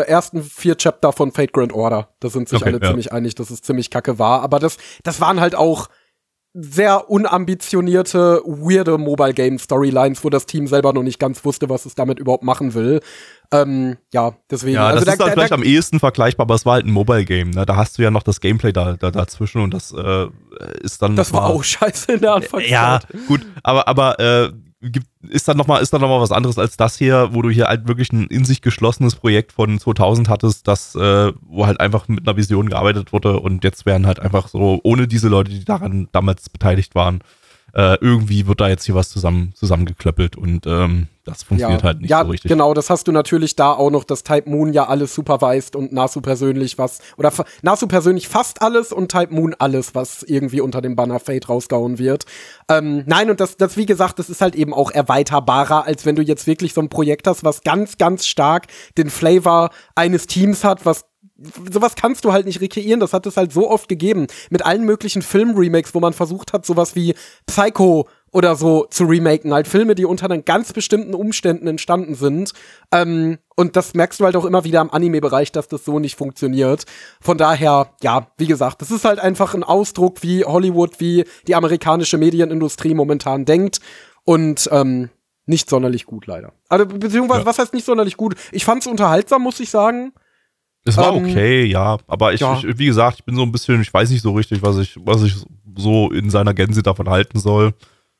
4 Chapter von Fate Grand Order, da sind sich alle ziemlich einig, dass es ziemlich kacke war, aber das waren halt auch sehr unambitionierte, weirde Mobile-Game-Storylines, wo das Team selber noch nicht ganz wusste, was es damit überhaupt machen will. Deswegen. Ja, das ist dann vielleicht am ehesten vergleichbar, aber es war halt ein Mobile-Game, ne? Da hast du ja noch das Gameplay dazwischen und das ist dann. Das war auch scheiße in der Anfangszeit. Ja, gut, aber ist dann noch mal was anderes als das hier, wo du hier halt wirklich ein in sich geschlossenes Projekt von 2000 hattest, wo halt einfach mit einer Vision gearbeitet wurde und jetzt werden halt einfach so, ohne diese Leute, die daran damals beteiligt waren, irgendwie wird da jetzt hier was zusammengeklöppelt und das funktioniert halt nicht so richtig. Ja, genau, das hast du natürlich da auch noch, dass Type Moon ja alles supervised und Nasu persönlich Nasu persönlich fast alles und Type Moon alles, was irgendwie unter dem Banner Fate rausgehauen wird. Nein, und das, wie gesagt, das ist halt eben auch erweiterbarer, als wenn du jetzt wirklich so ein Projekt hast, was ganz, ganz stark den Flavor eines Teams hat, sowas kannst du halt nicht rekreieren, das hat es halt so oft gegeben. Mit allen möglichen Film-Remakes, wo man versucht hat, sowas wie Psycho oder so zu remaken. Halt Filme, die unter einen ganz bestimmten Umständen entstanden sind. Und das merkst du halt auch immer wieder im Anime-Bereich, dass das so nicht funktioniert. Von daher, ja, wie gesagt, das ist halt einfach ein Ausdruck, wie Hollywood, wie die amerikanische Medienindustrie momentan denkt. Und nicht sonderlich gut, leider. Also, beziehungsweise, was heißt nicht sonderlich gut? Ich fand's unterhaltsam, muss ich sagen. Es war okay, ja, aber ich, wie gesagt, ich bin so ein bisschen, ich weiß nicht so richtig, was ich so in seiner Gänze davon halten soll.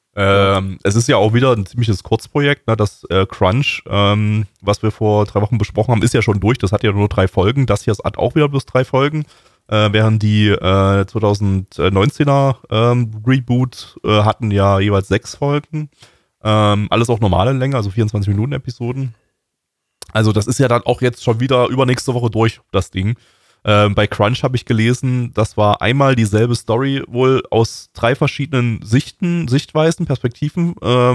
Es ist ja auch wieder ein ziemliches Kurzprojekt, ne? Das Crunch, was wir vor 3 Wochen besprochen haben, ist ja schon durch, das hat ja nur 3 Folgen, das hier hat auch wieder bloß 3 Folgen, während die 2019er Reboot hatten ja jeweils 6 Folgen, alles auch normale Länge, also 24 Minuten Episoden. Also das ist ja dann auch jetzt schon wieder übernächste Woche durch, das Ding. Bei Crunch habe ich gelesen, das war einmal dieselbe Story, wohl aus 3 verschiedenen Sichtweisen, Perspektiven.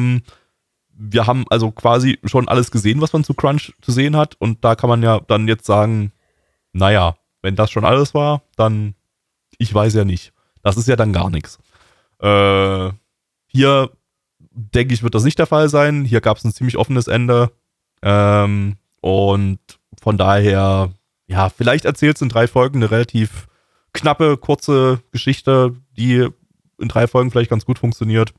Wir haben also quasi schon alles gesehen, was man zu Crunch zu sehen hat. Und da kann man ja dann jetzt sagen, naja, wenn das schon alles war, dann, ich weiß ja nicht. Das ist ja dann gar nichts. Hier, denke ich, wird das nicht der Fall sein. Hier gab es ein ziemlich offenes Ende. Und Von daher, ja, vielleicht erzählt es in 3 Folgen eine relativ knappe, kurze Geschichte, die in 3 Folgen vielleicht ganz gut funktioniert.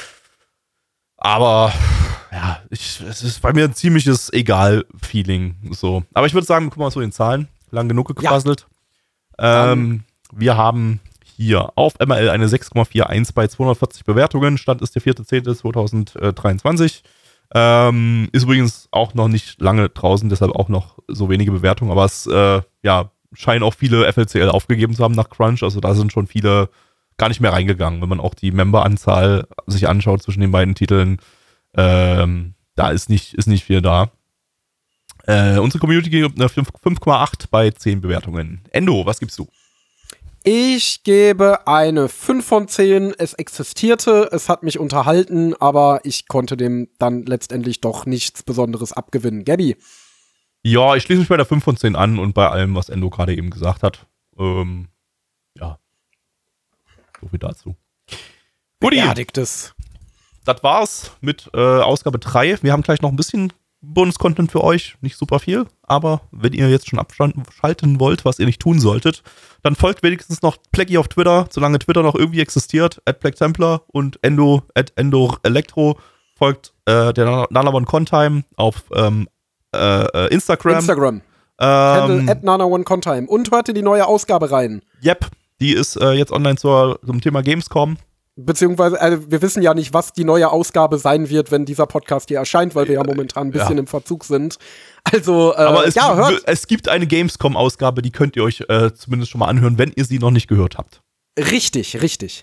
Aber ja, es ist bei mir ein ziemliches Egal-Feeling. So. Aber ich würde sagen, guck mal so in den Zahlen. Lang genug gequasselt. Ja. Wir haben hier auf MRL eine 6,41 bei 240 Bewertungen. Stand ist der 4.10.2023. Ist übrigens auch noch nicht lange draußen, deshalb auch noch so wenige Bewertungen. Aber es scheinen auch viele FLCL aufgegeben zu haben nach Crunch. Also da sind schon viele gar nicht mehr reingegangen. Wenn man auch die Member-Anzahl sich anschaut zwischen den beiden Titeln, da ist nicht viel da. Unsere Community gibt eine 5,8 bei 10 Bewertungen. Endo, was gibst du? Ich gebe eine 5 von 10. Es existierte, es hat mich unterhalten, aber ich konnte dem dann letztendlich doch nichts Besonderes abgewinnen. Gabby? Ja, ich schließe mich bei der 5 von 10 an und bei allem, was Endo gerade eben gesagt hat. Ja. So viel dazu. Guti. Beerdigtes. Das war's mit Ausgabe 3. Wir haben gleich noch ein bisschen Bonus-Content für euch. Nicht super viel, aber wenn ihr jetzt schon abschalten wollt, was ihr nicht tun solltet, dann folgt wenigstens noch Plaggy auf Twitter, solange Twitter noch irgendwie existiert, @BlackTemplar und Endo @EndoElectro. Folgt der NanaOneContime auf Instagram. Handle @NanaOneContime. Und hört ihr die neue Ausgabe rein? Yep, die ist jetzt online zum Thema Gamescom. Beziehungsweise, wir wissen ja nicht, was die neue Ausgabe sein wird, wenn dieser Podcast hier erscheint, weil wir ja momentan ein bisschen im Verzug sind. Also, aber es gibt eine Gamescom-Ausgabe, die könnt ihr euch zumindest schon mal anhören, wenn ihr sie noch nicht gehört habt. Richtig.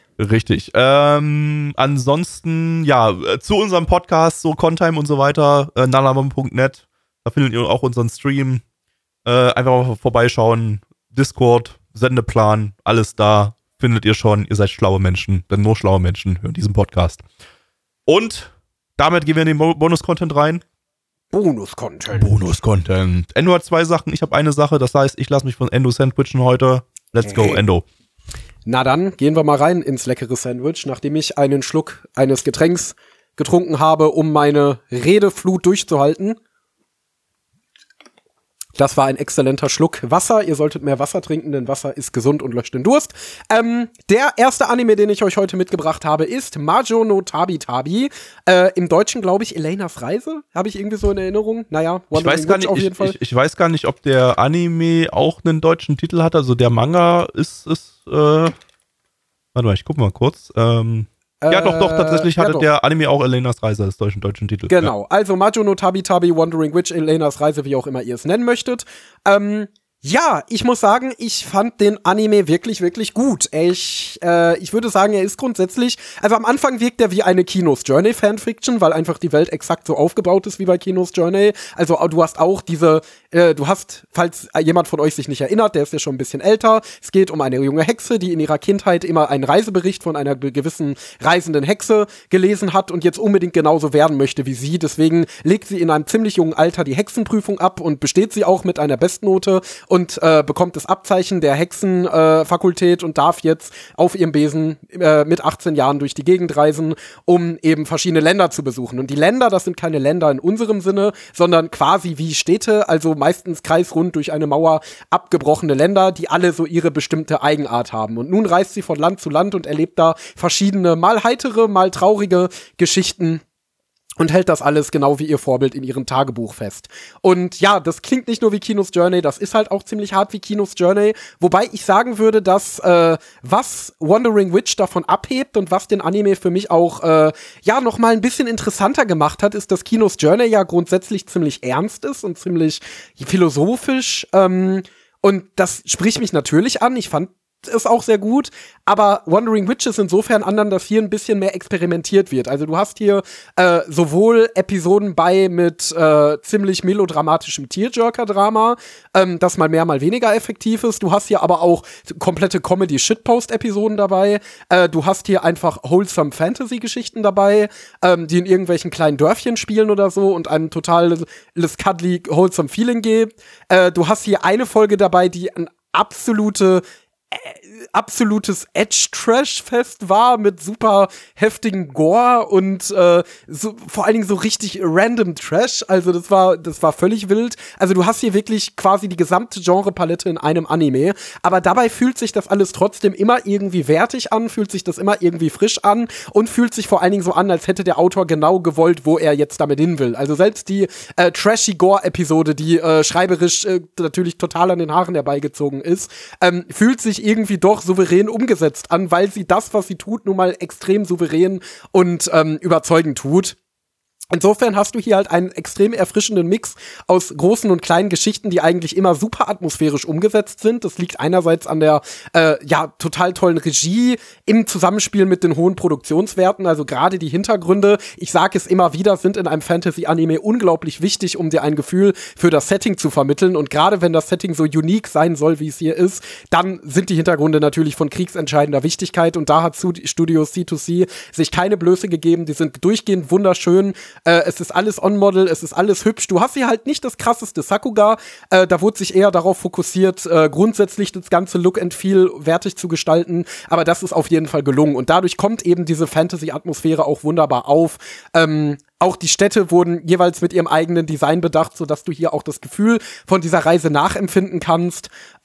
Ansonsten, ja, zu unserem Podcast, so Contime und so weiter, nanamon.net, da findet ihr auch unseren Stream. Einfach mal vorbeischauen, Discord, Sendeplan, alles da. Findet ihr schon, ihr seid schlaue Menschen, denn nur schlaue Menschen hören diesen Podcast. Und damit gehen wir in den Bonus-Content rein. Bonus-Content. Endo hat 2 Sachen, ich habe eine Sache, das heißt, ich lasse mich von Endo sandwichen heute. Let's go, Endo. Na dann, gehen wir mal rein ins leckere Sandwich, nachdem ich einen Schluck eines Getränks getrunken habe, um meine Redeflut durchzuhalten. Das war ein exzellenter Schluck Wasser. Ihr solltet mehr Wasser trinken, denn Wasser ist gesund und löscht den Durst. Der erste Anime, den ich euch heute mitgebracht habe, ist Majo no Tabi Tabi. Im Deutschen, glaube ich, Elenas Reise. Habe ich irgendwie so in Erinnerung. Naja, ich weiß gar nicht, ob der Anime auch einen deutschen Titel hat. Also der Manga ist warte mal, ich gucke mal kurz. Ja, doch, tatsächlich hatte der Anime auch Elenas Reise als deutschen Titel. Genau, also Majo no Tabi Tabi, Wandering Witch, Elenas Reise, wie auch immer ihr es nennen möchtet. Ja, ich muss sagen, ich fand den Anime wirklich, wirklich gut. Ich würde sagen, er ist grundsätzlich, also am Anfang wirkt er wie eine Kinos Journey Fanfiction, weil einfach die Welt exakt so aufgebaut ist wie bei Kinos Journey. Also du hast auch falls jemand von euch sich nicht erinnert, der ist ja schon ein bisschen älter, es geht um eine junge Hexe, die in ihrer Kindheit immer einen Reisebericht von einer gewissen reisenden Hexe gelesen hat und jetzt unbedingt genauso werden möchte wie sie. Deswegen legt sie in einem ziemlich jungen Alter die Hexenprüfung ab und besteht sie auch mit einer Bestnote und bekommt das Abzeichen der Hexenfakultät und darf jetzt auf ihrem Besen mit 18 Jahren durch die Gegend reisen, um eben verschiedene Länder zu besuchen. Und die Länder, das sind keine Länder in unserem Sinne, sondern quasi wie Städte, also meistens kreisrund durch eine Mauer abgebrochene Länder, die alle so ihre bestimmte Eigenart haben. Und nun reist sie von Land zu Land und erlebt da verschiedene, mal heitere, mal traurige Geschichten und hält das alles genau wie ihr Vorbild in ihrem Tagebuch fest. Und ja, das klingt nicht nur wie Kinos Journey, das ist halt auch ziemlich hart wie Kinos Journey, wobei ich sagen würde, dass was Wandering Witch davon abhebt und was den Anime für mich auch noch mal ein bisschen interessanter gemacht hat, ist, dass Kinos Journey ja grundsätzlich ziemlich ernst ist und ziemlich philosophisch und das spricht mich natürlich an. Ich fand ist auch sehr gut, aber Wandering Witch ist insofern anders, dass hier ein bisschen mehr experimentiert wird. Also du hast hier sowohl Episoden bei mit ziemlich melodramatischem Tearjerker-Drama, das mal mehr, mal weniger effektiv ist. Du hast hier aber auch komplette Comedy-Shitpost-Episoden dabei. Du hast hier einfach wholesome Fantasy-Geschichten dabei, die in irgendwelchen kleinen Dörfchen spielen oder so und einem totales cuddly, wholesome Feeling gibt. Du hast hier eine Folge dabei, die ein absolute absolutes Edge-Trash-Fest war mit super heftigen Gore und vor allen Dingen so richtig random Trash. Also das war völlig wild. Also du hast hier wirklich quasi die gesamte Genrepalette in einem Anime, aber dabei fühlt sich das alles trotzdem immer irgendwie wertig an, fühlt sich das immer irgendwie frisch an und fühlt sich vor allen Dingen so an, als hätte der Autor genau gewollt, wo er jetzt damit hin will. Also selbst die trashy Gore-Episode, die schreiberisch natürlich total an den Haaren herbeigezogen ist, fühlt sich irgendwie doch souverän umgesetzt an, weil sie das, was sie tut, nun mal extrem souverän und überzeugend tut. Insofern hast du hier halt einen extrem erfrischenden Mix aus großen und kleinen Geschichten, die eigentlich immer super atmosphärisch umgesetzt sind. Das liegt einerseits an der total tollen Regie im Zusammenspiel mit den hohen Produktionswerten. Also gerade die Hintergründe, ich sage es immer wieder, sind in einem Fantasy-Anime unglaublich wichtig, um dir ein Gefühl für das Setting zu vermitteln. Und gerade wenn das Setting so unique sein soll, wie es hier ist, dann sind die Hintergründe natürlich von kriegsentscheidender Wichtigkeit. Und da hat Studio C2C sich keine Blöße gegeben. Die sind durchgehend wunderschön. Es ist alles on-model, es ist alles hübsch. Du hast hier halt nicht das krasseste Sakuga. Da wurde sich eher darauf fokussiert, grundsätzlich das ganze Look and Feel wertig zu gestalten. Aber das ist auf jeden Fall gelungen. Und dadurch kommt eben diese Fantasy-Atmosphäre auch wunderbar auf. Auch die Städte wurden jeweils mit ihrem eigenen Design bedacht, sodass du hier auch das Gefühl von dieser Reise nachempfinden kannst.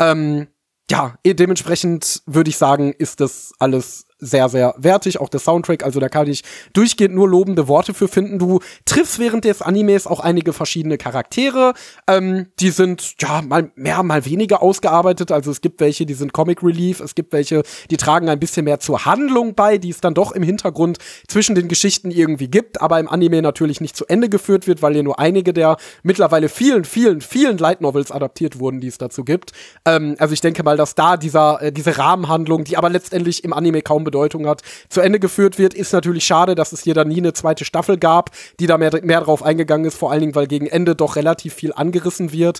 Dementsprechend würde ich sagen, ist das alles sehr, sehr wertig, auch der Soundtrack, also da kann ich durchgehend nur lobende Worte für finden. Du triffst während des Animes auch einige verschiedene Charaktere, die sind mal mehr, mal weniger ausgearbeitet, also es gibt welche, die sind Comic Relief, es gibt welche, die tragen ein bisschen mehr zur Handlung bei, die es dann doch im Hintergrund zwischen den Geschichten irgendwie gibt, aber im Anime natürlich nicht zu Ende geführt wird, weil hier nur einige der mittlerweile vielen Light Novels adaptiert wurden, die es dazu gibt. Also ich denke mal, dass da diese Rahmenhandlung, die aber letztendlich im Anime kaum Bedeutung hat, zu Ende geführt wird. Ist natürlich schade, dass es hier dann nie eine zweite Staffel gab, die da mehr drauf eingegangen ist, vor allen Dingen, weil gegen Ende doch relativ viel angerissen wird.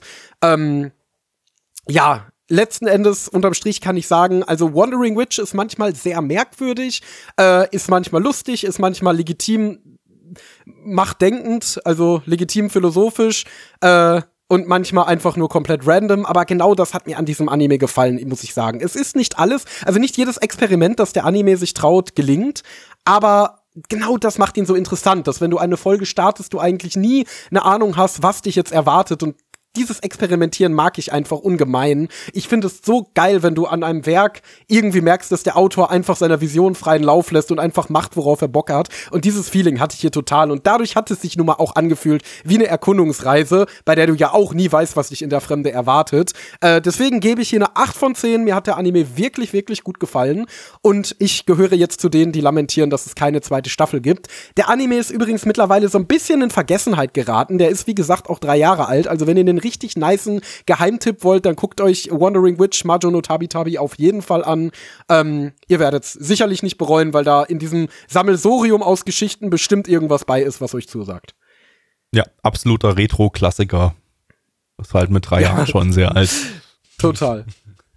Letzten Endes, unterm Strich kann ich sagen, also Wandering Witch ist manchmal sehr merkwürdig, ist manchmal lustig, ist manchmal legitim machtdenkend, also legitim philosophisch, und manchmal einfach nur komplett random, aber genau das hat mir an diesem Anime gefallen, muss ich sagen. Es ist nicht alles, also nicht jedes Experiment, das der Anime sich traut, gelingt, aber genau das macht ihn so interessant, dass wenn du eine Folge startest, du eigentlich nie eine Ahnung hast, was dich jetzt erwartet, und dieses Experimentieren mag ich einfach ungemein. Ich finde es so geil, wenn du an einem Werk irgendwie merkst, dass der Autor einfach seiner Vision freien Lauf lässt und einfach macht, worauf er Bock hat. Und dieses Feeling hatte ich hier total. Und dadurch hat es sich nun mal auch angefühlt wie eine Erkundungsreise, bei der du ja auch nie weißt, was dich in der Fremde erwartet. Deswegen gebe ich hier eine 8 von 10. Mir hat der Anime wirklich, wirklich gut gefallen. Und ich gehöre jetzt zu denen, die lamentieren, dass es keine zweite Staffel gibt. Der Anime ist übrigens mittlerweile so ein bisschen in Vergessenheit geraten. Der ist, wie gesagt, auch 3 Jahre alt. Also wenn ihr den richtig nicen Geheimtipp wollt, dann guckt euch Wandering Witch Majo no Tabi Tabi auf jeden Fall an. Ihr werdet es sicherlich nicht bereuen, weil da in diesem Sammelsorium aus Geschichten bestimmt irgendwas bei ist, was euch zusagt. Ja, absoluter Retro-Klassiker. Das war halt mit 3 Jahren schon sehr alt. Total.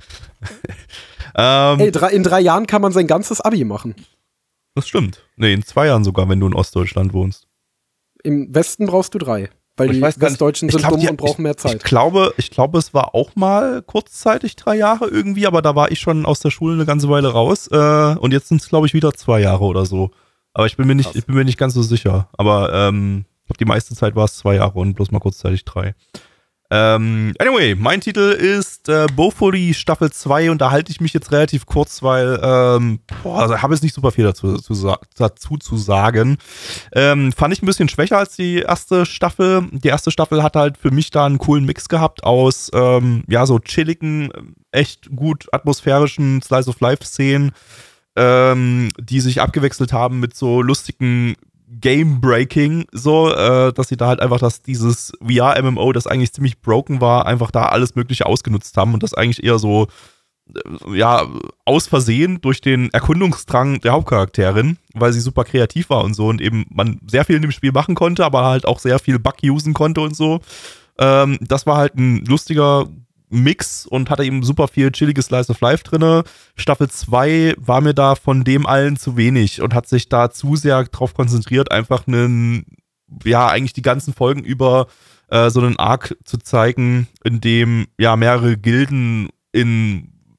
In 3 Jahren kann man sein ganzes Abi machen. Das stimmt. Nee, in 2 Jahren sogar, wenn du in Ostdeutschland wohnst. Im Westen brauchst du 3. Weil die Westdeutschen sind dumm und brauchen mehr Zeit. Ich glaube, es war auch mal kurzzeitig 3 Jahre irgendwie, aber da war ich schon aus der Schule eine ganze Weile raus. Und jetzt sind es, glaube ich, wieder 2 Jahre oder so. Aber ich bin mir nicht ganz so sicher. Aber ich glaube, die meiste Zeit war es 2 Jahre und bloß mal kurzzeitig 3. Anyway, mein Titel ist Bofuri Staffel 2 und da halte ich mich jetzt relativ kurz, weil habe jetzt nicht super viel dazu zu sagen. Fand ich ein bisschen schwächer als die erste Staffel. Die erste Staffel hat halt für mich da einen coolen Mix gehabt aus so chilligen, echt gut atmosphärischen Slice-of-Life-Szenen, die sich abgewechselt haben mit so lustigen Game-Breaking, so, dass sie da halt einfach dieses VR-MMO, das eigentlich ziemlich broken war, einfach da alles Mögliche ausgenutzt haben und das eigentlich eher so, aus Versehen durch den Erkundungsdrang der Hauptcharakterin, weil sie super kreativ war und so und eben man sehr viel in dem Spiel machen konnte, aber halt auch sehr viel Bug usen konnte und so. Das war halt ein lustiger Mix und hatte eben super viel chilliges Slice of Life drinne. Staffel 2 war mir da von dem allen zu wenig und hat sich da zu sehr drauf konzentriert, einfach eigentlich die ganzen Folgen über so einen Arc zu zeigen, in dem mehrere Gilden in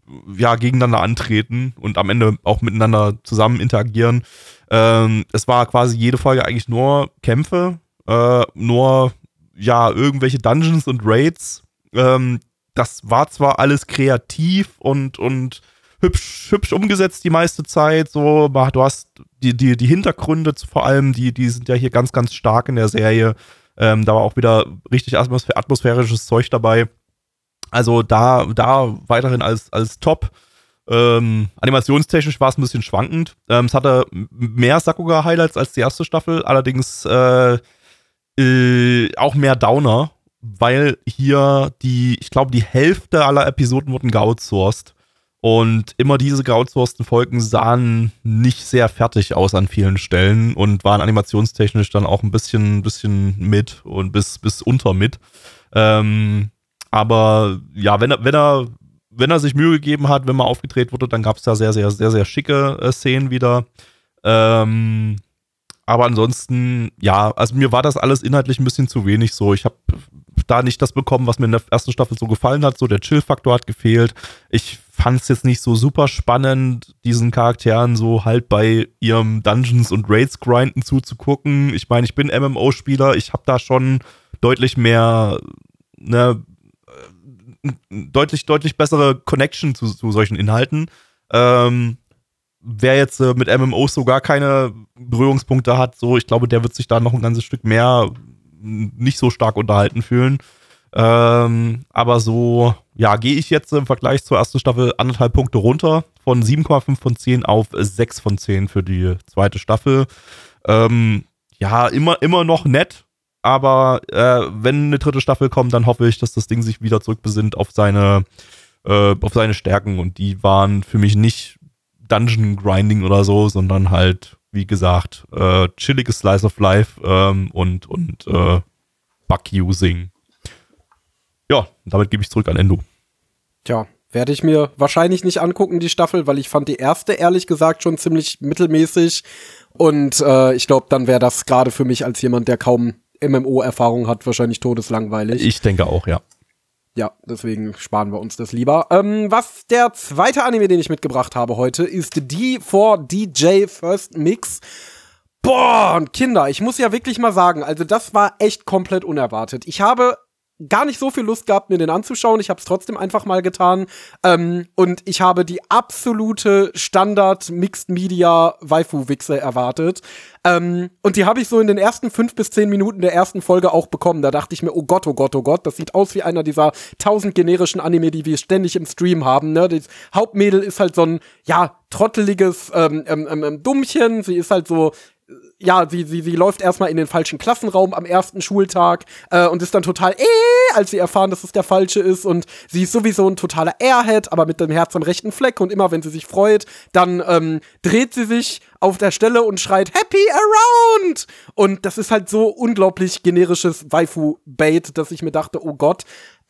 gegeneinander antreten und am Ende auch miteinander zusammen interagieren. Es war quasi jede Folge eigentlich nur Kämpfe, nur irgendwelche Dungeons und Raids. Das war zwar alles kreativ und hübsch umgesetzt die meiste Zeit. So, du hast die Hintergründe vor allem, die sind ja hier ganz, ganz stark in der Serie. Da war auch wieder richtig atmosphärisches Zeug dabei. Also da weiterhin als Top. Animationstechnisch war es ein bisschen schwankend. Es hatte mehr Sakuga-Highlights als die erste Staffel, allerdings auch mehr Downer, weil hier ich glaube, die Hälfte aller Episoden wurden geoutsourced. Und immer diese geoutsourcten Folgen sahen nicht sehr fertig aus an vielen Stellen und waren animationstechnisch dann auch ein bisschen mit und bis unter mit. Aber ja, wenn er sich Mühe gegeben hat, wenn man aufgedreht wurde, dann gab es da sehr, sehr, sehr, sehr schicke Szenen wieder. Aber ansonsten, ja, also mir war das alles inhaltlich ein bisschen zu wenig so. Ich habe da nicht das bekommen, was mir in der ersten Staffel so gefallen hat. So der Chill-Faktor hat gefehlt. Ich fand es jetzt nicht so super spannend, diesen Charakteren so halt bei ihrem Dungeons und Raids grinden zuzugucken. Ich meine, ich bin MMO-Spieler. Ich habe da schon deutlich mehr, deutlich bessere Connection zu solchen Inhalten. Wer jetzt mit MMOs so gar keine Berührungspunkte hat, so, ich glaube, der wird sich da noch ein ganzes Stück mehr nicht so stark unterhalten fühlen. Aber so, ja, gehe ich jetzt im Vergleich zur ersten Staffel 1,5 Punkte runter, von 7,5 von 10 auf 6 von 10 für die zweite Staffel. Ja, immer noch nett, aber wenn eine dritte Staffel kommt, dann hoffe ich, dass das Ding sich wieder zurückbesinnt auf seine Stärken, und die waren für mich nicht Dungeon Grinding oder so, sondern halt, wie gesagt, chilliges Slice of Life und Bug-Using. Ja, damit gebe ich zurück an Endo. Tja, werde ich mir wahrscheinlich nicht angucken, die Staffel, weil ich fand die erste, ehrlich gesagt, schon ziemlich mittelmäßig. Und ich glaube, dann wäre das gerade für mich als jemand, der kaum MMO-Erfahrung hat, wahrscheinlich todeslangweilig. Ich denke auch, ja. Ja, deswegen sparen wir uns das lieber. Was der zweite Anime, den ich mitgebracht habe heute, ist D4DJ First Mix. Boah, und Kinder, ich muss ja wirklich mal sagen, also das war echt komplett unerwartet. Ich habe gar nicht so viel Lust gehabt, mir den anzuschauen. Ich habe es trotzdem einfach mal getan. Und ich habe die absolute Standard-Mixed-Media-Waifu-Wichse erwartet. Und die habe ich so in den ersten 5 bis 10 Minuten der ersten Folge auch bekommen. Da dachte ich mir, oh Gott, oh Gott, oh Gott, das sieht aus wie einer dieser 1000 generischen Anime, die wir ständig im Stream haben. Ne? Das Hauptmädel ist halt so ein, trotteliges Dummchen. Sie ist halt so, sie läuft erstmal in den falschen Klassenraum am ersten Schultag und ist dann total als sie erfahren, dass es der falsche ist, und sie ist sowieso ein totaler Airhead, aber mit dem Herz am rechten Fleck, und immer wenn sie sich freut, dann dreht sie sich auf der Stelle und schreit Happy Around! Und das ist halt so unglaublich generisches Waifu-Bait, dass ich mir dachte, oh Gott,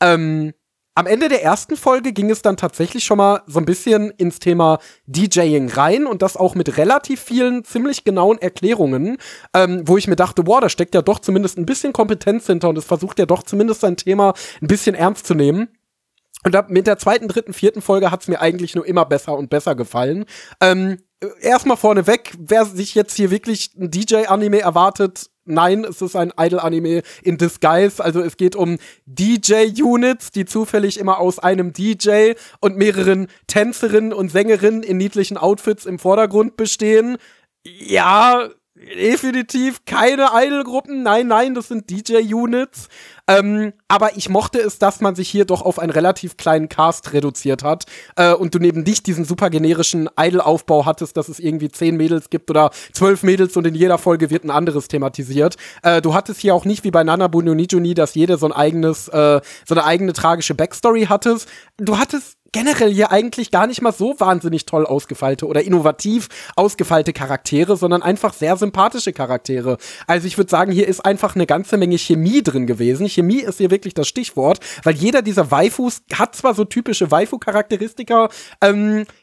am Ende der ersten Folge ging es dann tatsächlich schon mal so ein bisschen ins Thema DJing rein, und das auch mit relativ vielen, ziemlich genauen Erklärungen, wo ich mir dachte, boah, da steckt ja doch zumindest ein bisschen Kompetenz hinter, und es versucht ja doch zumindest sein Thema ein bisschen ernst zu nehmen. Und mit der zweiten, dritten, vierten Folge hat's mir eigentlich nur immer besser und besser gefallen. Erstmal vorneweg, wer sich jetzt hier wirklich ein DJ-Anime erwartet, nein, es ist ein Idol-Anime in Disguise. Also es geht um DJ-Units, die zufällig immer aus einem DJ und mehreren Tänzerinnen und Sängerinnen in niedlichen Outfits im Vordergrund bestehen. Ja, definitiv keine Idol-Gruppen. Nein, das sind DJ-Units. Aber ich mochte es, dass man sich hier doch auf einen relativ kleinen Cast reduziert hat und du neben nicht diesen super generischen Idol-Aufbau hattest, dass es irgendwie 10 Mädels gibt oder 12 Mädels und in jeder Folge wird ein anderes thematisiert. Du hattest hier auch nicht wie bei Nanabu no Nijuni, dass jede so eine eigene tragische Backstory hattest. Du hattest generell hier eigentlich gar nicht mal so wahnsinnig toll ausgefeilte oder innovativ ausgefeilte Charaktere, sondern einfach sehr sympathische Charaktere. Also ich würde sagen, hier ist einfach eine ganze Menge Chemie drin gewesen. Chemie ist hier wirklich das Stichwort, weil jeder dieser Waifus hat zwar so typische Waifu-Charakteristika,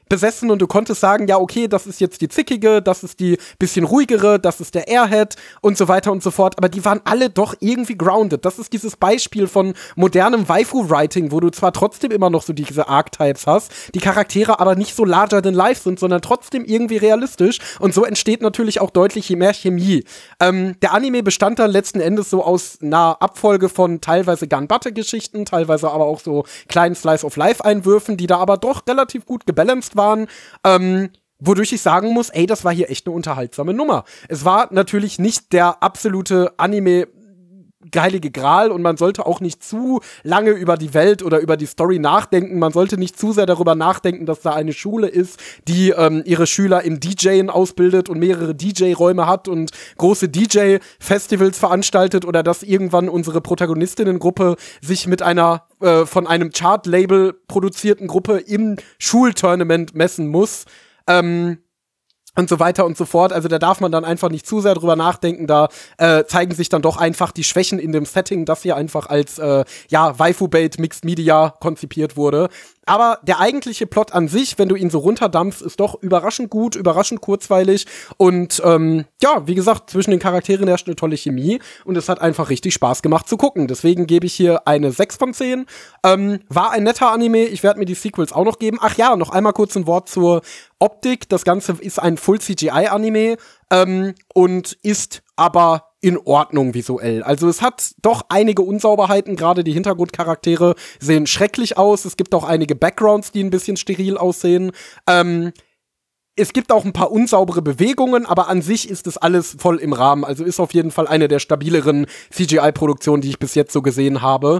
besessen und du konntest sagen, ja, okay, das ist jetzt die zickige, das ist die bisschen ruhigere, das ist der Airhead und so weiter und so fort, aber die waren alle doch irgendwie grounded. Das ist dieses Beispiel von modernem Waifu-Writing, wo du zwar trotzdem immer noch so diese Archetypes hast, die Charaktere aber nicht so larger than life sind, sondern trotzdem irgendwie realistisch und so entsteht natürlich auch deutlich mehr Chemie. Der Anime bestand dann letzten Endes so aus einer Abfolge von teilweise Gun-Butter-Geschichten, teilweise aber auch so kleinen Slice-of-Life-Einwürfen, die da aber doch relativ gut gebalanced waren, wodurch ich sagen muss, ey, das war hier echt eine unterhaltsame Nummer. Es war natürlich nicht der absolute Anime heilige Gral und man sollte auch nicht zu lange über die Welt oder über die Story nachdenken. Man sollte nicht zu sehr darüber nachdenken, dass da eine Schule ist, die ihre Schüler im DJen ausbildet und mehrere DJ-Räume hat und große DJ-Festivals veranstaltet oder dass irgendwann unsere Protagonistinnengruppe sich mit einer von einem Chart-Label produzierten Gruppe im Schultournament messen muss. Und so weiter und so fort. Also da darf man dann einfach nicht zu sehr drüber nachdenken. Da zeigen sich dann doch einfach die Schwächen in dem Setting, das hier einfach als Waifu-Bait Mixed Media konzipiert wurde. Aber der eigentliche Plot an sich, wenn du ihn so runterdampfst, ist doch überraschend gut, überraschend kurzweilig und wie gesagt, zwischen den Charakteren herrscht eine tolle Chemie und es hat einfach richtig Spaß gemacht zu gucken. Deswegen gebe ich hier eine 6 von 10. War ein netter Anime, ich werde mir die Sequels auch noch geben. Ach ja, noch einmal kurz ein Wort zur Optik. Das Ganze ist ein Full-CGI-Anime und ist aber in Ordnung visuell. Also es hat doch einige Unsauberheiten, gerade die Hintergrundcharaktere sehen schrecklich aus. Es gibt auch einige Backgrounds, die ein bisschen steril aussehen. Es gibt auch ein paar unsaubere Bewegungen, aber an sich ist es alles voll im Rahmen. Also ist auf jeden Fall eine der stabileren CGI-Produktionen, die ich bis jetzt so gesehen habe.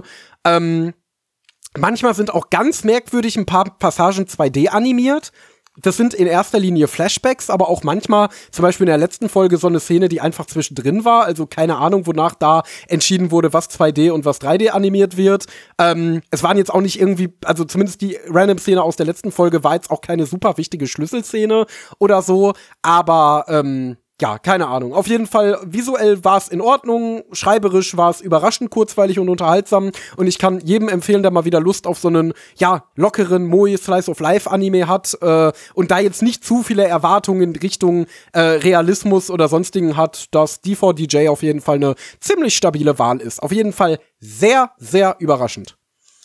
Manchmal sind auch ganz merkwürdig ein paar Passagen 2D animiert. Das sind in erster Linie Flashbacks, aber auch manchmal, zum Beispiel in der letzten Folge, so eine Szene, die einfach zwischendrin war. Also keine Ahnung, wonach da entschieden wurde, was 2D und was 3D animiert wird. Es waren jetzt auch nicht irgendwie, also zumindest die Random-Szene aus der letzten Folge war jetzt auch keine super wichtige Schlüsselszene oder so. Aber ja, keine Ahnung. Auf jeden Fall, visuell war es in Ordnung, schreiberisch war es überraschend kurzweilig und unterhaltsam und ich kann jedem empfehlen, der mal wieder Lust auf so einen, lockeren Moe-Slice-of-Life-Anime hat und da jetzt nicht zu viele Erwartungen in Richtung Realismus oder sonstigen hat, dass D4DJ auf jeden Fall eine ziemlich stabile Wahl ist. Auf jeden Fall sehr, sehr überraschend.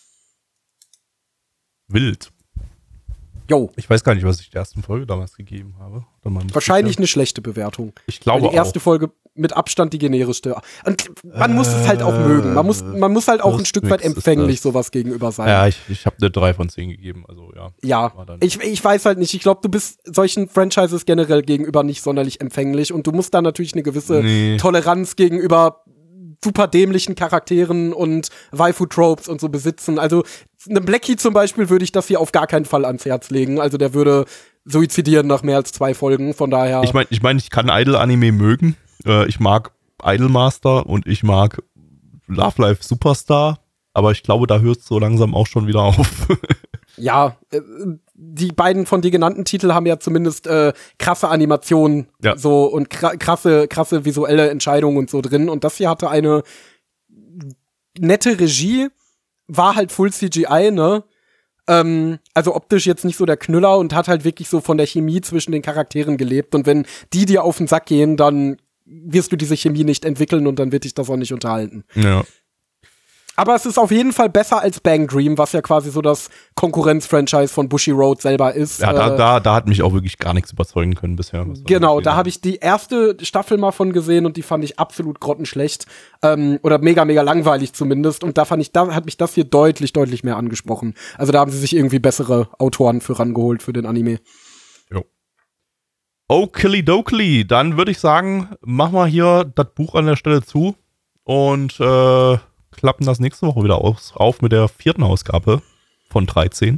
Wild. Jo. Ich weiß gar nicht, was ich der ersten Folge damals gegeben habe. Wahrscheinlich eine schlechte Bewertung. Ich glaube auch. Die erste Folge mit Abstand die generischste. Und man muss es halt auch mögen. Man muss halt auch ein Stück weit empfänglich sowas gegenüber sein. Ja, ich habe eine 3 von 10 gegeben. Also ja. Ja, ich weiß halt nicht. Ich glaube, du bist solchen Franchises generell gegenüber nicht sonderlich empfänglich. Und du musst da natürlich eine gewisse Toleranz gegenüber super dämlichen Charakteren und Waifu-Tropes und so besitzen. Also einem Blackie zum Beispiel würde ich das hier auf gar keinen Fall ans Herz legen. Also der würde suizidieren nach mehr als 2 Folgen, von daher. Ich meine, ich kann Idol-Anime mögen. Ich mag Idolmaster und ich mag Love Live Superstar, aber ich glaube, da hört es so langsam auch schon wieder auf. Ja, die beiden von dir genannten Titel haben ja zumindest krasse Animationen so und krasse visuelle Entscheidungen und so drin. Und das hier hatte eine nette Regie, war halt Full CGI, ne? Also optisch jetzt nicht so der Knüller und hat halt wirklich so von der Chemie zwischen den Charakteren gelebt. Und wenn die dir auf den Sack gehen, dann wirst du diese Chemie nicht entwickeln und dann wird dich das auch nicht unterhalten. Ja. Aber es ist auf jeden Fall besser als Bang Dream, was ja quasi so das Konkurrenz-Franchise von Bushiroad selber ist. Ja, da hat mich auch wirklich gar nichts überzeugen können bisher. Genau, da habe ich die erste Staffel mal von gesehen und die fand ich absolut grottenschlecht. Oder mega, mega langweilig zumindest. Und da hat mich das hier deutlich, deutlich mehr angesprochen. Also da haben sie sich irgendwie bessere Autoren für rangeholt für den Anime. Jo. Okidoki, dann würde ich sagen, machen wir hier das Buch an der Stelle zu und klappen das nächste Woche wieder auf mit der 4. Ausgabe von 13.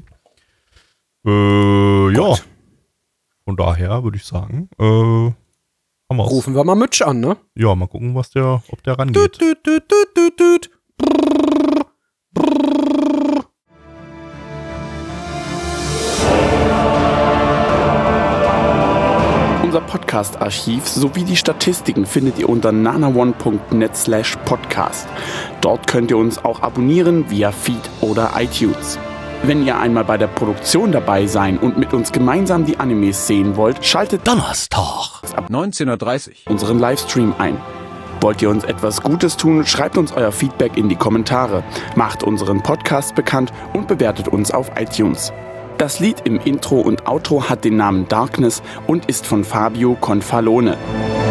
Ja. Von daher würde ich sagen, haben wir's. Rufen wir mal Mitch an, ne? Ja, mal gucken, ob der rangeht. Unser Podcast-Archiv sowie die Statistiken findet ihr unter nanaone.net/podcast. Dort könnt ihr uns auch abonnieren via Feed oder iTunes. Wenn ihr einmal bei der Produktion dabei sein und mit uns gemeinsam die Animes sehen wollt, schaltet Donnerstag ab 19:30 Uhr unseren Livestream ein. Wollt ihr uns etwas Gutes tun, schreibt uns euer Feedback in die Kommentare, macht unseren Podcast bekannt und bewertet uns auf iTunes. Das Lied im Intro und Outro hat den Namen Darkness und ist von Fabio Confalone.